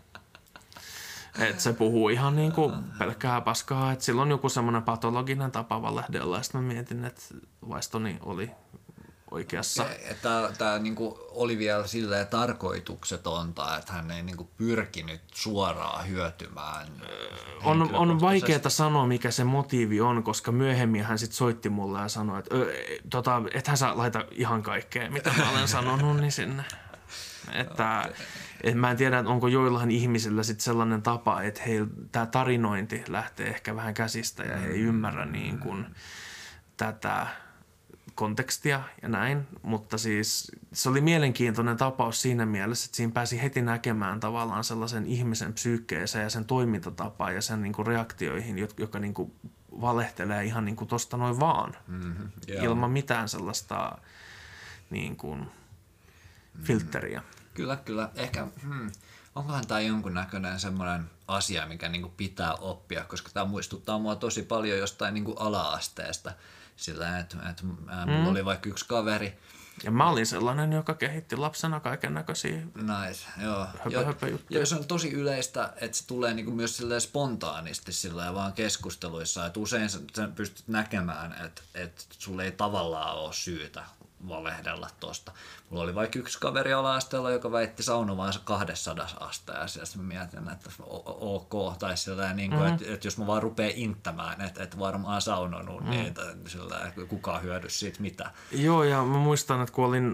Että se puhuu ihan niin kuin pelkkää paskaa, että sillä on joku semmoinen patologinen tapa valehdella, ja sitten mä mietin, että vaistoni oli oikeassa. Tämä niinku oli vielä silleen tarkoituksetonta, että hän ei niinku pyrkinyt suoraan hyötymään. On, on vaikeaa sanoa, mikä se motiivi on, koska myöhemmin hän sitten soitti mulle ja sanoi, että tota, ethän sä laita ihan kaikkea, mitä mä olen sanonut, niin sinne. Että, okay. Et mä en tiedä, onko joillain ihmisillä sit sellainen tapa, että tämä tarinointi lähtee ehkä vähän käsistä ja he ei ymmärrä niin kuin tätä kontekstia ja näin, mutta siis se oli mielenkiintoinen tapaus siinä mielessä, että siinä pääsi heti näkemään tavallaan sellaisen ihmisen psyykkeeseen ja sen toimintatapaa ja sen niin kuin reaktioihin, joka niin kuin valehtelee ihan niin kuin tosta noin vaan, mm-hmm. yeah. ilman mitään sellaista niin kuin filtteriä. Kyllä, kyllä. Ehkä, hmm, onkohan tämä jonkunnäköinen semmoinen asia, mikä niinku pitää oppia, koska tämä muistuttaa mua tosi paljon jostain niinku ala-asteesta. Sillä, että et, mulla mm. oli vaikka yksi kaveri. Ja mä olin sellainen, joka kehitti lapsena kaiken näköisiä nice, joo. höpö, höpö juttuja. Ja se on tosi yleistä, että se tulee niinku myös spontaanisti vaan keskusteluissa. Että usein sä, sä pystyt näkemään, että et sulla ei tavallaan ole syytä valehdella tuosta. Mulla oli vaikka yksi kaveri ala-asteella, joka väitti saunovansa kaksisataa asteessa, ja sitten mä mietin, että ok, tai sillä niin kuin, mm-hmm. että, että jos mä vaan rupean inttämään, että, että varmaan saunonut, mm-hmm. niin että sillä kukaan hyödy siitä mitään. Joo, ja mä muistan, että kun olin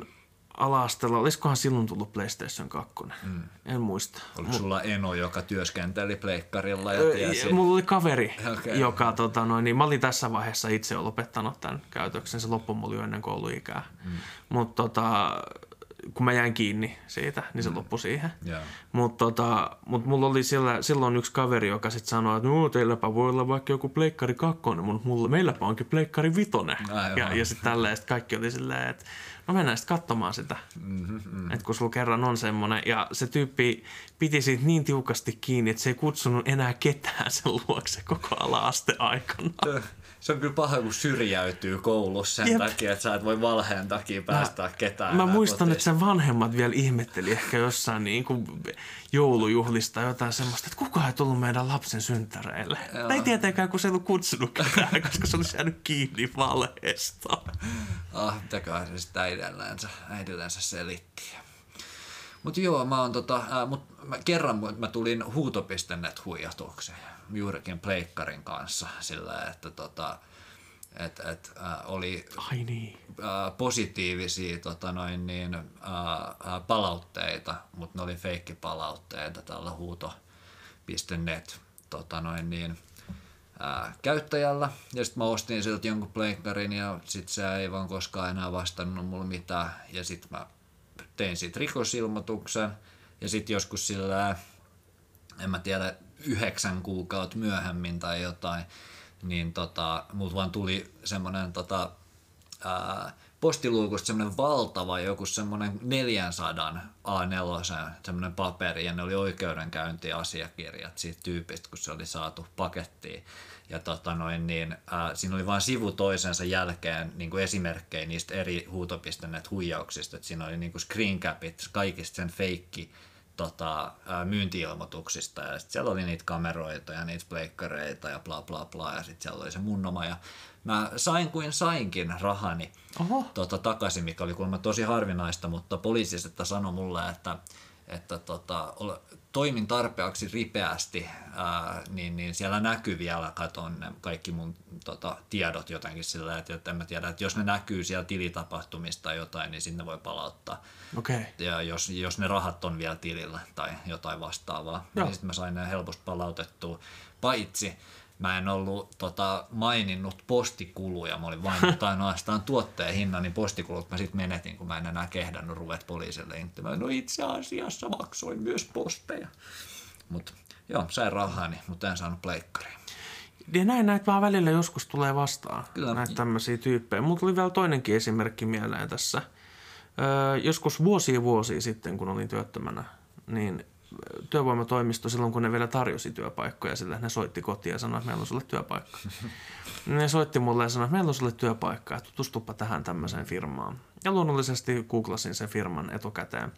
ala-asteella, olisikohan silloin tullut PlayStation kaksi? Mm. En muista. Oliko sulla eno, joka työskenteli pleikkarilla ja tiesi? Mulla oli kaveri, okay. joka, tota, noin, niin mä olin tässä vaiheessa itse jo lopettanut tämän käytöksen. Se loppui mulla jo ennen kouluikää. Mm. Mutta tota, kun mä jäin kiinni siitä, niin se mm. loppui siihen. Yeah. Mutta tota, mut mulla oli sillä, silloin yksi kaveri, joka sitten sanoi, että no, teilläpä voi olla vaikka joku pleikkari kakkonen, mutta mulla, meilläpä onkin pleikkari vitonen. Aivan. Ja, ja sitten tälleen sit kaikki oli silleen, että no mennään sitten katsomaan sitä, mm-hmm, mm-hmm. että kun sulla kerran on semmoinen. Ja se tyyppi piti siitä niin tiukasti kiinni, että se ei kutsunut enää ketään sen luokse koko ala-aste aikana. Se on kyllä paha, kun syrjäytyy koulussa sen Jep. takia, että sä et voi valheen takia päästä mä, ketään. Mä muistan, kotiin. Että sen vanhemmat vielä ihmetteli ehkä jossain niin kuin joulujuhlista jotain semmoista, että kukaan ei tullut meidän lapsen synttäreille. Ei tietenkään, kun se ei ollut kutsunut ketään, koska se olisi jäänyt kiinni valheesta. Ah, mitäköhän se sitten äidillänsä, äidillänsä selitti. Mutta joo, mä oon tota, äh, mut mä, kerran mä tulin huuto piste net huijatuksi juurikin pleikkarin kanssa sillä, että tota, et, et, äh, oli Ai niin. äh, positiivisia tota noin, niin, äh, äh, palautteita, mutta ne oli feikkipalautteita tällä huuto piste net tota noin, niin, äh, käyttäjällä. Ja sitten mä ostin sieltä jonkun pleikkarin ja sit se ei vaan koskaan enää vastannut mulle mitään. Ja sit mä tein siitä rikosilmoituksen ja sitten joskus sillä, en mä tiedä, yhdeksän kuukautta myöhemmin tai jotain, niin tota, mut vaan tuli semmoinen tota, ää, postiluukusta semmoinen valtava joku semmoinen neljäsataa A neljä semmoinen paperi ja ne oli oikeudenkäyntiasiakirjat siitä tyypistä, kun se oli saatu pakettiin. Ja tota noin, niin, ää, siinä oli vain sivu toisensa jälkeen niin kuin esimerkkejä niistä eri huuto piste net huijauksista. Et siinä oli niin kuin screencapit kaikista sen feikki tota, ää, myynti-ilmoituksista. Ja sit siellä oli niitä kameroita ja niitä pleikkareita ja bla bla bla. Ja sitten siellä oli se munnoma. Ja mä sain kuin sainkin rahani tota, takaisin, mikä oli kuulemma tosi harvinaista, mutta poliisi sitten sanoi mulle, että että tota, toimin tarpeeksi ripeästi, ää, niin, niin siellä näkyy vielä, katon ne kaikki mun tota, tiedot jotenkin sillä, että, että en mä tiedä, että jos ne näkyy siellä tilitapahtumista tai jotain, niin sinne voi palauttaa. Okay. Ja jos, jos ne rahat on vielä tilillä tai jotain vastaavaa, Joo. niin sitten mä sain ne helposti palautettua, paitsi mä en ollut tota, maininnut postikuluja, mä olin vain ainoastaan tuotteen hinnan, niin postikulut mä sitten menetin, kun mä en enää kehdannut ruvet poliisille inttymään. No itse asiassa maksoin myös posteja. Mutta joo, sain rahani, mutta en saanut pleikkaria. Ja näin näitä vaan välillä joskus tulee vastaan, Kyllä. näitä tämmöisiä tyyppejä. Mulla tuli vielä toinenkin esimerkki mieleen tässä. Öö, joskus vuosia vuosia sitten, kun olin työttömänä, niin työvoimatoimisto silloin, kun ne vielä tarjosi työpaikkoja, sillä ne soitti kotiin ja sanoi, että meillä on sulle työpaikka. Ne soitti mulle ja sanoi, että meillä on sulle työpaikka, että tutustupa tähän tämmöiseen firmaan. Ja luonnollisesti googlasin sen firman etukäteen.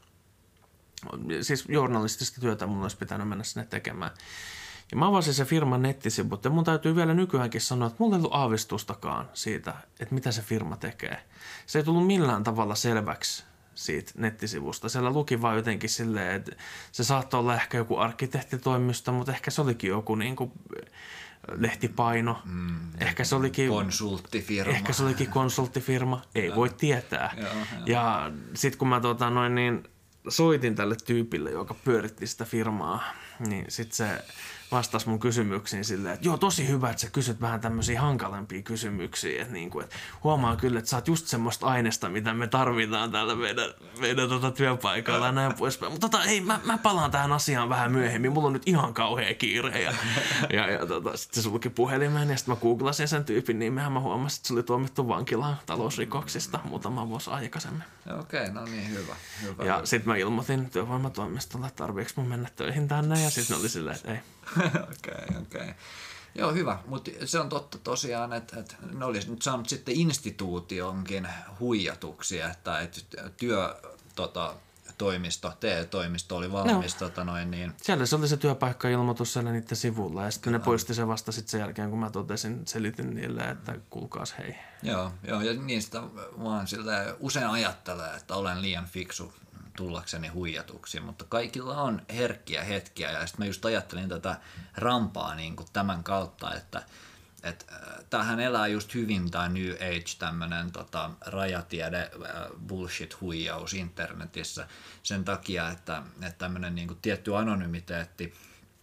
Siis journalistista työtä mun olisi pitänyt mennä sinne tekemään. Ja mä avasin sen firman nettisivut ja mun täytyy vielä nykyäänkin sanoa, että mulla ei ollut aavistustakaan siitä, että mitä se firma tekee. Se ei tullut millään tavalla selväksi siitä nettisivusta. Siellä luki vaan jotenkin silleen, että se saattoi olla ehkä joku arkkitehtitoimisto, mutta ehkä se olikin joku niin kuin lehtipaino. Mm, ehkä se olikin konsulttifirma. Ehkä se olikin konsulttifirma. Ei ja. voi tietää. Ja, ja. ja sitten kun mä tota, noin, niin, soitin tälle tyypille, joka pyöritti sitä firmaa, niin sitten se vastasi mun kysymyksiin silleen, että joo, tosi hyvä, että sä kysyt vähän tämmöisiä hankalempia kysymyksiä, että, niin kuin, että huomaa kyllä, että sä oot just semmoista aineesta, mitä me tarvitaan täällä meidän, meidän tota työpaikalla ja näin poispäin. Mutta tota, hei, mä, mä palaan tähän asiaan vähän myöhemmin, mulla on nyt ihan kauhea kiire. Ja, ja, ja tota, sitten se sulki puhelimeen ja sitten mä googlasin sen tyypin, niin mehän mä huomasin, että se oli tuomittu vankilaan talousrikoksista muutama vuosi aikaisemmin. Okei, okay, no niin, hyvä. hyvä ja sitten mä ilmoitin työvoimatoimistolle, että tarviiko mun mennä töihin tänne ja sitten oli silleen, että ei. Okei, okei. Okay, okay. Joo, hyvä. Mutta se on totta tosiaan, että, että ne olisi nyt saanut sitten instituutionkin huijatuksi, että, että työ, tota, toimisto, T E-toimisto oli valmis. No. Tota noin, niin... Siellä se oli se työpaikka-ilmoitus siellä niiden sivulla ja sitten Kyllä. ne poisti sen vasta sitten sen jälkeen, kun mä totesin, selitin niille, että kuulkaas hei. Joo, joo ja niistä vaan sillä usein ajattelee, että olen liian fiksu tullakseni huijatuksi, mutta kaikilla on herkkiä hetkiä ja sitten mä just ajattelin tätä rampaa niin kuin tämän kautta, että, et, äh, tämähän elää just hyvin tämä New Age, tämmöinen tota, rajatiede, äh, bullshit-huijaus internetissä sen takia, että, että tämmöinen niinku tietty anonymiteetti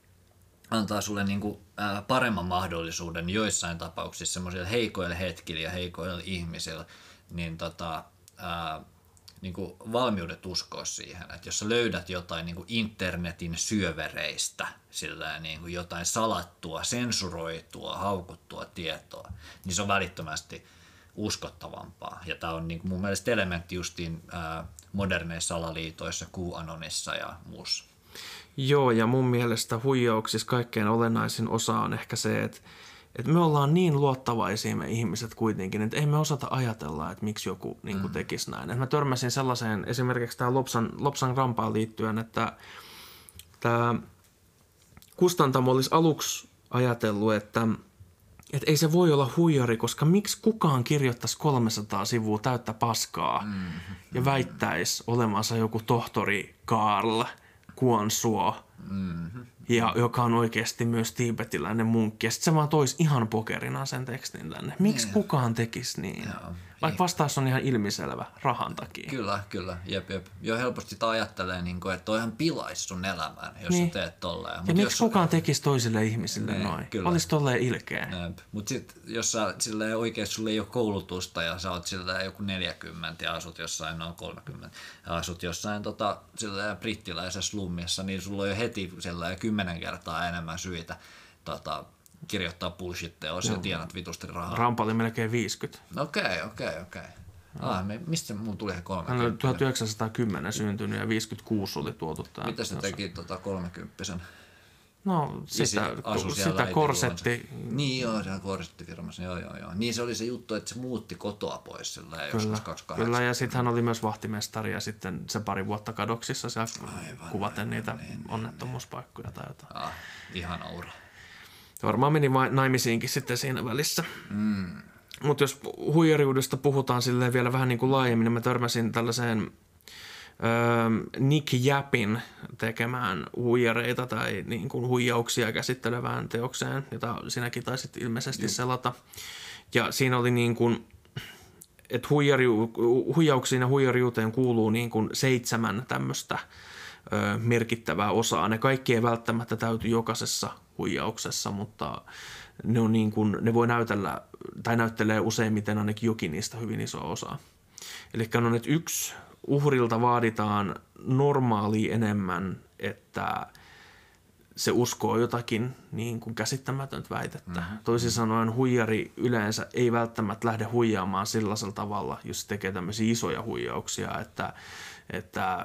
antaa sulle niinku, äh, paremman mahdollisuuden joissain tapauksissa semmoisilla heikoilla hetkillä ja heikoilla ihmisillä, niin tota, äh, niinku valmiudet uskoa siihen, että jos sä löydät jotain niinku internetin syövereistä, sillä niinku jotain salattua, sensuroitua, haukuttua tietoa, niin se on välittömästi uskottavampaa. Ja tämä on niinku mun mielestä elementti justiin ää, moderneissa salaliitoissa, QAnonissa ja muussa. Joo, ja mun mielestä huijauksissa kaikkein olennaisin osa on ehkä se, että että me ollaan niin luottavaisia me ihmiset kuitenkin, että ei me osata ajatella, että miksi joku niin kuin tekisi näin. Et mä törmäsin sellaiseen esimerkiksi tähän Lopsan, Lopsan rampaan liittyen, että tämä kustantamo olisi aluksi ajatellut, että, että ei se voi olla huijari, koska miksi kukaan kirjoittaisi kolmesataa sivua täyttä paskaa mm-hmm. ja väittäisi olemansa joku tohtori Karl Kuonsuo, mm-hmm. ja joka on oikeasti myös tiibetiläinen munkki. Ja sitten se vaan toisi ihan pokerina sen tekstin tänne. Miksi yeah. kukaan tekisi niin? Joo. Vaikka vastaus on ihan ilmiselvä, rahan takia. Kyllä, kyllä. Jep, jep. Jo helposti sitä ajattelee, että toihan pilaisi sun elämään, jos niin. sä teet tolleen. Ja Mut miksi kukaan on... tekisi toisille ihmisille niin, noin? Kyllä. Olisi tolleen ilkeä. Mutta sitten jos sä silleen oikeasti sulla ei ole koulutusta ja sä oot silleen joku neljäkymmentä ja asut jossain noin kolmekymmentä ja asut jossain tota, silleen brittiläisessä slummissa, niin sulla on jo heti silleen kymmenen kertaa enemmän syitä tota, kirjoittaa bullshit-teos ja tienat vitusti rahaa. Rampa oli melkein viisikymmentä. Okei, okei, okei. Ah, mistä mulla tuli ihan kolmekymmentä? Hän oli tuhatyhdeksänsataakymmenen syntynyt ja viisikymmentäkuusi oli tuotu tämä. Mitä se teki tota kolmekymppisen? No sitä, sitä korsetti. Niin joo, se korsettifirmassa, joo joo joo. Niin se oli se juttu, että se muutti kotoa pois sillä joskus kaksikymmentäkahdeksan. Kyllä, ja sitten hän oli myös vahtimestari ja sitten se pari vuotta kadoksissa siellä aivan, kuvaten aivan, niitä niin, onnettomuuspaikkoja tai jotain. Ah, ihana ura. Varmaan meni naimisiinkin sitten siinä välissä. Mm. Mutta jos huijariudesta puhutaan silleen vielä vähän niin kuin laajemmin, niin mä törmäsin tällaiseen Nick Japin tekemään huijareita tai niin kuin huijauksia käsittelevään teokseen, jota sinäkin taisit ilmeisesti Juh. selata. Ja siinä oli niin kuin, että huijari, huijauksiin ja huijariuteen kuuluu niin kuin seitsemän tämmöistä ö, merkittävää osaa. Ne kaikki ei välttämättä täyty jokaisessa huijauksessa, mutta ne, on niin kuin, ne voi näytellä tai näyttelee useimmiten ainakin jokin niistä hyvin iso osa. Eli on, että yksi uhrilta vaaditaan normaalia enemmän, että se uskoo jotakin niin kuin käsittämätöntä väitettä. Mm-hmm. Toisin sanoen huijari yleensä ei välttämättä lähde huijaamaan sellaisella tavalla, jos se tekee tämmöisiä isoja huijauksia, että, että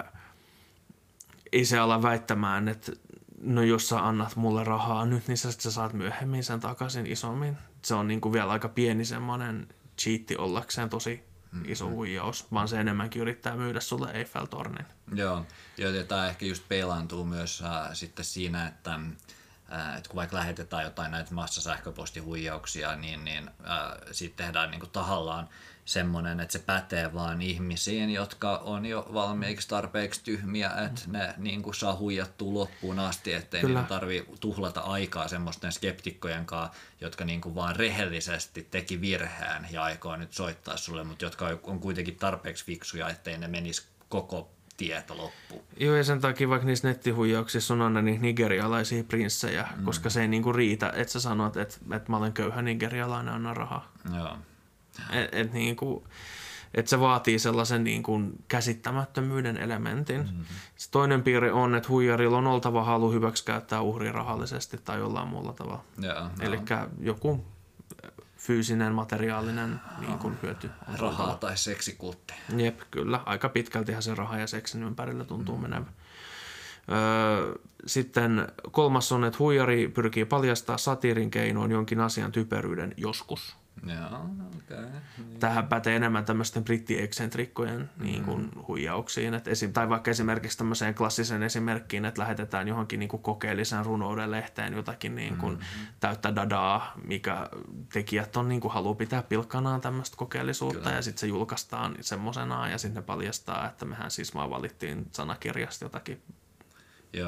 ei se ala väittämään, että no jos sä annat mulle rahaa nyt, niin sä, sä saat myöhemmin sen takaisin isommin. Se on niin kuin vielä aika pieni semmoinen cheatti ollakseen tosi iso huijaus, vaan se enemmänkin yrittää myydä sulle Eiffel-tornin. Joo, ja tämä ehkä just peilaantuu myös äh, sitten siinä, että, äh, että kun vaikka lähetetään jotain näitä massasähköpostihuijauksia, niin, niin äh, siitä tehdään niin kuin tahallaan semmoinen, että se pätee vaan ihmisiin, jotka on jo valmiiksi tarpeeksi tyhmiä, että ne niin kuin saa huijattua loppuun asti, ettei niitä tarvitse tuhlata aikaa semmoisten skeptikkojen kanssa, jotka niin kuin vaan rehellisesti teki virheen ja aikoo nyt soittaa sulle, mutta jotka on kuitenkin tarpeeksi fiksuja, ettei ne menisi koko tieto loppuun. Joo, ja sen takia vaikka niissä nettihuijauksissa on aina niitä nigerialaisia prinssejä, mm. koska se ei niin kuin riitä, että sä sanot, että, että mä olen köyhä nigerialainen, anna rahaa. Joo. Että et niinku, et se vaatii sellaisen niinku käsittämättömyyden elementin. Mm-hmm. Se toinen piirre on, että huijarilla on oltava halu hyväksikäyttää uhria rahallisesti tai jollain muulla tavalla. Eli joku fyysinen, materiaalinen niin kuin hyöty. Rahaa oltava. Tai seksikultti. Jep, kyllä. Aika pitkältihän se raha ja seksin ympärillä tuntuu mm-hmm. menevän. Öö, sitten kolmas on, että huijari pyrkii paljastaa satiirin keinoin jonkin asian typeryyden joskus. Joo, okay. Tähän pätee enemmän tämmöisten britti-eksentrikkojen mm. niin kuin, huijauksiin. Et esim, tai vaikka esimerkiksi tämmöiseen klassisen esimerkkiin, että lähetetään johonkin niin kuin kokeellisen runouden lehteen jotakin niin kuin, mm-hmm. täyttä dadaa, mikä tekijät on niin kuin, haluaa pitää pilkkanaan tämmöistä kokeellisuutta. Kyllä. Ja sitten se julkaistaan semmoisenaan ja sitten ne paljastaa, että mehän siis vaan valittiin sanakirjasta jotakin. Joo.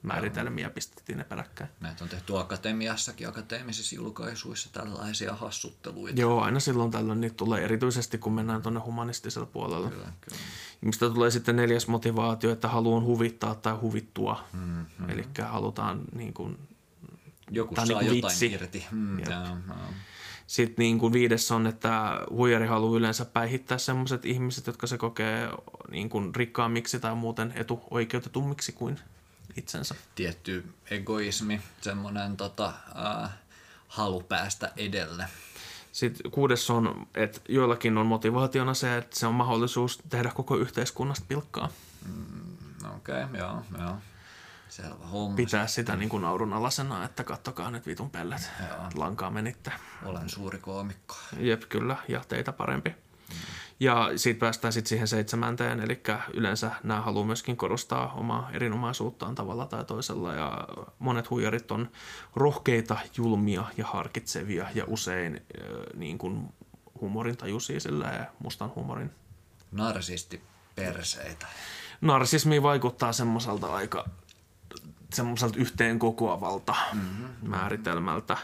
määritelmiä pistettiin ne peräkkäin. Näitä on tehty akatemiassakin, akateemisissa julkaisuissa tällaisia hassutteluita. Joo, aina silloin tällöin niitä tulee, erityisesti kun mennään tuonne humanistiselle puolelle. Kyllä, kyllä. Mistä tulee sitten neljäs motivaatio, että haluan huvittaa tai huvittua. Mm-hmm. Eli halutaan niin kuin, joku saa saa niin jotain vitsi. irti. Mm, Jep. jaa, jaa. Sitten niin kuin viides on, että huijari haluaa yleensä päihittää sellaiset ihmiset, jotka se kokee niin kuin rikkaammiksi tai muuten etuoikeutetummiksi kuin itsensä. Tietty egoismi, semmoinen tota, äh, halu päästä edelle. Sitten kuudes on, että joillakin on motivaationa se, että se on mahdollisuus tehdä koko yhteiskunnasta pilkkaa. Mm, Okei, okay, joo, joo. Selvä homma. Pitää sitä niin kuin naurunalaisena, että kattokaa nyt vitun pellet. Joo. Lankaa menitte. Olen suuri koomikko. Jep, kyllä, ja teitä parempi. Mm. Ja siitä päästään sitten siihen seitsemänteen, eli yleensä nämä haluaa myöskin korostaa omaa erinomaisuuttaan tavalla tai toisella, ja monet huijarit on rohkeita, julmia ja harkitsevia, ja usein äh, niin kuin huumorintajuisia sillä ja mustan huumorin. Narsisti perseitä. Narsismi vaikuttaa semmoiselta aika semmoiselta yhteen kokoavalta mm-hmm. määritelmältä.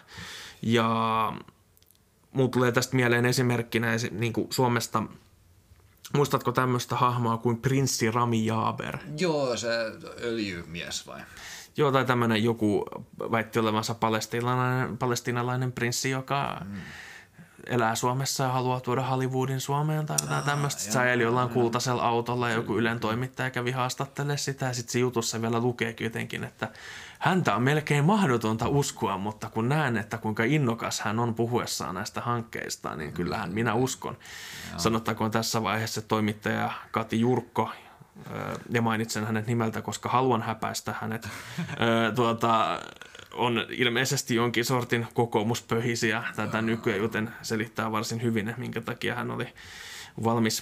Ja mulla tulee tästä mieleen esimerkkinä niin kuin Suomesta, muistatko tämmöistä hahmoa kuin prinssi Rami Jaaber? Joo, se öljymies vai? Joo, tai tämmöinen joku väitti olevansa palestiinalainen, palestiinalainen prinssi, joka mm. elää Suomessa ja haluaa tuoda Hollywoodin Suomeen tai jotain tämmöistä. Sä eli jollain kultaisella autolla ja joku Ylen toimittaja kävi haastattelemaan sitä ja sitten se jutussa vielä lukeekin jotenkin, että häntä on melkein mahdotonta uskoa, mutta kun näen, että kuinka innokas hän on puhuessaan näistä hankkeista, niin kyllähän minä uskon. Joo. Sanottakoon tässä vaiheessa toimittaja Kati Jurkko, ja mainitsen hänet nimeltä, koska haluan häpäistä hänet, tuota, on ilmeisesti jonkin sortin kokoomuspöhisiä tätä nykyään, joten selittää varsin hyvin, minkä takia hän oli valmis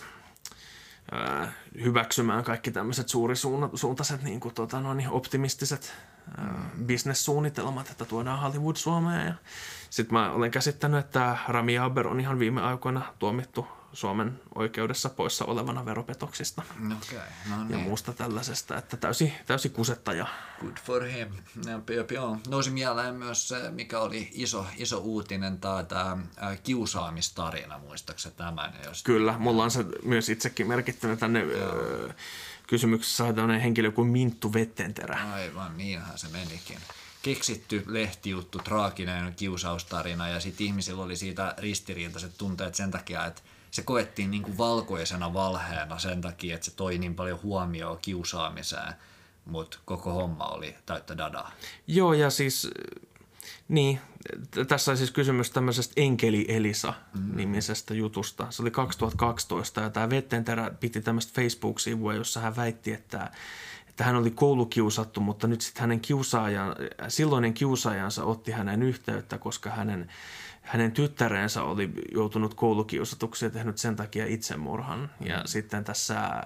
ää, hyväksymään kaikki tämmöiset suurisuuntaiset niin kuin, tota, no, niin optimistiset ää, bisnessuunnitelmat, että tuodaan Hollywood Suomeen. Sitten mä olen käsittänyt, että Rami Jaaber on ihan viime aikoina tuomittu Suomen oikeudessa poissa olevana veropetoksista okay, no niin. ja muusta tällaisesta, että täysi, täysi kusettaja. Good for him. Joo. Nousi mieleen myös se, mikä oli iso, iso uutinen, tämä, tämä kiusaamistarina, muistaakseni tämän? Jos... Kyllä, mulla on se myös itsekin merkittynä tänne öö, kysymyksessä on tämmöinen henkilö kuin Minttu Vettenterä. Aivan, niinhän se menikin. Keksitty lehtijuttu, traaginen kiusaustarina ja sitten ihmisillä oli siitä ristiriitaiset tunteet sen takia, että se koettiin niin kuin valkoisena valheena sen takia, että se toi niin paljon huomioon kiusaamiseen, mutta koko homma oli täyttä dadaa. Joo, ja siis niin, tässä on siis kysymys tämmöisestä Enkeli Elisa-nimisestä mm. jutusta. Se oli kaksituhattakaksitoista ja tämä Vettenterä piti tämmöistä Facebook-sivua, jossa hän väitti, että että hän oli koulukiusattu, mutta nyt sitten hänen kiusaajan, silloinen kiusaajansa otti hänen yhteyttä, koska hänen, hänen tyttärensä oli joutunut koulukiusatuksi ja tehnyt sen takia itsemurhan. Ja mm. sitten tässä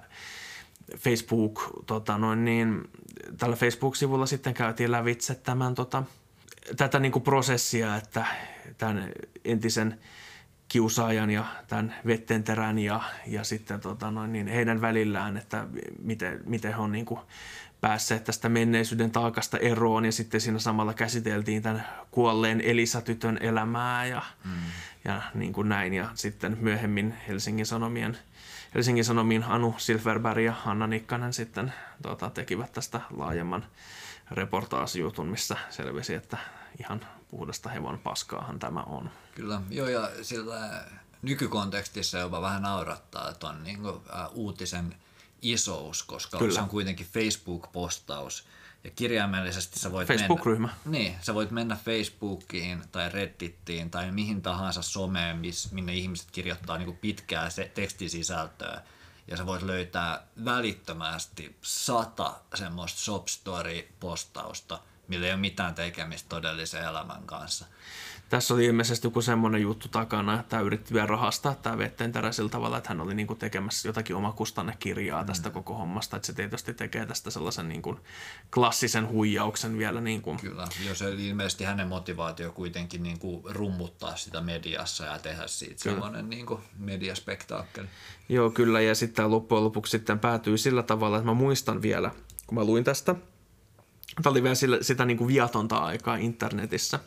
Facebook, tota noin niin, tällä Facebook-sivulla sitten käytiin lävitse tämän, tota, tätä niin kuin prosessia, että tämän entisen kiusaajan ja tämän Vettenterän ja, ja sitten tota noin, niin heidän välillään, että miten, miten he on niin kuin päässeet tästä menneisyyden taakasta eroon ja sitten siinä samalla käsiteltiin tämän kuolleen Elisa-tytön elämää ja, mm. ja niin kuin näin ja sitten myöhemmin Helsingin Sanomien Helsingin Sanomiin Anu Silverberg ja Hanna Nikkanen sitten tota, tekivät tästä laajemman reportaasijutun, missä selvisi, että ihan puhdasta hevon paskaahan tämä on. Kyllä, joo ja sillä nykykontekstissa jopa vähän naurattaa tuon niin kuin, ä, uutisen isous, koska Kyllä. se on kuitenkin Facebook-postaus ja kirjaimellisesti sä voit Facebook-ryhmä. mennä, niin, sä voit mennä Facebookiin tai Reddittiin tai mihin tahansa someen, miss, minne ihmiset kirjoittaa niin kuin pitkää se tekstisisältöä ja sä voit löytää välittömästi sata semmoista sob-story-postausta, millä ei ole mitään tekemistä todellisen elämän kanssa. Tässä oli ilmeisesti joku semmoinen juttu takana, että tämä yritti vielä rahastaa tämä Vettenterä sillä tavalla, että hän oli niinku tekemässä jotakin omakustannekirjaa tästä mm. koko hommasta, että se tietysti tekee tästä sellaisen niinku klassisen huijauksen vielä. Niinku. Kyllä, jo se ilmeisesti hänen motivaatio kuitenkin niinku rummuttaa sitä mediassa ja tehdä siitä kyllä. sellainen niinku mediaspektaakkeli. Joo, kyllä, ja sitten loppujen lopuksi sitten päätyy sillä tavalla, että mä muistan vielä, kun mä luin tästä, Tämä oli vielä sillä, sitä niin kuin viatonta aikaa internetissä.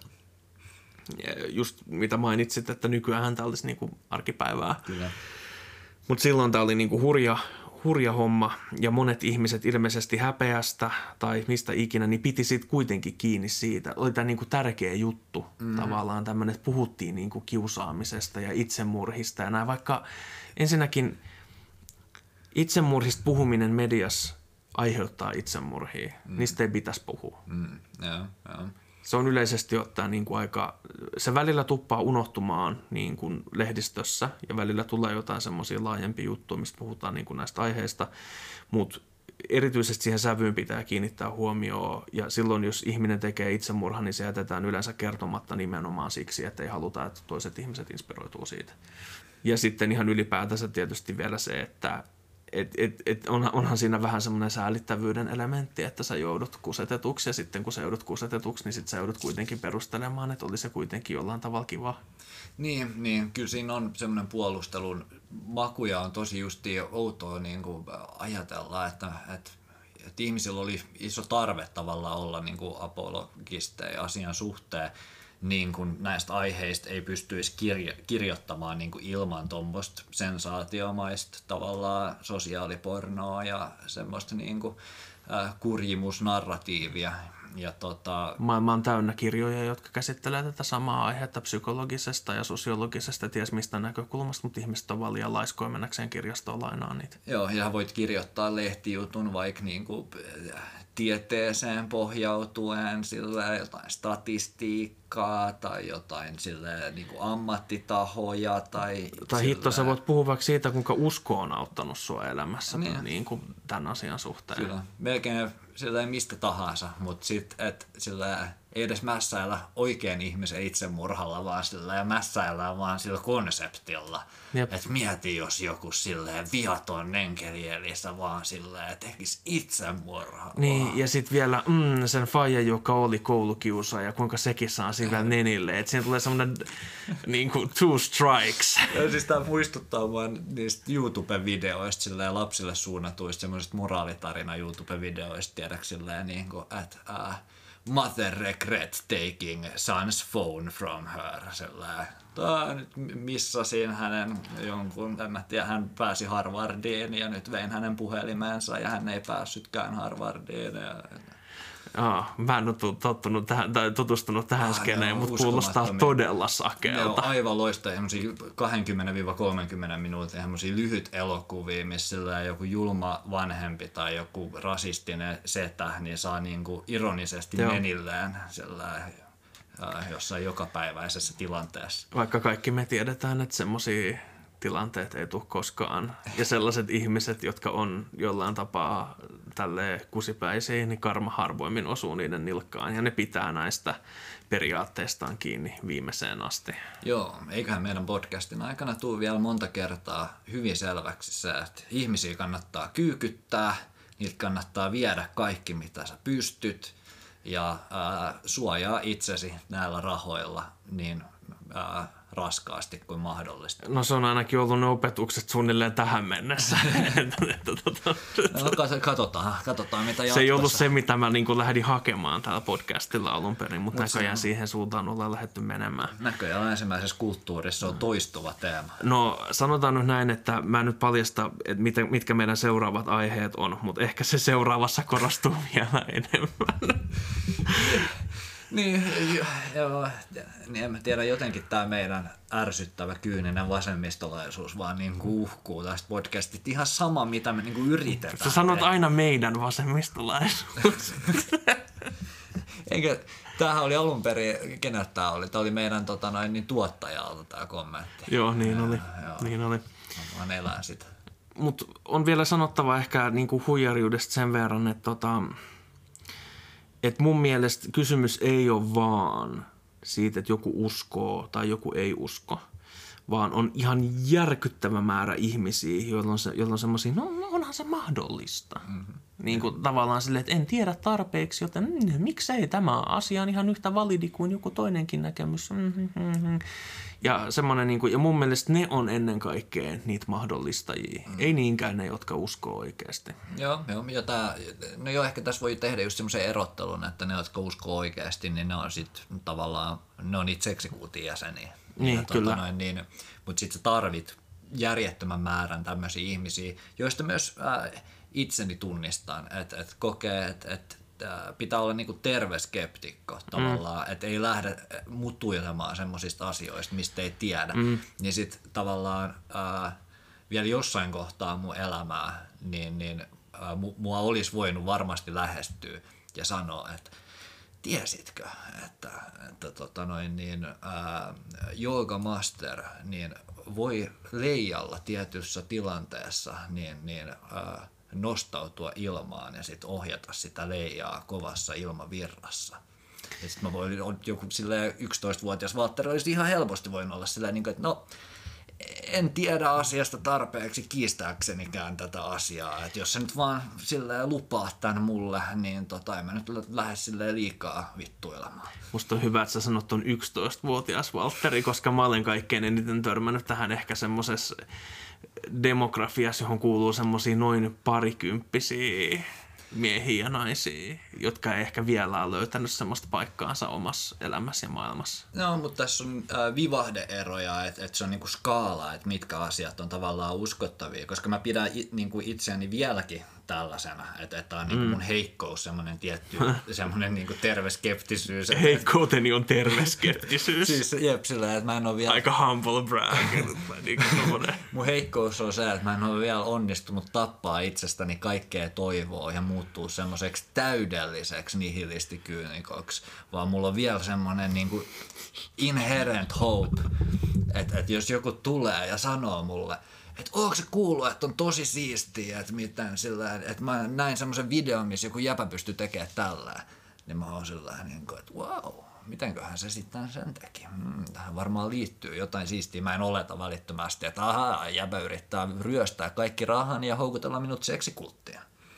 Just mitä mainitsit, että nykyään tämä olisi niin kuin arkipäivää. Kyllä. Mutta silloin tämä oli niin kuin hurja, hurja homma ja monet ihmiset ilmeisesti häpeästä tai mistä ikinä, niin piti sitten kuitenkin kiinni siitä. Oli tämä niin kuin tärkeä juttu mm. tavallaan tämmöinen, että puhuttiin niin kuin kiusaamisesta ja itsemurhista ja näin. Vaikka ensinnäkin itsemurhista puhuminen mediassa aiheuttaa itsemurhia, mm. niistä ei pitäisi puhua. Mm. Ja, ja. Se on yleisesti ottaen niin kuin aika, se välillä tuppaa unohtumaan niin kuin lehdistössä ja välillä tulee jotain semmoisia laajempia juttuja, mistä puhutaan niin kuin näistä aiheista, mutta erityisesti siihen sävyyn pitää kiinnittää huomioon ja silloin, jos ihminen tekee itsemurhan, niin se jätetään yleensä kertomatta nimenomaan siksi, että ei haluta, että toiset ihmiset inspiroituu siitä. Ja sitten ihan ylipäätänsä tietysti vielä se, että Et, et, et onhan, onhan siinä vähän semmoinen säälittävyyden elementti, että sä joudut kusetetuksi ja sitten kun sä joudut kusetetuksi, niin sitten sä joudut kuitenkin perustelemaan, että oli se kuitenkin jollain tavalla kiva. Niin, niin, kyllä siinä on semmoinen puolustelun makuja on tosi justiin outoa niin kuin ajatella, että, että, että ihmisillä oli iso tarve tavallaan olla niin kuin apologisteja asian suhteen. Niin kuin näistä aiheista ei pystyisi kirjo- kirjoittamaan niin kuin ilman tuommoista sensaatiomaista tavallaan sosiaalipornoa ja semmoista niin kuin, äh, kurjimusnarratiivia. Ja tota... Maailma on täynnä kirjoja, jotka käsittelee tätä samaa aihetta psykologisesta ja sosiologisesta, ties mistä näkökulmasta, mutta ihmiset on vaan liian laiskoja mennäkseen kirjastoon lainaa niitä. Joo, ja voit kirjoittaa lehtijutun vaikka niin kuin tieteeseen pohjautuen, sillä jotain statistiikkaa tai jotain sillä niin kuin ammattitahoja. Tai, tai sillä... hitto, sä voit puhua vaikka siitä, kuinka usko on auttanut sua elämässä niin. Niin kuin tämän asian suhteen. Kyllä, melkein sillä mistä tahansa, mutta sitten, että sillä ei edes mässäillä oikein ihmisen itsemurhalla, vaan sillä mässäillään vaan sillä konseptilla. Että mieti, jos joku silleen viaton enkelielissä vaan silleen tekisi itsemurhaa. Niin, ja sitten vielä mm, sen faija, joka oli koulukiusaaja, kuinka sekin saa sillä nenille. Että siinä tulee semmoinen niin kuin two strikes. Ja siis tämä muistuttaa mua niistä YouTube-videoista, silleen lapsille suunnatuista semmoisista moraalitarina YouTube-videoista, tiedätkö silleen niin kuin, että uh, mother regrets taking son's phone from her. Sellainen, Tää nyt missasin hänen jonkun, en mä tiedä, hän pääsi Harvardiin ja nyt vein hänen puhelimensa ja hän ei päässytkään Harvardiin. Ja... Aa, mä en ole tottunut tähän, tai tutustunut tähän ah, skeneen, mutta kuulostaa todella sakeelta. Ne on aivan loistavia, kaksikymmentä kolmekymmentä minuutin lyhyt elokuvia, missä joku julma vanhempi tai joku rasistinen setä niin saa niinku ironisesti Joo. menilleen sellainen jossain jokapäiväisessä tilanteessa. Vaikka kaikki me tiedetään, että semmoisia tilanteet ei tule koskaan. Ja sellaiset ihmiset, jotka on jollain tapaa tälleen kusipäisiä, niin karma harvoimmin osuu niiden nilkkaan. Ja ne pitää näistä periaatteistaan kiinni viimeiseen asti. Joo, eiköhän meidän podcastin aikana tule vielä monta kertaa hyvin selväksi se, että ihmisiä kannattaa kyykyttää, niiltä kannattaa viedä kaikki, mitä sä pystyt. Ja ää, suojaa itsesi näillä rahoilla niin ää, raskaasti kuin mahdollista. No se on ainakin ollut ne opetukset suunnilleen tähän mennessä. no, katsotaan, katsotaan mitä jatkossa. Se ei ollut se, mitä mä niin kuin lähdin hakemaan täällä podcastilla alun perin, mutta Mut näköjään se... siihen suuntaan ollaan lähdetty menemään. Näköjään ensimmäisessä kulttuurissa on toistuva teema. No sanotaan nyt näin, että mä en nyt paljasta, että mitkä meidän seuraavat aiheet on, mutta ehkä se seuraavassa korostuu vielä enemmän. Niin, joo, niin en mä tiedä, jotenkin tämä meidän ärsyttävä, kyyninen vasemmistolaisuus vaan niin kuin uhkuu tästä podcastista. Ihan sama, mitä me niin kuin yritetään. Sä sanot tehdä. Aina meidän vasemmistolaisuus. Eikä, tämähän oli alun perin, keneltä tämä oli? Tämä oli meidän tota, noin, niin tuottajalta tämä kommentti. Joo, niin ja, oli. Joo. Niin oli. Mä vaan elän sitä. Mutta on vielä sanottava ehkä niin kuin huijariudesta sen verran, että tota, et mun mielestä kysymys ei ole vaan siitä, että joku uskoo tai joku ei usko, vaan on ihan järkyttävä määrä ihmisiä, joilla on, se, joilla on semmoisia, no, no onhan se mahdollista. Mm-hmm. Niin kuin tavallaan silleen, että en tiedä tarpeeksi, joten mm, miksei tämä asia on ihan yhtä validi kuin joku toinenkin näkemys. Mm-hmm. Ja semmoinen, niin kuin, ja mun mielestä ne on ennen kaikkea niitä mahdollistajia, mm. ei niinkään ne, jotka uskoo oikeasti. Joo, joo, ja tää, no joo, ehkä tässä voi tehdä just semmoisen erottelun, että ne, jotka uskoo oikeasti, niin ne on sitten tavallaan, ne on niitä seksikuutin jäseniä. Niin, ja, kyllä. Tota noin, niin, mutta sitten sä tarvit järjettömän määrän tämmöisiä ihmisiä, joista myös äh, itseni tunnistan, että et kokee, että et, äh, pitää olla niinku terve skeptikko tavallaan, mm. että ei lähde mutuilemaan semmoisista asioista, mistä ei tiedä. Mm. Niin sitten tavallaan äh, vielä jossain kohtaa mun elämää, niin, niin äh, mua olisi voinut varmasti lähestyä ja sanoa, että tiesitkö, että, että tota noin, niin, ää, Jooga Master niin voi leijalla tietyssä tilanteessa niin, niin, ää, nostautua ilmaan ja sit ohjata sitä leijaa kovassa ilmavirrassa. Ja sit mä voin, joku yksitoistavuotias Valtteri olisi ihan helposti voinut olla silleen, niin kuin, että no, en tiedä asiasta tarpeeksi kiistääksenikään tätä asiaa. Et jos sä nyt vaan silleen lupaa tän mulle, niin tota, en mä nyt lähde silleen liikaa vittuilemaan. Musta on hyvä, että sä sanot ton yksitoistavuotias Valtteri, koska mä olen kaikkein eniten törmännyt tähän ehkä semmosessa demografiassa, johon kuuluu semmosia noin parikymppisiä miehiä ja naisia, jotka ei ehkä vielä ole löytänyt semmoista paikkaansa omassa elämässä ja maailmassa. No, mutta tässä on äh, vivahde-eroja, että et se on niinku skaala, että mitkä asiat on tavallaan uskottavia, koska mä pidän it, niinku itseäni vieläkin tällaisena, että et on niinku mm. mun heikkous, semmoinen tietty semmoinen niinku terve skeptisyys. Heikkouteni on terve skeptisyys. Siis jep, sillä että mä en ole vielä... Aika humble brag. Mun heikkous on se, että mä en ole vielä onnistunut tappaa itsestäni kaikkea toivoa ja muuttuu semmoiseksi täydelliseksi nihilistikyynikoksi, vaan mulla on vielä semmoinen niinku inherent hope, että et jos joku tulee ja sanoo mulle, että ootko se kuullut, että on tosi siistiä, että, miten sillä, että mä näin semmoisen videon, missä joku jäpä pystyy tekemään tällä, niin mä oon sillä niin kuin, että wow, mitenköhän se sitten sen teki. Hmm, tähän varmaan liittyy jotain siistiä. Mä en oleta välittömästi, että ahaa, jäpä yrittää ryöstää kaikki rahan ja houkutella minut seksikulttiin.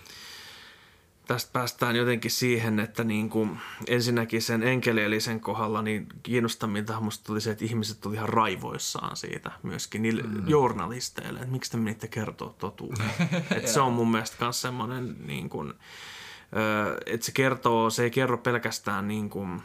Tästä päästään jotenkin siihen, että niin kuin ensinnäkin sen enkelielisen kohdalla niin kiinnostavinta musta tuli se, että ihmiset oli ihan raivoissaan siitä myöskin niille mm. journalisteille, että miksi te menitte kertoa totuuden. Että se on mun mielestä myös semmoinen, niin kuin, että se kertoo, se ei kerro pelkästään niin kuin,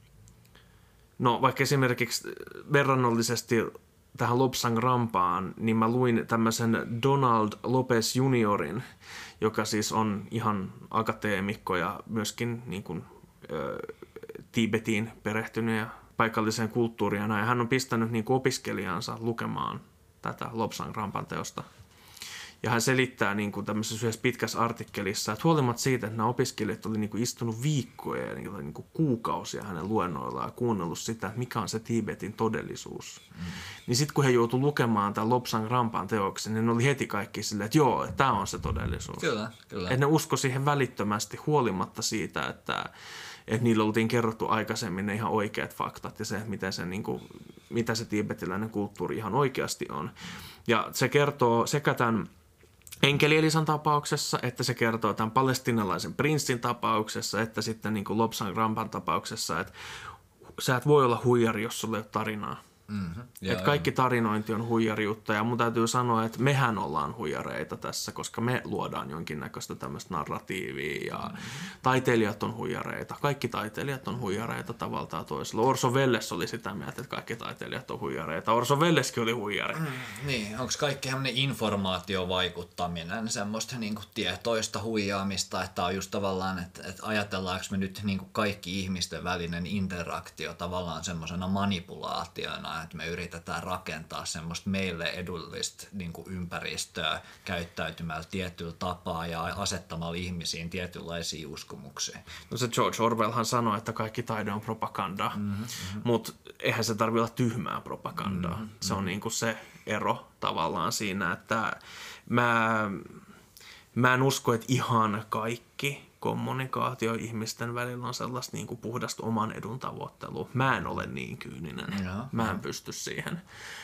no vaikka esimerkiksi verrannollisesti tähän Lobsang Rampaan, niin mä luin tämmöisen Donald Lopez juniorin, joka siis on ihan akateemikko ja myöskin niin kuin, ä, Tibetiin perehtynyt ja paikalliseen kulttuuriin. Ja näin. Hän on pistänyt niin kuin opiskelijansa lukemaan tätä Lobsang Rampan teosta. Ja hän selittää niin kuin tämmöisessä yhdessä pitkässä artikkelissa, että huolimatta siitä, että nämä opiskelijat oli niin kuin istunut viikkoja ja niin kuin kuukausia hänen luennoillaan ja kuunnellut sitä, että mikä on se Tibetin todellisuus. Mm. Niin sitten kun he joutuivat lukemaan tämän Lobsang Rampan teoksen, niin ne oli heti kaikki silleen, että joo, että tämä on se todellisuus. Kyllä, kyllä. Että ne uskoi siihen välittömästi huolimatta siitä, että, että niillä oltiin kerrottu aikaisemmin ne ihan oikeat faktat ja se, miten se, niin kuin, mitä se tiibetiläinen kulttuuri ihan oikeasti on. Ja se kertoo sekä tämän Enkeli-Elisan tapauksessa, että se kertoo tämän palestinalaisen prinssin tapauksessa, että sitten niin kuin Lobsang Rampan tapauksessa, että sä et voi olla huijari, jos sulla ei ole tarinaa. Mm-hmm. Että kaikki tarinointi on huijariutta ja mun täytyy sanoa, että mehän ollaan huijareita tässä, koska me luodaan jonkinnäköistä tämmöistä narratiivia ja mm-hmm. taiteilijat on huijareita. Kaikki taiteilijat on huijareita tavalla tai toisella. Orson Welles oli sitä mieltä, että kaikki taiteilijat on huijareita. Orson Welleskin oli huijari. Mm, niin, onko kaikki semmoinen informaatiovaikuttaminen semmoista niinku tietoista huijaamista, että on just tavallaan, että, että ajatellaanko me nyt niinku kaikki ihmisten välinen interaktio tavallaan semmoisena manipulaationa, että me yritetään rakentaa semmoista meille edullista niin kuin ympäristöä käyttäytymällä tietyllä tapaa ja asettamalla ihmisiin tietynlaisia uskomuksia. No se George Orwellhan sanoi, että kaikki taide on propagandaa, mm-hmm, mm-hmm. mutta eihän se tarvitse olla tyhmää propagandaa. Mm-hmm, se on niin kuin se ero tavallaan siinä, että mä, mä en usko, että ihan kaikki kommunikaatio ihmisten välillä on sellaista niin kuin puhdasta oman edun tavoittelua. Mä en ole niin kyyninen. Joo, Mä en joo. pysty siihen.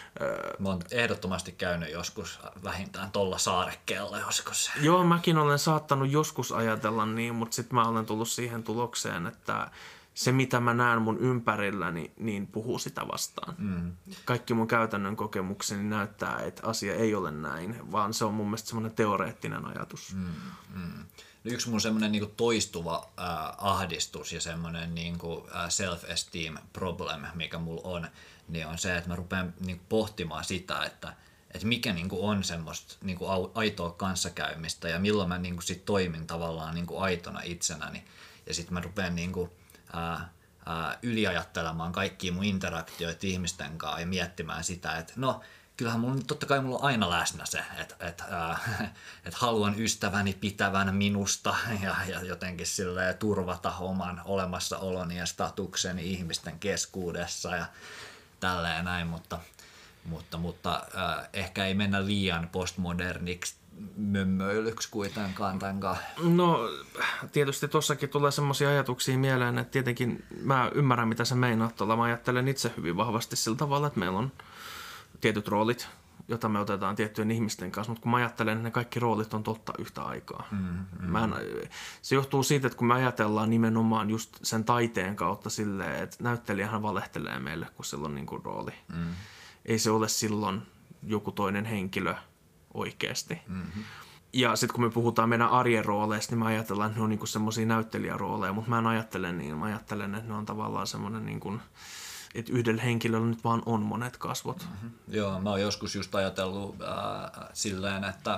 Mä oon ehdottomasti käynyt joskus vähintään tolla saarekkeella joskus. Joo, mäkin olen saattanut joskus ajatella niin, mutta sitten mä olen tullut siihen tulokseen, että se mitä mä näen mun ympärilläni, niin puhuu sitä vastaan. Mm. Kaikki mun käytännön kokemukseni näyttää, että asia ei ole näin, vaan se on mun mielestä semmoinen teoreettinen ajatus. Mm. Mm. Yksi mun semmoinen niinku toistuva äh, ahdistus ja semmoinen niinku, äh, self-esteem problem, mikä mulla on, niin on se, että mä rupean niinku pohtimaan sitä, että et mikä niinku on semmoista niinku aitoa kanssakäymistä ja milloin mä niinku sit toimin tavallaan niinku aitona itsenäni. Ja sitten mä rupean niinku, ää, ää, yliajattelemaan kaikkia mun interaktioita ihmisten kanssa ja miettimään sitä, että no kyllähän mulla, totta kai mulla on aina läsnä se, että, että, ää, että haluan ystäväni pitävän minusta ja, ja jotenkin silleen turvata oman olemassaoloni ja statukseni ihmisten keskuudessa ja tälleen näin, mutta, mutta, mutta ää, ehkä ei mennä liian postmoderniksi mömmöilyksi kuitenkaan tämänkaan. No tietysti tossakin tulee semmoisia ajatuksia mieleen, että tietenkin mä ymmärrän mitä sä meinaat tuolla. Mä ajattelen itse hyvin vahvasti sillä tavalla, että meillä on tietyt roolit, joita me otetaan tiettyjen ihmisten kanssa, mutta kun mä ajattelen, että ne kaikki roolit on totta yhtä aikaa. Mm, mm. Mä en, se johtuu siitä, että kun me ajatellaan nimenomaan just sen taiteen kautta silleen, että näyttelijähän valehtelee meille, kun sillä on niin kuin rooli. Mm. Ei se ole silloin joku toinen henkilö oikeasti. Mm-hmm. Ja sitten kun me puhutaan meidän arjen rooleista, niin me ajatellaan, että ne on niinku semmoisia näyttelijärooleja, mutta mä en ajattele niin. Mä ajattelen, että ne on tavallaan semmoinen, niinku, että yhdellä henkilöllä nyt vaan on monet kasvot. Mm-hmm. Joo, mä oon joskus just ajatellut äh, silleen, että,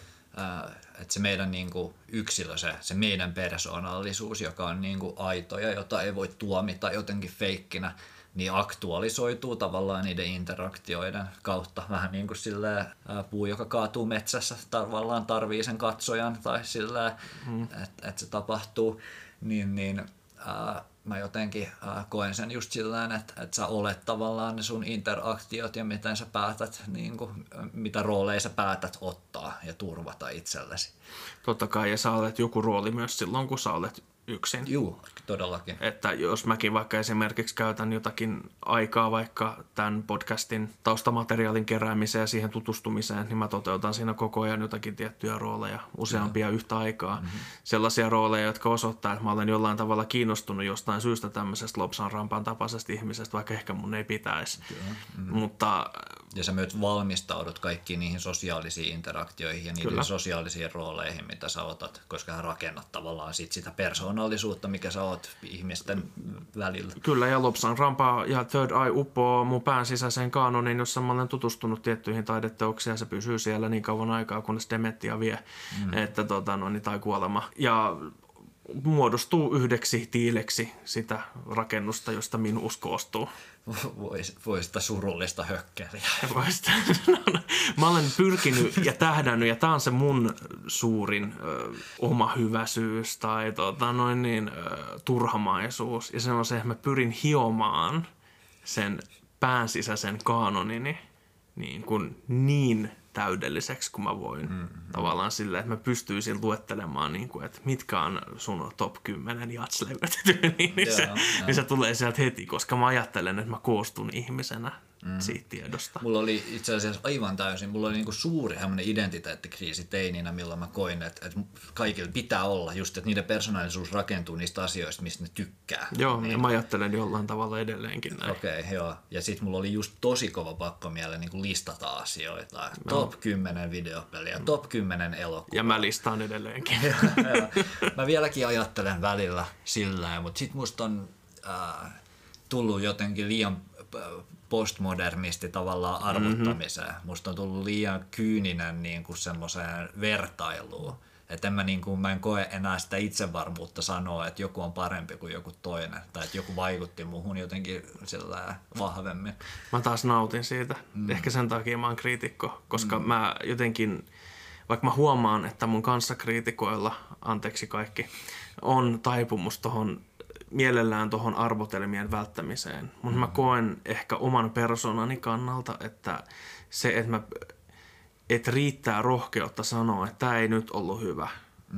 äh, että se meidän niinku, yksilö, se, se meidän persoonallisuus, joka on niinku, aito ja jota ei voi tuomita jotenkin feikkinä, niin aktualisoituu tavallaan niiden interaktioiden kautta. Vähän niin kuin silleen, ää, puu, joka kaatuu metsässä, tavallaan tarvii sen katsojan tai silleen, mm. että et se tapahtuu. Niin, niin ää, mä jotenkin ää, koen sen just silleen, että et sä olet tavallaan ne sun interaktiot ja miten sä päätät, niin kuin, mitä rooleja sä päätät ottaa ja turvata itsellesi. Totta kai, ja sä olet joku rooli myös silloin, kun sä olet yksin. Juu, todellakin. Että jos mäkin vaikka esimerkiksi käytän jotakin aikaa vaikka tämän podcastin taustamateriaalin keräämiseen ja siihen tutustumiseen, niin mä toteutan siinä koko ajan jotakin tiettyjä rooleja, useampia mm-hmm. yhtä aikaa. Mm-hmm. Sellaisia rooleja, jotka osoittaa, että mä olen jollain tavalla kiinnostunut jostain syystä tämmöisestä Lobsan rampan tapaisesta ihmisestä, vaikka ehkä mun ei pitäisi. Mm-hmm. Mutta ja sä myös valmistaudut kaikkiin niihin sosiaalisiin interaktioihin ja niihin Kyllä. sosiaalisiin rooleihin, mitä sä otat, koska sä rakennat tavallaan sit sitä persoonallisuutta, mikä sä oot ihmisten välillä. Kyllä, ja Lobsan rampa ja Third Eye uppoo mun pään sisäiseen kaanoniin, jossa mä olen tutustunut tiettyihin taideteoksiin, ja se pysyy siellä niin kauan aikaa, kunnes dementia vie, mm. että, tota, no, niin, tai kuolema. Ja muodostuu yhdeksi tiileksi sitä rakennusta, josta minuus koostuu. Vois, voi sitä surullista hökkeliä. Mä olen pyrkinyt ja tähdännyt, ja tää on se mun suurin ö, oma hyväisyys tai tota, noin niin, ö, turhamaisuus. Ja se on se, että mä pyrin hiomaan sen pään sisäisen kaanonini niin, kuin niin täydelliseksi kuin mä voin. Mm-hmm. Tavallaan silleen, että mä pystyisin luettelemaan, niin kuin, että mitkä on sun top kymmenen jatslevyt, niin, niin, se, niin se tulee sieltä heti, koska mä ajattelen, että mä koostun ihmisenä mm. siitä tiedosta. Mulla oli itse asiassa aivan täysin, mulla oli niinku suuri identiteettikriisi teininä, milloin mä koin, että, että kaikilla pitää olla just, että niiden persoonallisuus rakentuu niistä asioista, mistä ne tykkää. Joo, niin. Ja mä ajattelen jollain tavalla edelleenkin näin. Okei, okay, joo. Ja sit mulla oli just tosi kova pakkomielle niin listata asioita. No. Top kymmenen videopeliä, mm. top kymmenen elokuvaa. Ja mä listaan edelleenkin. Mä vieläkin ajattelen välillä sillä, mutta sit musta on äh, tullut jotenkin liian postmodernisti tavallaan arvottamiseen. Mm-hmm. Musta on tullut liian kyyninen niin kuin semmoiseen vertailuun. Että en mä, niin kuin, mä en koe enää sitä itsevarmuutta sanoa, että joku on parempi kuin joku toinen. Tai että joku vaikutti muhun jotenkin sillä vahvemmin. Mä taas nautin siitä. Mm. Ehkä sen takia mä oon kriitikko. Koska mm. mä jotenkin, vaikka mä huomaan, että mun kanssakriitikoilla, anteeksi kaikki, on taipumus tohon mielellään tuohon arvotelmien välttämiseen. Mutta mm. mä koen ehkä oman persoonani kannalta, että se, että, mä, että riittää rohkeutta sanoa, että tämä ei nyt ollut hyvä, mm.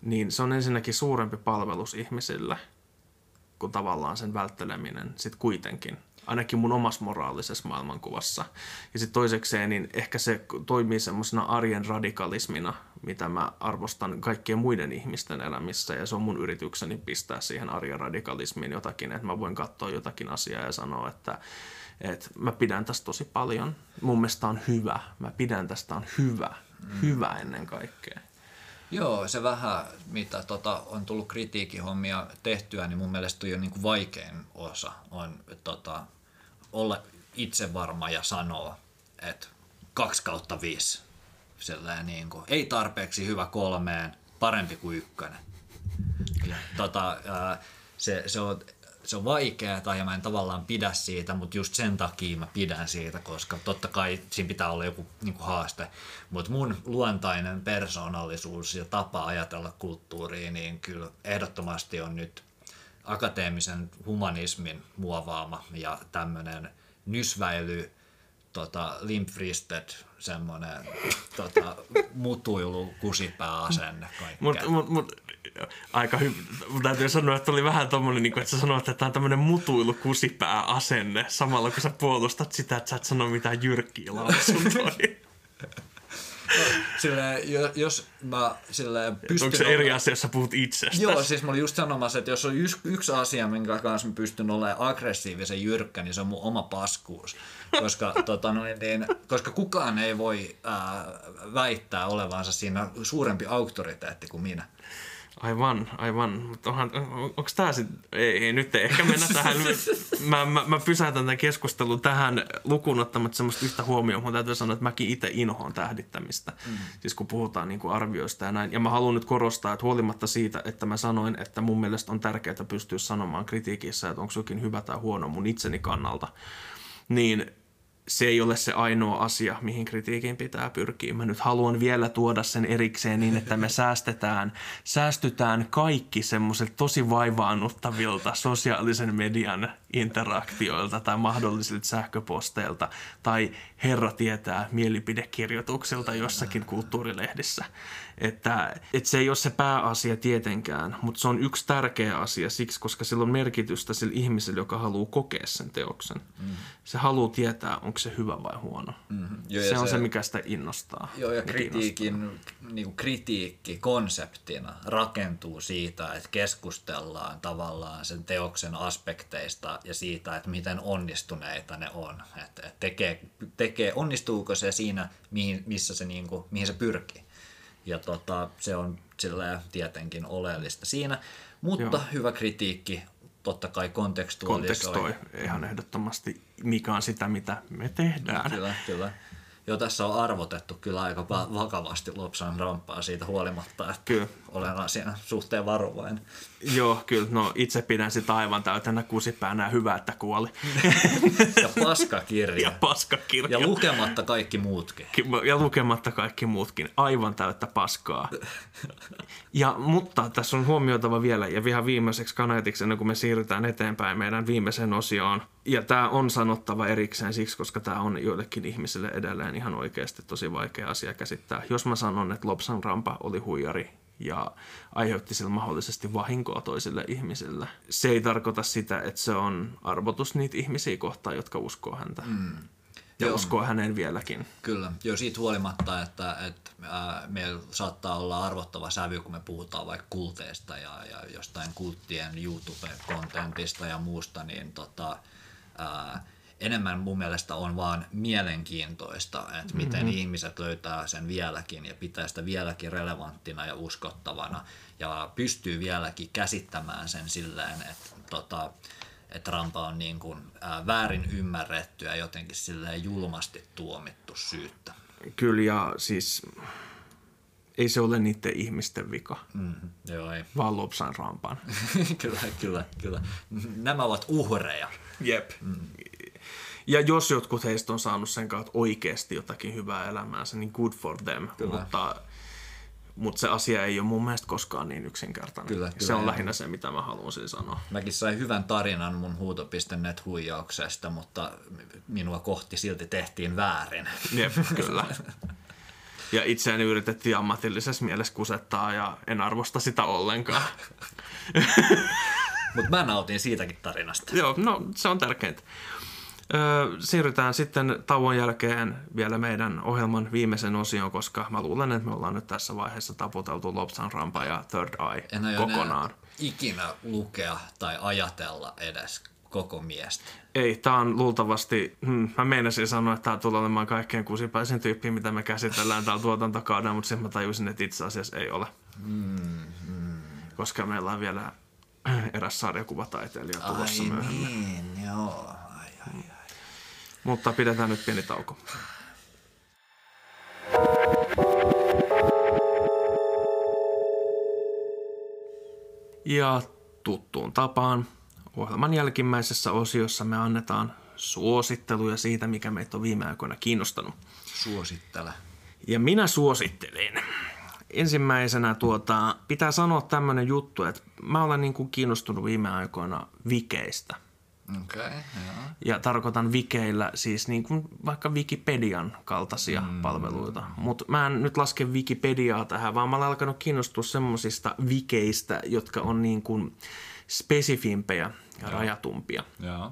niin se on ensinnäkin suurempi palvelus ihmisille kuin tavallaan sen vältteleminen sitten kuitenkin. Ainakin mun omassa moraalisessa maailmankuvassa. Ja sitten toisekseen, niin ehkä se toimii semmoisena arjen radikalismina, mitä mä arvostan kaikkien muiden ihmisten elämissä. Ja se on mun yritykseni pistää siihen arjen radikalismiin jotakin, että mä voin katsoa jotakin asiaa ja sanoa, että, että mä pidän tästä tosi paljon. Mun mielestä on hyvä. Mä pidän tästä on hyvä. Mm. Hyvä ennen kaikkea. Joo, se vähän, mitä tota, on tullut kritiikkihommia tehtyä, niin mun mielestä on jo niinku vaikein osa on tota, olla itsevarma ja sanoa, että kaksi kautta viisi. Sellainen niin kuin, ei tarpeeksi hyvä kolmeen, parempi kuin ykkönen. Ja, tota, ää, se, se, on, se on vaikeaa ja mä en tavallaan pidä siitä, mutta just sen takia mä pidän siitä, koska totta kai siinä pitää olla joku niin kuin haaste. Mutta mun luontainen persoonallisuus ja tapa ajatella kulttuuria, niin kyllä ehdottomasti on nyt akateemisen humanismin muovaama ja tämmöinen nysväily, tota, limp-wristed, semmoinen tota, mutuilu, kusipääasenne. Mutta mut, mut, aika hyvä. Mun täytyy sanoa, että oli vähän tommoinen, niin että sä sanoit, että tämä on tämmöinen mutuilu, kusipääasenne, samalla kun sä puolustat sitä, että sä et sano mitään jyrkkiä lausuntoja. No, silleen, jos mä silleen pystyn... Onko se eri asia, jos sä puhut itsestäsi? Joo, siis mä olin just sanomassa, että jos on yksi, yksi asia, minkä kanssa mä pystyn olemaan aggressiivisen jyrkkä, niin se on mun oma paskuus. Koska, tota, no, niin, koska kukaan ei voi ää, väittää olevansa siinä suurempi auktoriteetti kuin minä. Aivan, aivan. Mutta onhan, onko tämä sitten, ei, ei nyt ei ehkä mennä tähän. Mä, mä, mä pysäytän tämän keskustelun tähän lukuun ottamatta semmoista yhtä huomioon. Mä täytyy sanoa, että mäkin itse inhoan tähdittämistä. Mm. Siis kun puhutaan niin kuin arvioista ja näin. Ja mä haluan nyt korostaa, että huolimatta siitä, että mä sanoin, että mun mielestä on tärkeää pystyä sanomaan kritiikissä, että onko jokin hyvä tai huono mun itseni kannalta, niin se ei ole se ainoa asia, mihin kritiikin pitää pyrkiä. Mä nyt haluan vielä tuoda sen erikseen niin, että me säästetään, säästytään kaikki semmoiset tosi vaivaannuttavilta sosiaalisen median interaktioilta tai mahdollisilta sähköposteilta tai herra tietää mielipidekirjoituksilta jossakin kulttuurilehdissä. Että, että se ei ole se pääasia tietenkään, mutta se on yksi tärkeä asia siksi, koska sillä on merkitystä sillä ihmisellä, joka haluaa kokea sen teoksen. Mm. Se haluaa tietää, onko se hyvä vai huono. Mm-hmm. Joo, se on se, se, mikä sitä innostaa. Joo, ja kritiikin, niin kuin kritiikki konseptina rakentuu siitä, että keskustellaan tavallaan sen teoksen aspekteista ja siitä, että miten onnistuneita ne on. Että tekee, tekee, onnistuuko se siinä, mihin, missä se, niin kuin, mihin se pyrkii. Ja tota, se on sillä tietenkin oleellista siinä, mutta Joo. hyvä kritiikki totta kai kontekstualisoi. Kontekstoi ihan ehdottomasti, mikä on sitä, mitä me tehdään. Kyllä, kyllä. Jo tässä on arvotettu kyllä aika vakavasti Lobsan ramppaa siitä huolimatta, että kyllä. olen asian suhteen varovainen. Joo, kyllä. No itse pidän sitä aivan täytänä kusipäänä ja hyvä, että kuoli. Ja paskakirja. Ja paskakirja. Ja lukematta kaikki muutkin. Ja lukematta kaikki muutkin. Aivan täyttä paskaa. Ja, mutta tässä on huomioitava vielä, ja ihan viimeiseksi kaneetiksi, ennen kuin me siirrytään eteenpäin meidän viimeiseen osioon. Ja tämä on sanottava erikseen siksi, koska tämä on joillekin ihmisille edelleen ihan oikeasti tosi vaikea asia käsittää. Jos mä sanon, että Lobsan rampa oli huijari ja aiheutti sillä mahdollisesti vahinkoa toisille ihmisille, se ei tarkoita sitä, että se on arvotus niitä ihmisiä kohtaan, jotka uskoo häntä. Mm. Ja Joo. uskoo häneen vieläkin. Kyllä. Jo siitä huolimatta, että, että ää, meillä saattaa olla arvottava sävy, kun me puhutaan vaikka kulteista ja, ja jostain kulttien YouTube-kontentista ja muusta, niin tota, ää, enemmän mun mielestä on vaan mielenkiintoista, että miten mm-hmm. ihmiset löytää sen vieläkin ja pitää sitä vieläkin relevanttina ja uskottavana ja pystyy vieläkin käsittämään sen silleen, että tota, että rampa on niin kuin, ää, väärin ymmärretty ja jotenkin silleen julmasti tuomittu syyttä. Kyllä, ja siis ei se ole niiden ihmisten vika, mm, joo, ei. vaan Lobsan rampan. Kyllä, kyllä, kyllä. Nämä ovat uhreja. Jep. Mm. Ja jos jotkut heistä on saanut sen kautta oikeasti jotakin hyvää elämäänsä, niin good for them. Mutta, mutta se asia ei ole mun mielestä koskaan niin yksinkertainen. Kyllä, kyllä, se on lähinnä se, mitä mä haluaisin sanoa. Mäkin sain hyvän tarinan mun huuto piste net huijauksesta, mutta minua kohti silti tehtiin väärin. Jep, kyllä. Ja itseäni yritettiin ammatillisessa mielessä kusettaa ja en arvosta sitä ollenkaan. Mutta mä nautin siitäkin tarinasta. Joo, no se on tärkeintä. Öö, siirrytään sitten tauon jälkeen vielä meidän ohjelman viimeisen osioon, koska mä luulen, että me ollaan nyt tässä vaiheessa taputeltu Lobsan Rampa ja Third Eye en aio kokonaan. ikinä lukea tai ajatella edes koko miestä. Ei, tää on luultavasti, hmm, mä meinasin sanoa, että tää tulee olemaan kaikkein kusipäisin tyyppi, mitä me käsitellään täällä tuotantokaudella, mutta sitten mä tajusin, että itse asiassa ei ole. Mm, mm. Koska meillä on vielä eräs sarjakuvataiteilija tulossa ai myöhemmin. Niin, joo. Ai, ai, ai. Mutta pidetään nyt pieni tauko. Ja tuttuun tapaan ohjelman jälkimmäisessä osiossa me annetaan suositteluja siitä, mikä meitä on viime aikoina kiinnostanut. Suosittele. Ja minä suosittelen. Ensimmäisenä tuota, pitää sanoa tämmöinen juttu, että mä olen niin kuin kiinnostunut viime aikoina vikeistä. Okei, okay, joo. Ja tarkoitan vikeillä siis niin kuin vaikka Wikipedian kaltaisia mm. palveluita. Mutta mä en nyt laske Wikipediaa tähän, vaan mä olen alkanut kiinnostua semmoisista vikeistä, jotka on niin kuin spesifimpejä ja joo. rajatumpia. Joo.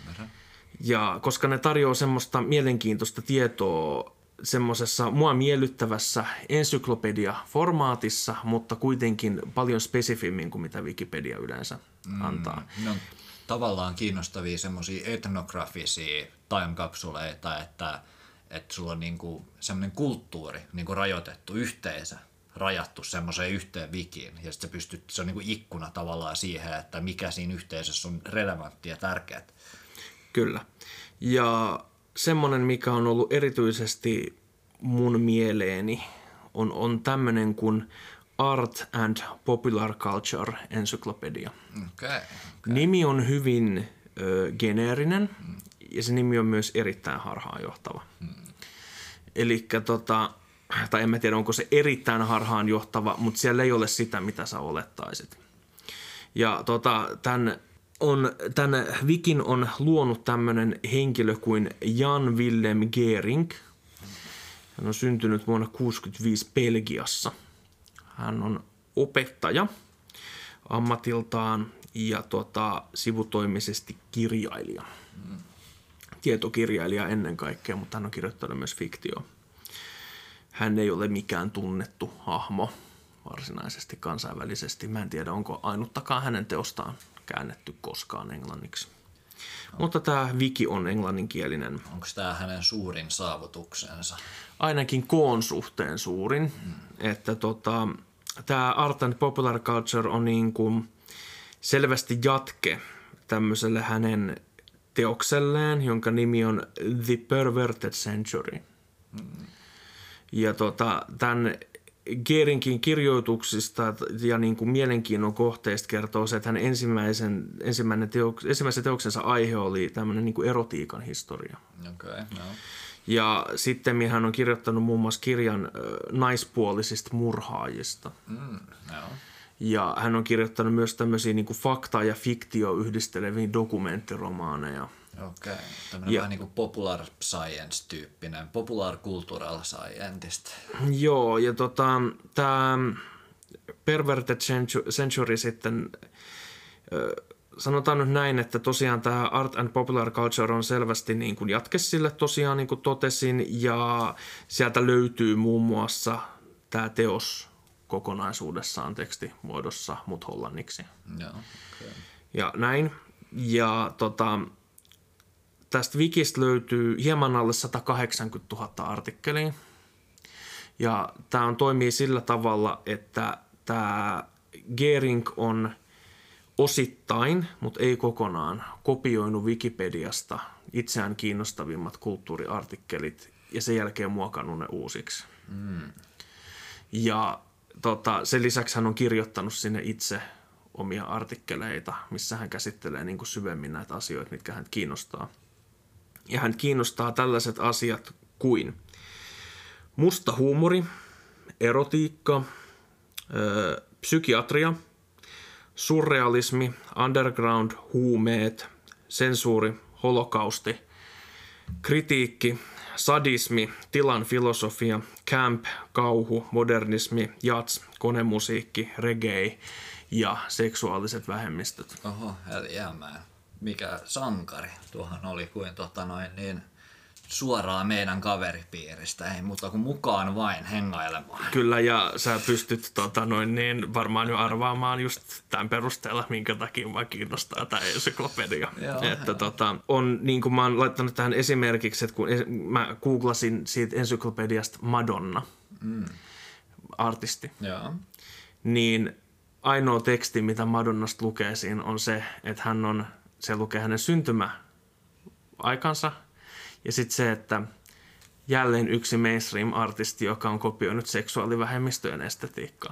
Ja koska ne tarjoaa semmoista mielenkiintoista tietoa semmoisessa mua miellyttävässä ensyklopedia-formaatissa, mutta kuitenkin paljon spesifimmin kuin mitä Wikipedia yleensä mm. antaa. No. Tavallaan kiinnostavia semmoisia etnografisia time-kapsuleita, että, että sulla on niinku semmoinen kulttuuri niinku rajoitettu, yhteisö rajattu semmoiseen yhteen wikiin. Ja sitten pystyt, se on niinku ikkuna tavallaan siihen, että mikä siinä yhteisössä on relevanttia ja tärkeää. Kyllä. Ja semmoinen, mikä on ollut erityisesti mun mieleeni, on, on tämmöinen kuin Art and Popular Culture Encyclopedia. Okay, okay. Nimi on hyvin ö, geneerinen mm. ja se nimi on myös erittäin harhaanjohtava. Mm. Elikkä tota, tai en mä tiedä onko se erittäin harhaanjohtava, mutta siellä ei ole sitä, mitä sä olettaisit. Ja tota, tämän, on, tämän wikin on luonut tämmöinen henkilö kuin Jan Willem Geering. Hän on syntynyt vuonna tuhatyhdeksänsataakuusikymmentäviisi Belgiassa. Hän on opettaja ammatiltaan ja tota, sivutoimisesti kirjailija. Mm. Tietokirjailija ennen kaikkea, mutta hän on kirjoittanut myös fiktioa. Hän ei ole mikään tunnettu hahmo varsinaisesti kansainvälisesti. Mä en tiedä, onko ainuttakaan hänen teostaan käännetty koskaan englanniksi. No. Mutta tämä wiki on englanninkielinen. Onko tämä hänen suurin saavutuksensa? Ainakin koon suhteen suurin. Mm. Että tota, tämä Art and Popular Culture on niin kuin selvästi jatke tämmöiselle hänen teokselleen, jonka nimi on The Perverted Century. Mm. Ja tota, tämän Geeringin kirjoituksista ja niin kuin mielenkiinnon kohteista kertoo se, että hän ensimmäisen, ensimmäinen teok, ensimmäisen teoksensa aihe oli tämmöinen niin kuin erotiikan historia. Okay, no. Ja sitten hän on kirjoittanut muun muassa kirjan äh, naispuolisista murhaajista. Mm, no. Ja hän on kirjoittanut myös tämmöisiä niin kuin faktaa ja fiktio yhdisteleviä dokumenttiromaaneja. Okei, okay. Tämmöinen ja, vähän niin kuin popular science-tyyppinen, popular cultural scientist. Joo, ja tota, tämä Perverted Century sitten, sanotaan nyt näin, että tosiaan tämä Art and Popular Culture on selvästi niin kuin jatke sille tosiaan niin kuin totesin, ja sieltä löytyy muun muassa tämä teos kokonaisuudessaan tekstimuodossa, mut hollanniksi. Joo, okay. Ja näin, ja tota... Tästä wikistä löytyy hieman alle sata kahdeksankymmentätuhatta artikkelia. Ja tämä on, toimii sillä tavalla, että tämä Geering on osittain, mutta ei kokonaan, kopioinut Wikipediasta itseään kiinnostavimmat kulttuuriartikkelit ja sen jälkeen muokannut ne uusiksi. Mm. Ja tota, sen lisäksi hän on kirjoittanut sinne itse omia artikkeleita, missä hän käsittelee niin kuin syvemmin näitä asioita, mitkä hän kiinnostaa. Ja hän kiinnostaa tällaiset asiat kuin musta huumori, erotiikka, ö, psykiatria, surrealismi, underground, huumeet, sensuuri, holokausti, kritiikki, sadismi, tilan filosofia, camp, kauhu, modernismi, jats, konemusiikki, reggae ja seksuaaliset vähemmistöt. Oho, eli jäämään. Mikä sankari tuohon oli kuin tota noin niin suoraan meidän kaveripiiristä, ei muuta kuin mukaan vain hengailemaan. Kyllä, ja sä pystyt tota, noin, niin varmaan jo arvaamaan just tämän perusteella, minkä takia mä kiinnostaa tämä ensyklopedia. Joo, että tota, on, niin kuin mä oon laittanut tähän esimerkiksi, että kun es, mä googlasin siitä ensyklopediasta Madonna, mm. artisti, Joo. niin ainoa teksti, mitä Madonnasta lukee siinä, on se, että hän on, se lukee hänen syntymäaikansa. Ja sitten se, että jälleen yksi mainstream-artisti, joka on kopioinut seksuaalivähemmistöjen estetiikkaa.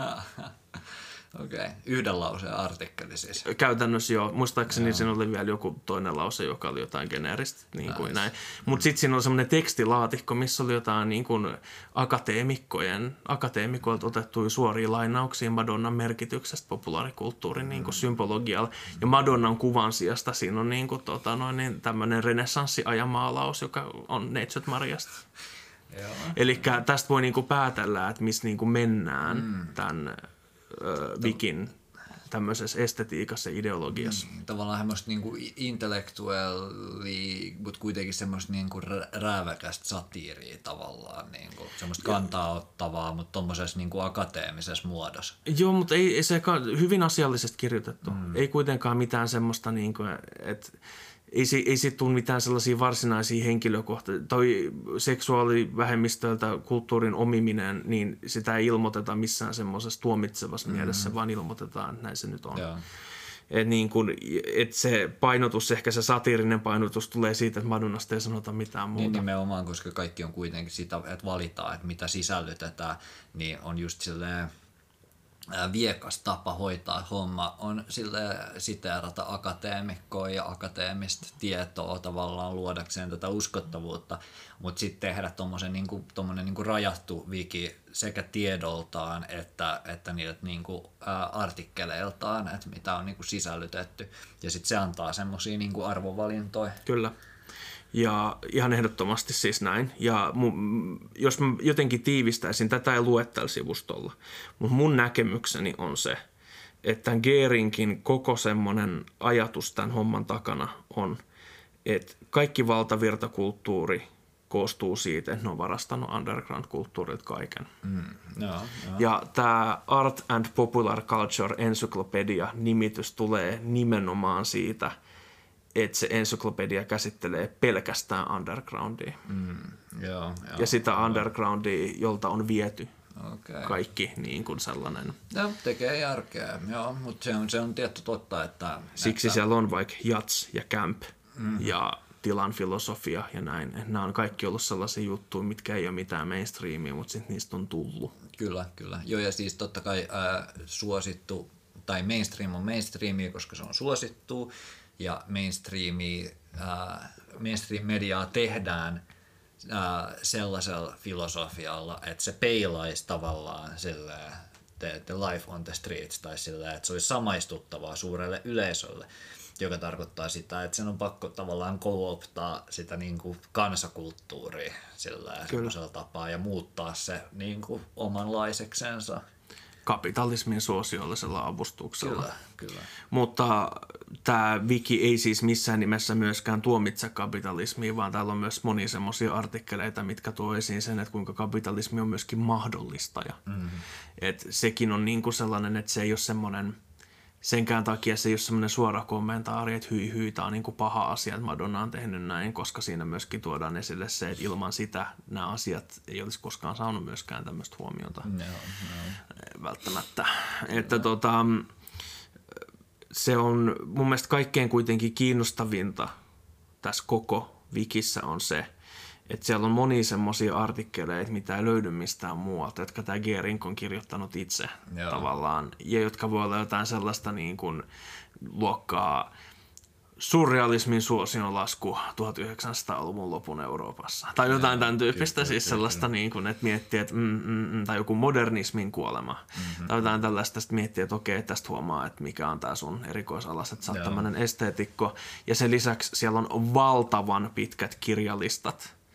Okei, okay. Yhden lauseen artikkeli siis. Käytännössä joo. Muistaakseni siinä oli vielä joku toinen lause, joka oli jotain geneeristä. Niin kuin näin. Mutta sitten siinä oli semmoinen tekstilaatikko, missä oli jotain niin kuin akateemikkojen, akateemikoilta otettuja suoria lainauksia Madonnan merkityksestä populaarikulttuurin niin kuin symbologialla. Ja Madonnan kuvan sijasta siinä on niin kuin, tota, noin, niin tämmöinen renessanssiajamaalaus, joka on Neitsyt Mariasta. Eli tästä voi niin kuin päätellä, että missä niin kuin mennään mm. tämän Vikin tämmöisessä estetiikassa ja ideologiassa. Mm, tavallaan semmoista niinku intellektuelli, mutta kuitenkin semmoista niinku rääväkästä satiiria tavallaan, niinku, semmoista kantaa ottavaa, mutta tommosessa niinku akateemisessa muodossa. Joo, mutta ei, ei se hyvin asiallisesti kirjoitettu. Mm. Ei kuitenkaan mitään semmoista, niinku, että ei, ei siitä tule mitään sellaisia varsinaisia henkilökohtaisia, toi seksuaalivähemmistöiltä kulttuurin omiminen, niin sitä ei ilmoiteta missään semmoisessa tuomitsevassa mm-hmm. mielessä, vaan ilmoitetaan, että näin se nyt on. Että niin kun, et se painotus, ehkä se satiirinen painotus tulee siitä, että Madonnasta ei sanota mitään muuta. Niin nimenomaan, koska kaikki on kuitenkin sitä, että valitaan, että mitä sisällytetään, niin on just silleen viekas tapa hoitaa homma on sille siteerata akateemikkoa ja akateemista tietoa tavallaan luodakseen tätä uskottavuutta, mutta sitten tehdä tommosen niinku, tommonen niinku rajattu wiki sekä tiedoltaan että, että niiltä niinku, ä, artikkeleiltaan, että mitä on niinku sisällytetty, ja sitten se antaa semmosia niinku arvovalintoja. Kyllä. Ja ihan ehdottomasti siis näin. Ja mun, jos mä jotenkin tiivistäisin, tätä ei lue tällä sivustolla, mutta mun näkemykseni on se, että tämän Geerinkin koko semmoinen ajatus tämän homman takana on, että kaikki valtavirtakulttuuri koostuu siitä, että ne on varastanut underground-kulttuurilta kaiken. Mm, joo, joo. Ja tämä Art and Popular Culture Encyclopedia-nimitys tulee nimenomaan siitä, että se ensyklopedia käsittelee pelkästään undergroundia. Mm, joo, joo, ja sitä joo. undergroundia, jolta on viety okay. kaikki niin kuin sellainen. No, tekee järkeä, joo, mutta se on, se on tietty totta, että... Siksi että... siellä on vaikka jats ja camp mm. ja tilan filosofia ja näin. Nämä on kaikki ollut sellaisia juttuja, mitkä ei ole mitään mainstreamia, mutta sitten niistä on tullut. Kyllä, kyllä. Joo, ja siis totta kai ää, suosittu, tai mainstream on mainstreamia, koska se on suosittu, ja mainstreamia, ää, mainstream-mediaa tehdään ää, sellaisella filosofialla, että se peilaisi tavallaan silleen, the, the life on the streets, tai silleen, että se olisi samaistuttavaa suurelle yleisölle, joka tarkoittaa sitä, että sen on pakko tavallaan co-optaa sitä niin kuin kansakulttuuria silleen, sellaisella tapaa ja muuttaa se niin kuin omanlaiseksensa. Kapitalismin suosiollisella avustuksella. Kyllä, kyllä. Mutta tämä wiki ei siis missään nimessä myöskään tuomitse kapitalismia, vaan täällä on myös monia semmoisia artikkeleita, mitkä tuo esiin sen, että kuinka kapitalismi on myöskin mahdollistaja. Mm-hmm. Et sekin on niinku sellainen, että se ei ole semmoinen, senkään takia se ei ole semmoinen suora kommentaari, että hyi hyi, tämä on niinku paha asia, että Madonna on tehnyt näin, koska siinä myöskin tuodaan esille se, että ilman sitä nämä asiat ei olisi koskaan saanut myöskään tämmöistä huomiota. No, no. Välttämättä. Että tota, se on mun mielestä kaikkein kuitenkin kiinnostavinta tässä koko wikissä on se, että siellä on monia semmoisia artikkeleita, mitä ei löydy mistään muualta, jotka tämä Geering on kirjoittanut itse Joo. tavallaan, ja jotka voi olla jotain sellaista niin kuin luokkaa surrealismin suosion lasku tuhatyhdeksänsataaluvun lopun Euroopassa. Tai jotain Joo, tämän tyyppistä, kyllä, siis kyllä, sellaista, kyllä. Niin kuin, että miettii, että mm, mm, tai joku modernismin kuolema. Mm-hmm. Tai jotain tällaista, että miettii, että okei, tästä huomaa, että mikä on tämä sun erikoisalas, että sä oot tämmöinen esteetikko. Ja sen lisäksi siellä on valtavan pitkät kirjalistat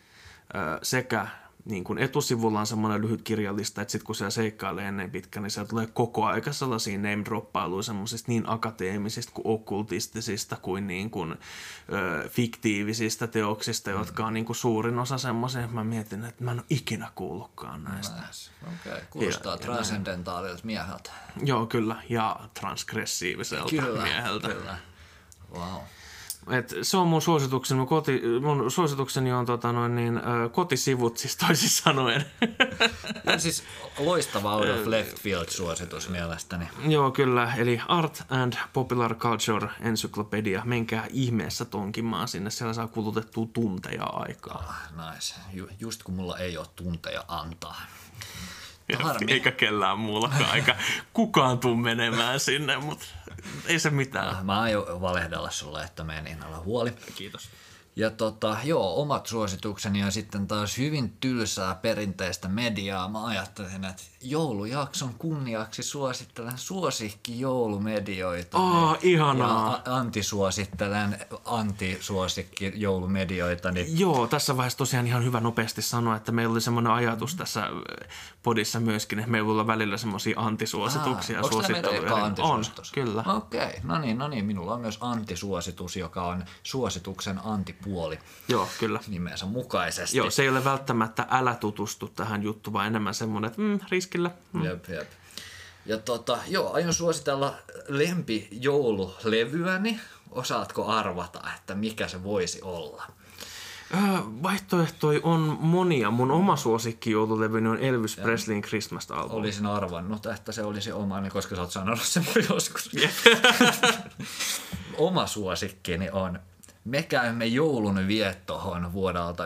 sekä niin kuin etusivulla on semmoinen lyhyt kirjalista, että sitten kun siellä seikkailee ennen pitkä, niin siellä tulee koko aika sellaisia name-droppailuja semmoisista niin akateemisista kuin okkultistisista kuin, niin kuin ö, fiktiivisistä teoksista, mm. jotka on niin kuin suurin osa semmoisia, että mä mietin, että mä en ole ikinä kuullutkaan näistä. Okei, okay. Kuulostaa transcendentaalilta mieheltä. Joo, kyllä, ja transgressiiviselta kyllä, mieheltä. Kyllä, wow. Et se on mun suositukseni. Mun, koti, mun suositukseni on tota noin niin, ö, kotisivut, siis toisin sanoen. Ja siis loistava out of left field -suositus mielestäni. Joo, kyllä. Eli Art and Popular Culture Encyclopedia. Menkää ihmeessä tonkimaan sinne. Siellä saa kulutettua tunteja aikaa. Ah, nice. Ju, just kun mulla ei ole tunteja antaa. Harmi. Eikä kellään muullakaan aika kukaan tuu menemään sinne, mutta ei se mitään. Mä aion valehdella sulle, että menen, älä huoli. Kiitos. Ja tota, joo, omat suositukseni on sitten taas hyvin tylsää perinteistä mediaa. Mä ajattelin, että joulujakson kunniaksi suosittelen suosikki joulumedioita. Oh, ihanaa. Ja antisuosittelen antisuosikki joulumedioita. Niin... Joo, tässä vaiheessa tosiaan ihan hyvä nopeasti sanoa, että meillä oli semmoinen ajatus tässä podissa myöskin, että meillä on välillä semmoisia antisuosituksia ja suositteluja. On, kyllä. Okei, okay. no niin, no niin. Minulla on myös antisuositus, joka on suosituksen antipuoli. Joo, kyllä. Nimensä mukaisesti. Joo, se ei ole välttämättä älä tutustu tähän juttuun, vaan enemmän semmoinen, että mm, riskillä. Mm. Jep, jep. Ja tota, joo, aion suositella lempijoululevyäni. Osaatko arvata, että mikä se voisi olla? Vaihtoehtoja on monia. Mun oma suosikki joululevyni on Elvis ja Presleyn Christmas-albumi. Olisin arvannut, että se olisi omani, koska sä oot sanonut sen joskus. Oma suosikkini on Me käymme joulun viettohon vuodelta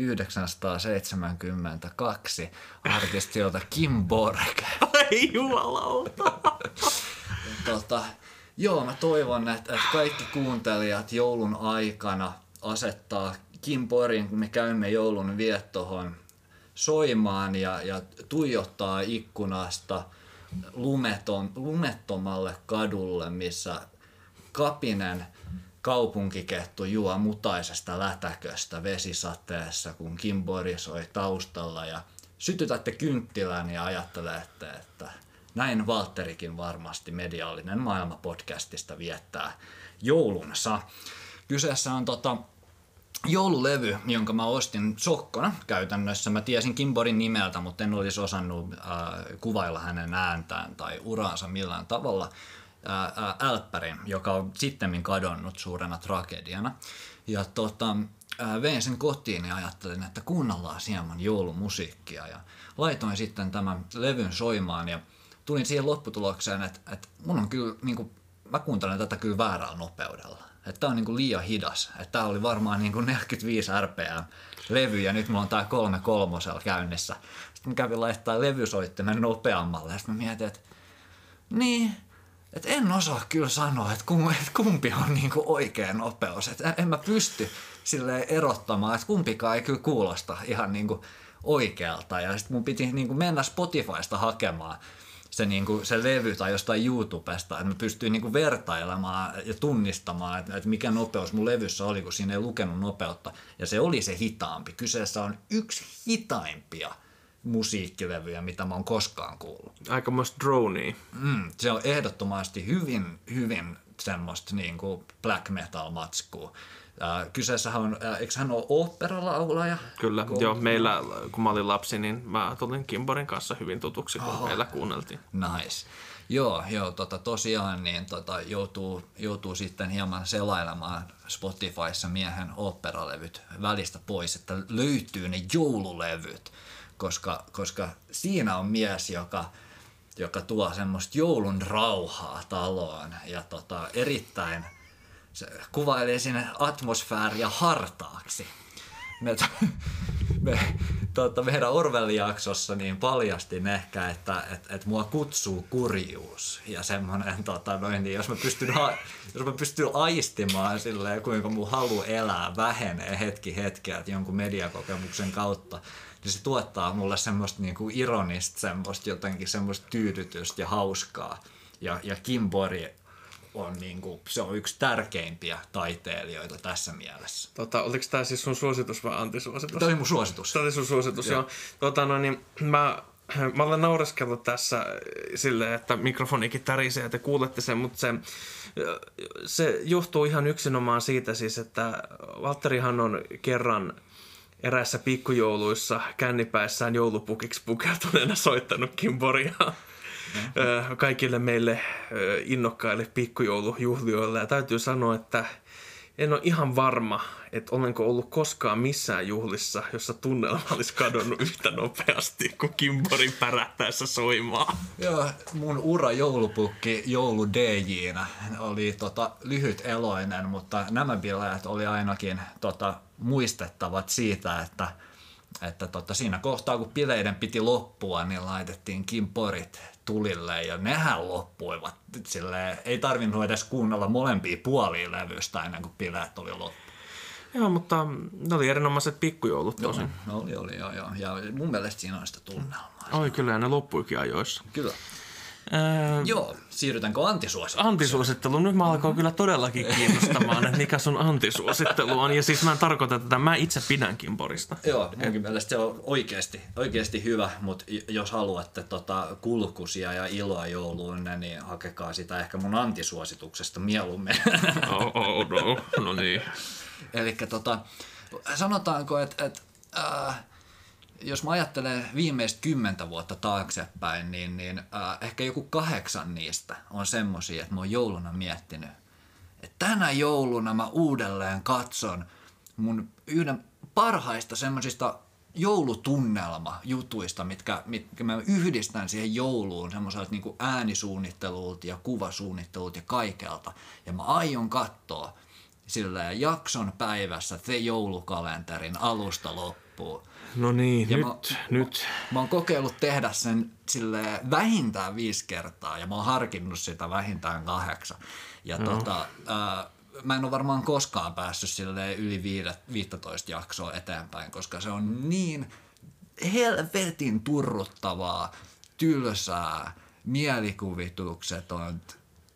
tuhatyhdeksänsataaseitsemänkymmentäkaksi artistilta Kim Borg. Ai jumalauta! tota, joo, mä toivon, että, että kaikki kuuntelijat joulun aikana asettaa Kim Borgin Me käymme joulun viettohon soimaan ja, ja tuijottaa ikkunasta lumeton, lumettomalle kadulle, missä kapinen kaupunkikettu juo mutaisesta lätäköstä vesisateessa, kun Kim Borg soi taustalla ja sytytätte kynttilän ja ajattelette, että näin Valtterikin varmasti mediallinen maailma podcastista viettää joulunsa. Kyseessä on tota joululevy, jonka mä ostin sokkona käytännössä. Mä tiesin Kim Borgin nimeltä, mutta en olisi osannut äh, kuvailla hänen ääntään tai uraansa millään tavalla. Äh, Älppärin, joka on sittemmin kadonnut suurena tragediana. Ja tota, äh, vein sen kotiin ja ajattelin, että kuunnellaan hieman joulumusiikkia. Ja laitoin sitten tämän levyn soimaan ja tulin siihen lopputulokseen, että, että mun on kyllä, niin kuin, mä kuuntelen tätä kyllä väärällä nopeudella. Että tää on niin kuin liian hidas. Että tää oli varmaan niin kuin neljäkymmentäviisi R P M-levy ja nyt mulla on tää kolme kolmosella käynnissä. Sitten mä kävin laittaa levysoittimen nopeammalle ja sitten mä mietin, että niin... Et en osaa kyllä sanoa, että kumpi on niinku oikea nopeus. Et en mä pysty silleen erottamaan, että kumpikaan ei kyllä kuulosta ihan niinku oikealta. Ja sitten mun piti niinku mennä Spotifysta hakemaan se, niinku, se levy tai jostain YouTubesta, että mä pystyin niinku vertailemaan ja tunnistamaan, että, että mikä nopeus mun levyssä oli, kun siinä ei lukenut nopeutta. Ja se oli se hitaampi. Kyseessä on yksi hitaimpia musiikkilevyjä, mitä mä oon koskaan kuullut. Aikamoista dronea. Mm, se on ehdottomasti hyvin, hyvin semmoista niin kuin black metal matskua. Äh, kyseessähän on, äh, eikö hän ole oopperalaulaja? Kyllä, Ko- joo. Meillä, kun mä olin lapsi, niin mä tulin Kim Borgin kanssa hyvin tutuksi, kun oh, meillä kuunneltiin. Nice. Joo, joo tota, tosiaan niin, tota, joutuu, joutuu sitten hieman selailemaan Spotifyssa miehen oopperalevyt välistä pois, että löytyy ne joululevyt. Koska, koska siinä on mies, joka, joka tuo semmoista joulun rauhaa taloon ja tota, erittäin se kuvailee sinne atmosfääriä hartaaksi. Me, me, tota, meidän Orwell-jaksossa niin paljastin ehkä, että et, et mua kutsuu kurjuus ja semmoinen, tota, noin, niin jos, mä pystyn, jos mä pystyn aistimaan silleen, kuinka mun halu elää vähenee hetki hetkeä jonkun mediakokemuksen kautta, niin se tuottaa mulle semmoista niinku ironista, semmoista jotenkin semmoista tyydytystä ja hauskaa. Ja, ja Kim Borg on, niinku, se on yksi tärkeimpiä taiteilijoita tässä mielessä. Tota, oliko tämä siis sun suositus vai antisuositus? Tämä oli mun suositus. Tämä oli sun suositus, joo. joo. Tota, no, niin, mä, mä olen naureskellut tässä silleen, että mikrofonikin tärisee ja te kuulette sen, mutta se, se johtuu ihan yksinomaan siitä siis, että Valtterihan on kerran eräissä pikkujouluissa kännipäissään joulupukiksi pukeutuneena soittanut kimboria mm-hmm. kaikille meille innokkaille pikkujoulujuhlioille. Ja täytyy sanoa, että en ole ihan varma, että olenko ollut koskaan missään juhlissa, jossa tunnelma olisi kadonnut yhtä nopeasti kuin kimbori pärähtäessä soimaan. Joo, mun ura joulupukki joulu D J:nä oli tota, lyhyt eloinen, mutta nämä bileet oli ainakin tota, muistettavat siitä, että, että tota, siinä kohtaa kun bileiden piti loppua, niin laitettiin kimporit tulille ja nehän loppuivat. Silleen, ei tarvinnut edes kuunnella molempia puolia levystä ennen kuin bileet oli loppu. Joo, mutta ne oli erinomaiset pikkujoulut tosin. Joo, oli, oli, joo, joo. Ja mun mielestä siinä on sitä tunnelmaa. Oi kyllä, ja ne loppuikin ajoissa. Kyllä. Ää... Joo, siirrytäänkö antisuositteluun? Antisuosittelu. Nyt mä alkaa kyllä todellakin kiinnostamaan, että mikä sun antisuosittelu on. Ja siis mä en tarkoita tätä, mä itse pidän kimporista. Joo, munkin mielestä se on oikeasti, oikeasti hyvä, mutta jos haluatte tota kulkusia ja iloa jouluun, niin hakekaa sitä ehkä mun antisuosituksesta mieluummin. Oh, oh no, no niin. Elikkä tota, sanotaanko, että et, äh, jos mä ajattelen viimeistä kymmentä vuotta taaksepäin, niin, niin äh, ehkä joku kahdeksan niistä on semmosia, että mä oon jouluna miettinyt, että tänä jouluna mä uudelleen katson mun yhden parhaista semmosista joulutunnelmajutuista, mitkä, mitkä mä yhdistän siihen jouluun semmoiselta niin kuin äänisuunnittelulta ja kuvasuunnittelulta ja kaikelta. Ja mä aion katsoa silleen jakson päivässä The Joulukalenterin alusta loppuun. No niin, ja nyt, mä, nyt. Mä, mä oon kokeillut tehdä sen silleen vähintään viisi kertaa ja mä oon harkinnut sitä vähintään kahdeksan. Ja no. tota, ää, mä en ole varmaan koskaan päässyt silleen yli viisitoista jaksoa eteenpäin, koska se on niin helvetin turruttavaa, tylsää, mielikuvitukseton,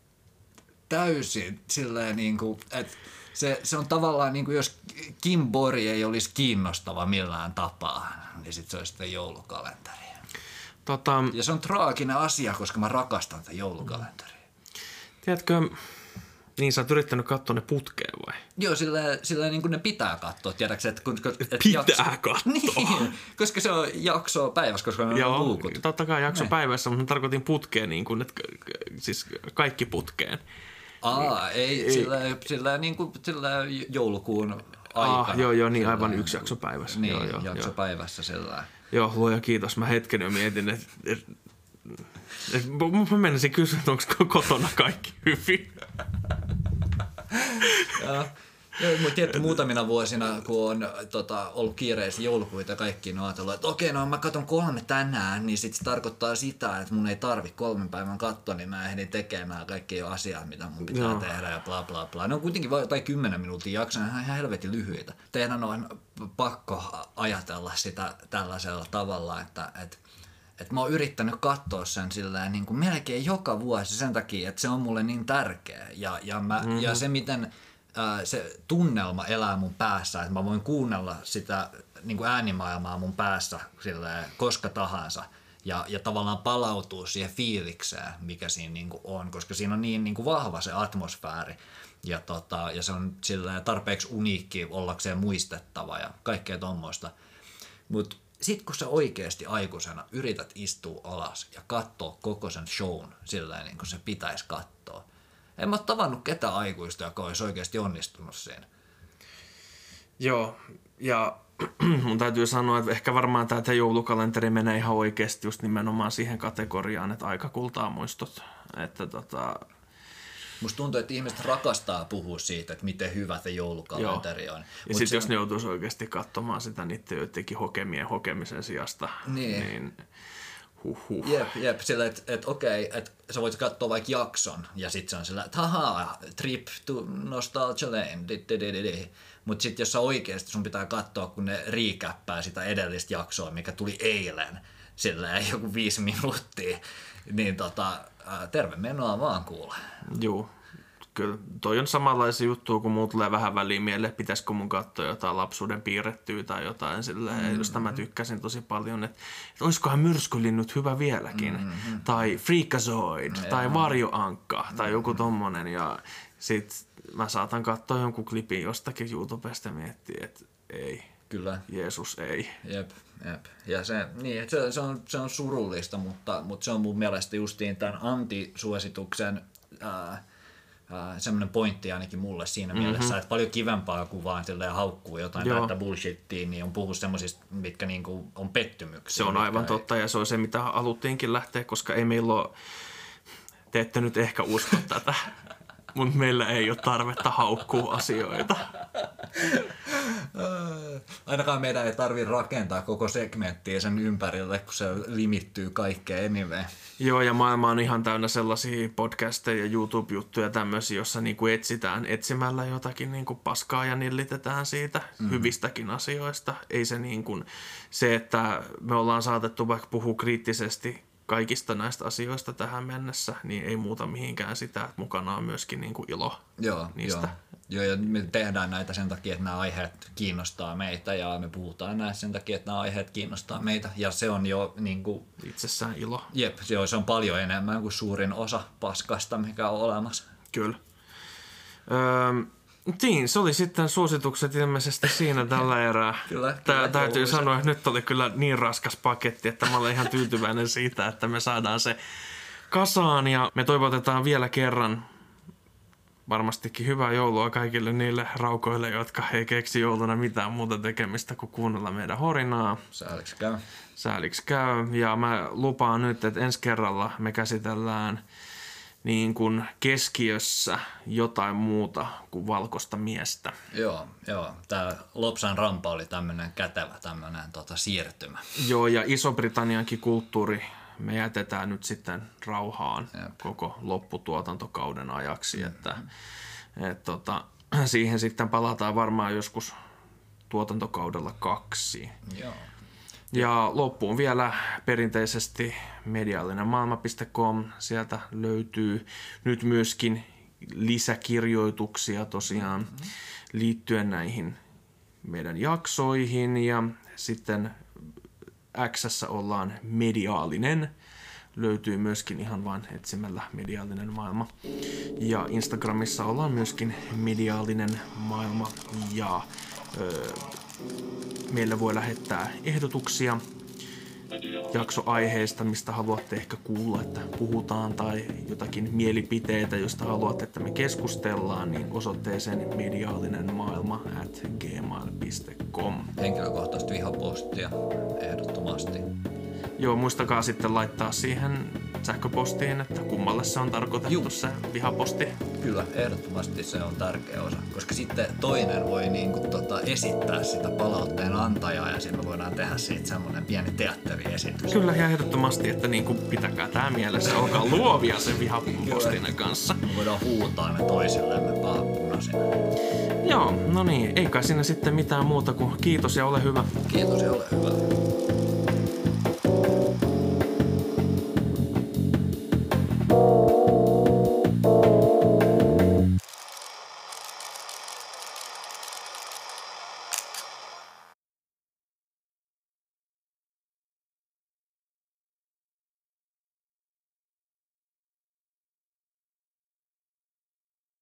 täysin silleen niin kuin, että se, se on tavallaan niin kuin jos Kimbori ei olisi kiinnostava millään tapaa, niin sitten se olisi sitten joulukalenteri. Tota, ja se on traaginen asia, koska mä rakastan tätä joulukalenteria. Tiedätkö, niin sä oot yrittänyt katsoa ne putkeen vai? Joo, sillä, sillä niin kuin ne pitää katsoa, tiedätkö, että... Kun, että pitää jakso, katsoa? Niin, koska se on jaksoa päivässä, koska ne Joo, on luukut. totta kai jakso päivässä, mutta mä tarkoitin putkeen, niin kuin, että, siis kaikki putkeen. Aa, ei, ei. Sillä, sillä, niin kuin, sillä joulukuun aikana. Ah, joo, joo, niin aivan yksi jakso päivässä. Niin, joo, joo, jakso joo. päivässä sillä. Joo, luoja kiitos. Mä hetken jo mietin, että... Et, et, mä menisin kysyä, että onko kotona kaikki hyvin. Joo. Joo, mutta tietty muutamina vuosina, kun on tota, ollut kiireisiä joulukuita ja kaikki, on ajatellut, että okei, no mä katson kolme tänään, niin sit se tarkoittaa sitä, että mun ei tarvi kolmen päivän katsoa, niin mä ehdin tekemään kaikki jo asiat, mitä mun pitää Joo. tehdä ja bla bla bla. Ne on kuitenkin vain jotain kymmenen minuutin jaksoja, ihan helvetin lyhyitä. Teidän on pakko ajatella sitä tällaisella tavalla, että, että että mä oon yrittänyt katsoa sen silleen niin kuin melkein joka vuosi sen takia, että se on mulle niin tärkeä. Ja, ja, mä, mm-hmm. ja se, miten ää, se tunnelma elää mun päässä, että mä voin kuunnella sitä niin kuin äänimaailmaa mun päässä silleen, koska tahansa. Ja, ja tavallaan palautua siihen fiilikseen, mikä siinä niin kuin on, koska siinä on niin, niin kuin vahva se atmosfääri. Ja, tota, ja se on silleen tarpeeksi uniikki ollakseen muistettava ja kaikkea tommoista. Mutta sitten kun sä oikeasti aikuisena yrität istua alas ja katsoa koko sen shown silleen, niin kuin se pitäisi katsoa. En mä ole tavannut ketään aikuista, joka olisi oikeasti onnistunut siinä. Joo, ja mun täytyy sanoa, että ehkä varmaan tämä joulukalenteri menee ihan oikeasti just nimenomaan siihen kategoriaan, että aika kultaa muistot. Että tota... Musta tuntuu, että ihmiset rakastaa puhua siitä, että miten hyvä se joulukalenteri on. Ja sitten jos ne joutuisi oikeasti katsomaan sitä niiden jotenkin hokemien hokemisen sijasta, niin, niin huhhuh. Jep, jep, sillä että et, okei, että sä voit katsoa vaikka jakson, ja sitten se on sillä, että haha, trip to nostalgia lane, mutta sitten jos sä oikeasti sun pitää katsoa, kun ne riikäppää sitä edellistä jaksoa, mikä tuli eilen, silleen joku viisi minuuttia, niin tota, terve menoa vaan kuule. Joo. Kyllä, toi on samanlaisia juttuja, kun mulla tulee vähän väliin mieleen, pitäisikö mun katsoa jotain lapsuuden piirrettyä tai jotain silleen, mm-hmm. josta mä tykkäsin tosi paljon, että, että olisikohan myrskylinnut hyvä vieläkin, mm-hmm. tai Freakazoid, mm-hmm. tai Varjoankka, mm-hmm. tai joku tommonen, ja sit mä saatan katsoa jonkun klipin jostakin YouTubesta ja miettiä, että ei, Kyllä. Jeesus ei. Jep, jep. Ja se, niin, se, se, on, se on surullista, mutta, mutta se on mun mielestä justiin tämän antisuosituksen ää, semmoinen pointti ainakin mulle siinä mm-hmm. mielessä, että paljon kivempaa kuin vaan haukkuu jotain täyttä bullshittia, niin on puhua semmoisista, mitkä niinku on pettymyksiä. Se on aivan totta ja se on se, mitä haluttiinkin lähteä, koska ei meillä ole, te ette nyt ehkä usko tätä, mutta meillä ei ole tarvetta haukkua asioita. Ainakaan meidän ei tarvitse rakentaa koko segmenttiä sen ympärille, kun se limittyy kaikkeen anyway. Joo, ja maailma on ihan täynnä sellaisia podcasteja ja YouTube-juttuja tämmöisiä, jossa niinku etsitään etsimällä jotakin niinku paskaa ja nillitetään siitä mm. hyvistäkin asioista. Ei se, niinku, se, että me ollaan saatettu vaikka puhua kriittisesti kaikista näistä asioista tähän mennessä, niin ei muuta mihinkään sitä, että mukana on myöskin niinku ilo joo, niistä. Joo. Joo, ja me tehdään näitä sen takia, että nämä aiheet kiinnostaa meitä ja me puhutaan näistä sen takia, että nämä aiheet kiinnostaa meitä ja se on jo niin kuin, itsessään ilo. Jep, joo, se on paljon enemmän kuin suurin osa paskasta, mikä on olemassa. Kyllä. Öö, niin, se oli sitten suositukset ilmeisesti siinä tällä erää. Kyllä, Tää, kyllä, täytyy sanoa, että nyt oli kyllä niin raskas paketti, että mä olen ihan tyytyväinen siitä, että me saadaan se kasaan ja me toivotetaan vielä kerran varmastikin hyvää joulua kaikille niille raukoille, jotka ei keksi jouluna mitään muuta tekemistä kuin kuunnella meidän horinaa. Sääliksi käy. Sääliksi käy. Ja mä lupaan nyt, että ensi kerralla me käsitellään niin kuin keskiössä jotain muuta kuin valkoista miestä. Joo, joo. Tää Lopsan rampa oli tämmönen kätevä tämmönen tota, siirtymä. Joo, ja Iso-Britanniankin kulttuuri me jätetään nyt sitten rauhaan Jep. koko lopputuotantokauden ajaksi, mm-hmm. että et, tota, siihen sitten palataan varmaan joskus tuotantokaudella kaksi. Joo. Ja loppuun vielä perinteisesti mediallinen maailma piste com, sieltä löytyy nyt myöskin lisäkirjoituksia tosiaan mm-hmm. liittyen näihin meidän jaksoihin ja sitten X:ssä ollaan mediaalinen, löytyy myöskin ihan vain etsimällä mediaalinen maailma. Ja Instagramissa ollaan myöskin mediaalinen maailma ja öö, meillä voi lähettää ehdotuksia jaksoaiheista, mistä haluatte ehkä kuulla, että puhutaan tai jotakin mielipiteitä, josta haluatte, että me keskustellaan, niin osoitteeseen mediaalinen maailma at gmail piste com. Henkilökohtaisesti vihapostia ehdottomasti. Joo, muistakaa sitten laittaa siihen sähköpostiin, että kummalle se on tarkoitettu Juh. se vihaposti. Kyllä, ehdottomasti se on tärkeä osa, koska sitten toinen voi niinku tota esittää sitä palautteen antajaa ja sitten me voidaan tehdä siitä semmoinen pieni teatteriesitys. Kyllä, ja ehdottomasti, että niinku pitäkää tää mielessä, olkaa luovia sen vihapostin kanssa. Me voidaan huutaa ne toisillemme pahapunaisina. Joo, no niin, ei kai siinä sitten mitään muuta kuin kiitos ja ole hyvä. Kiitos ja ole hyvä.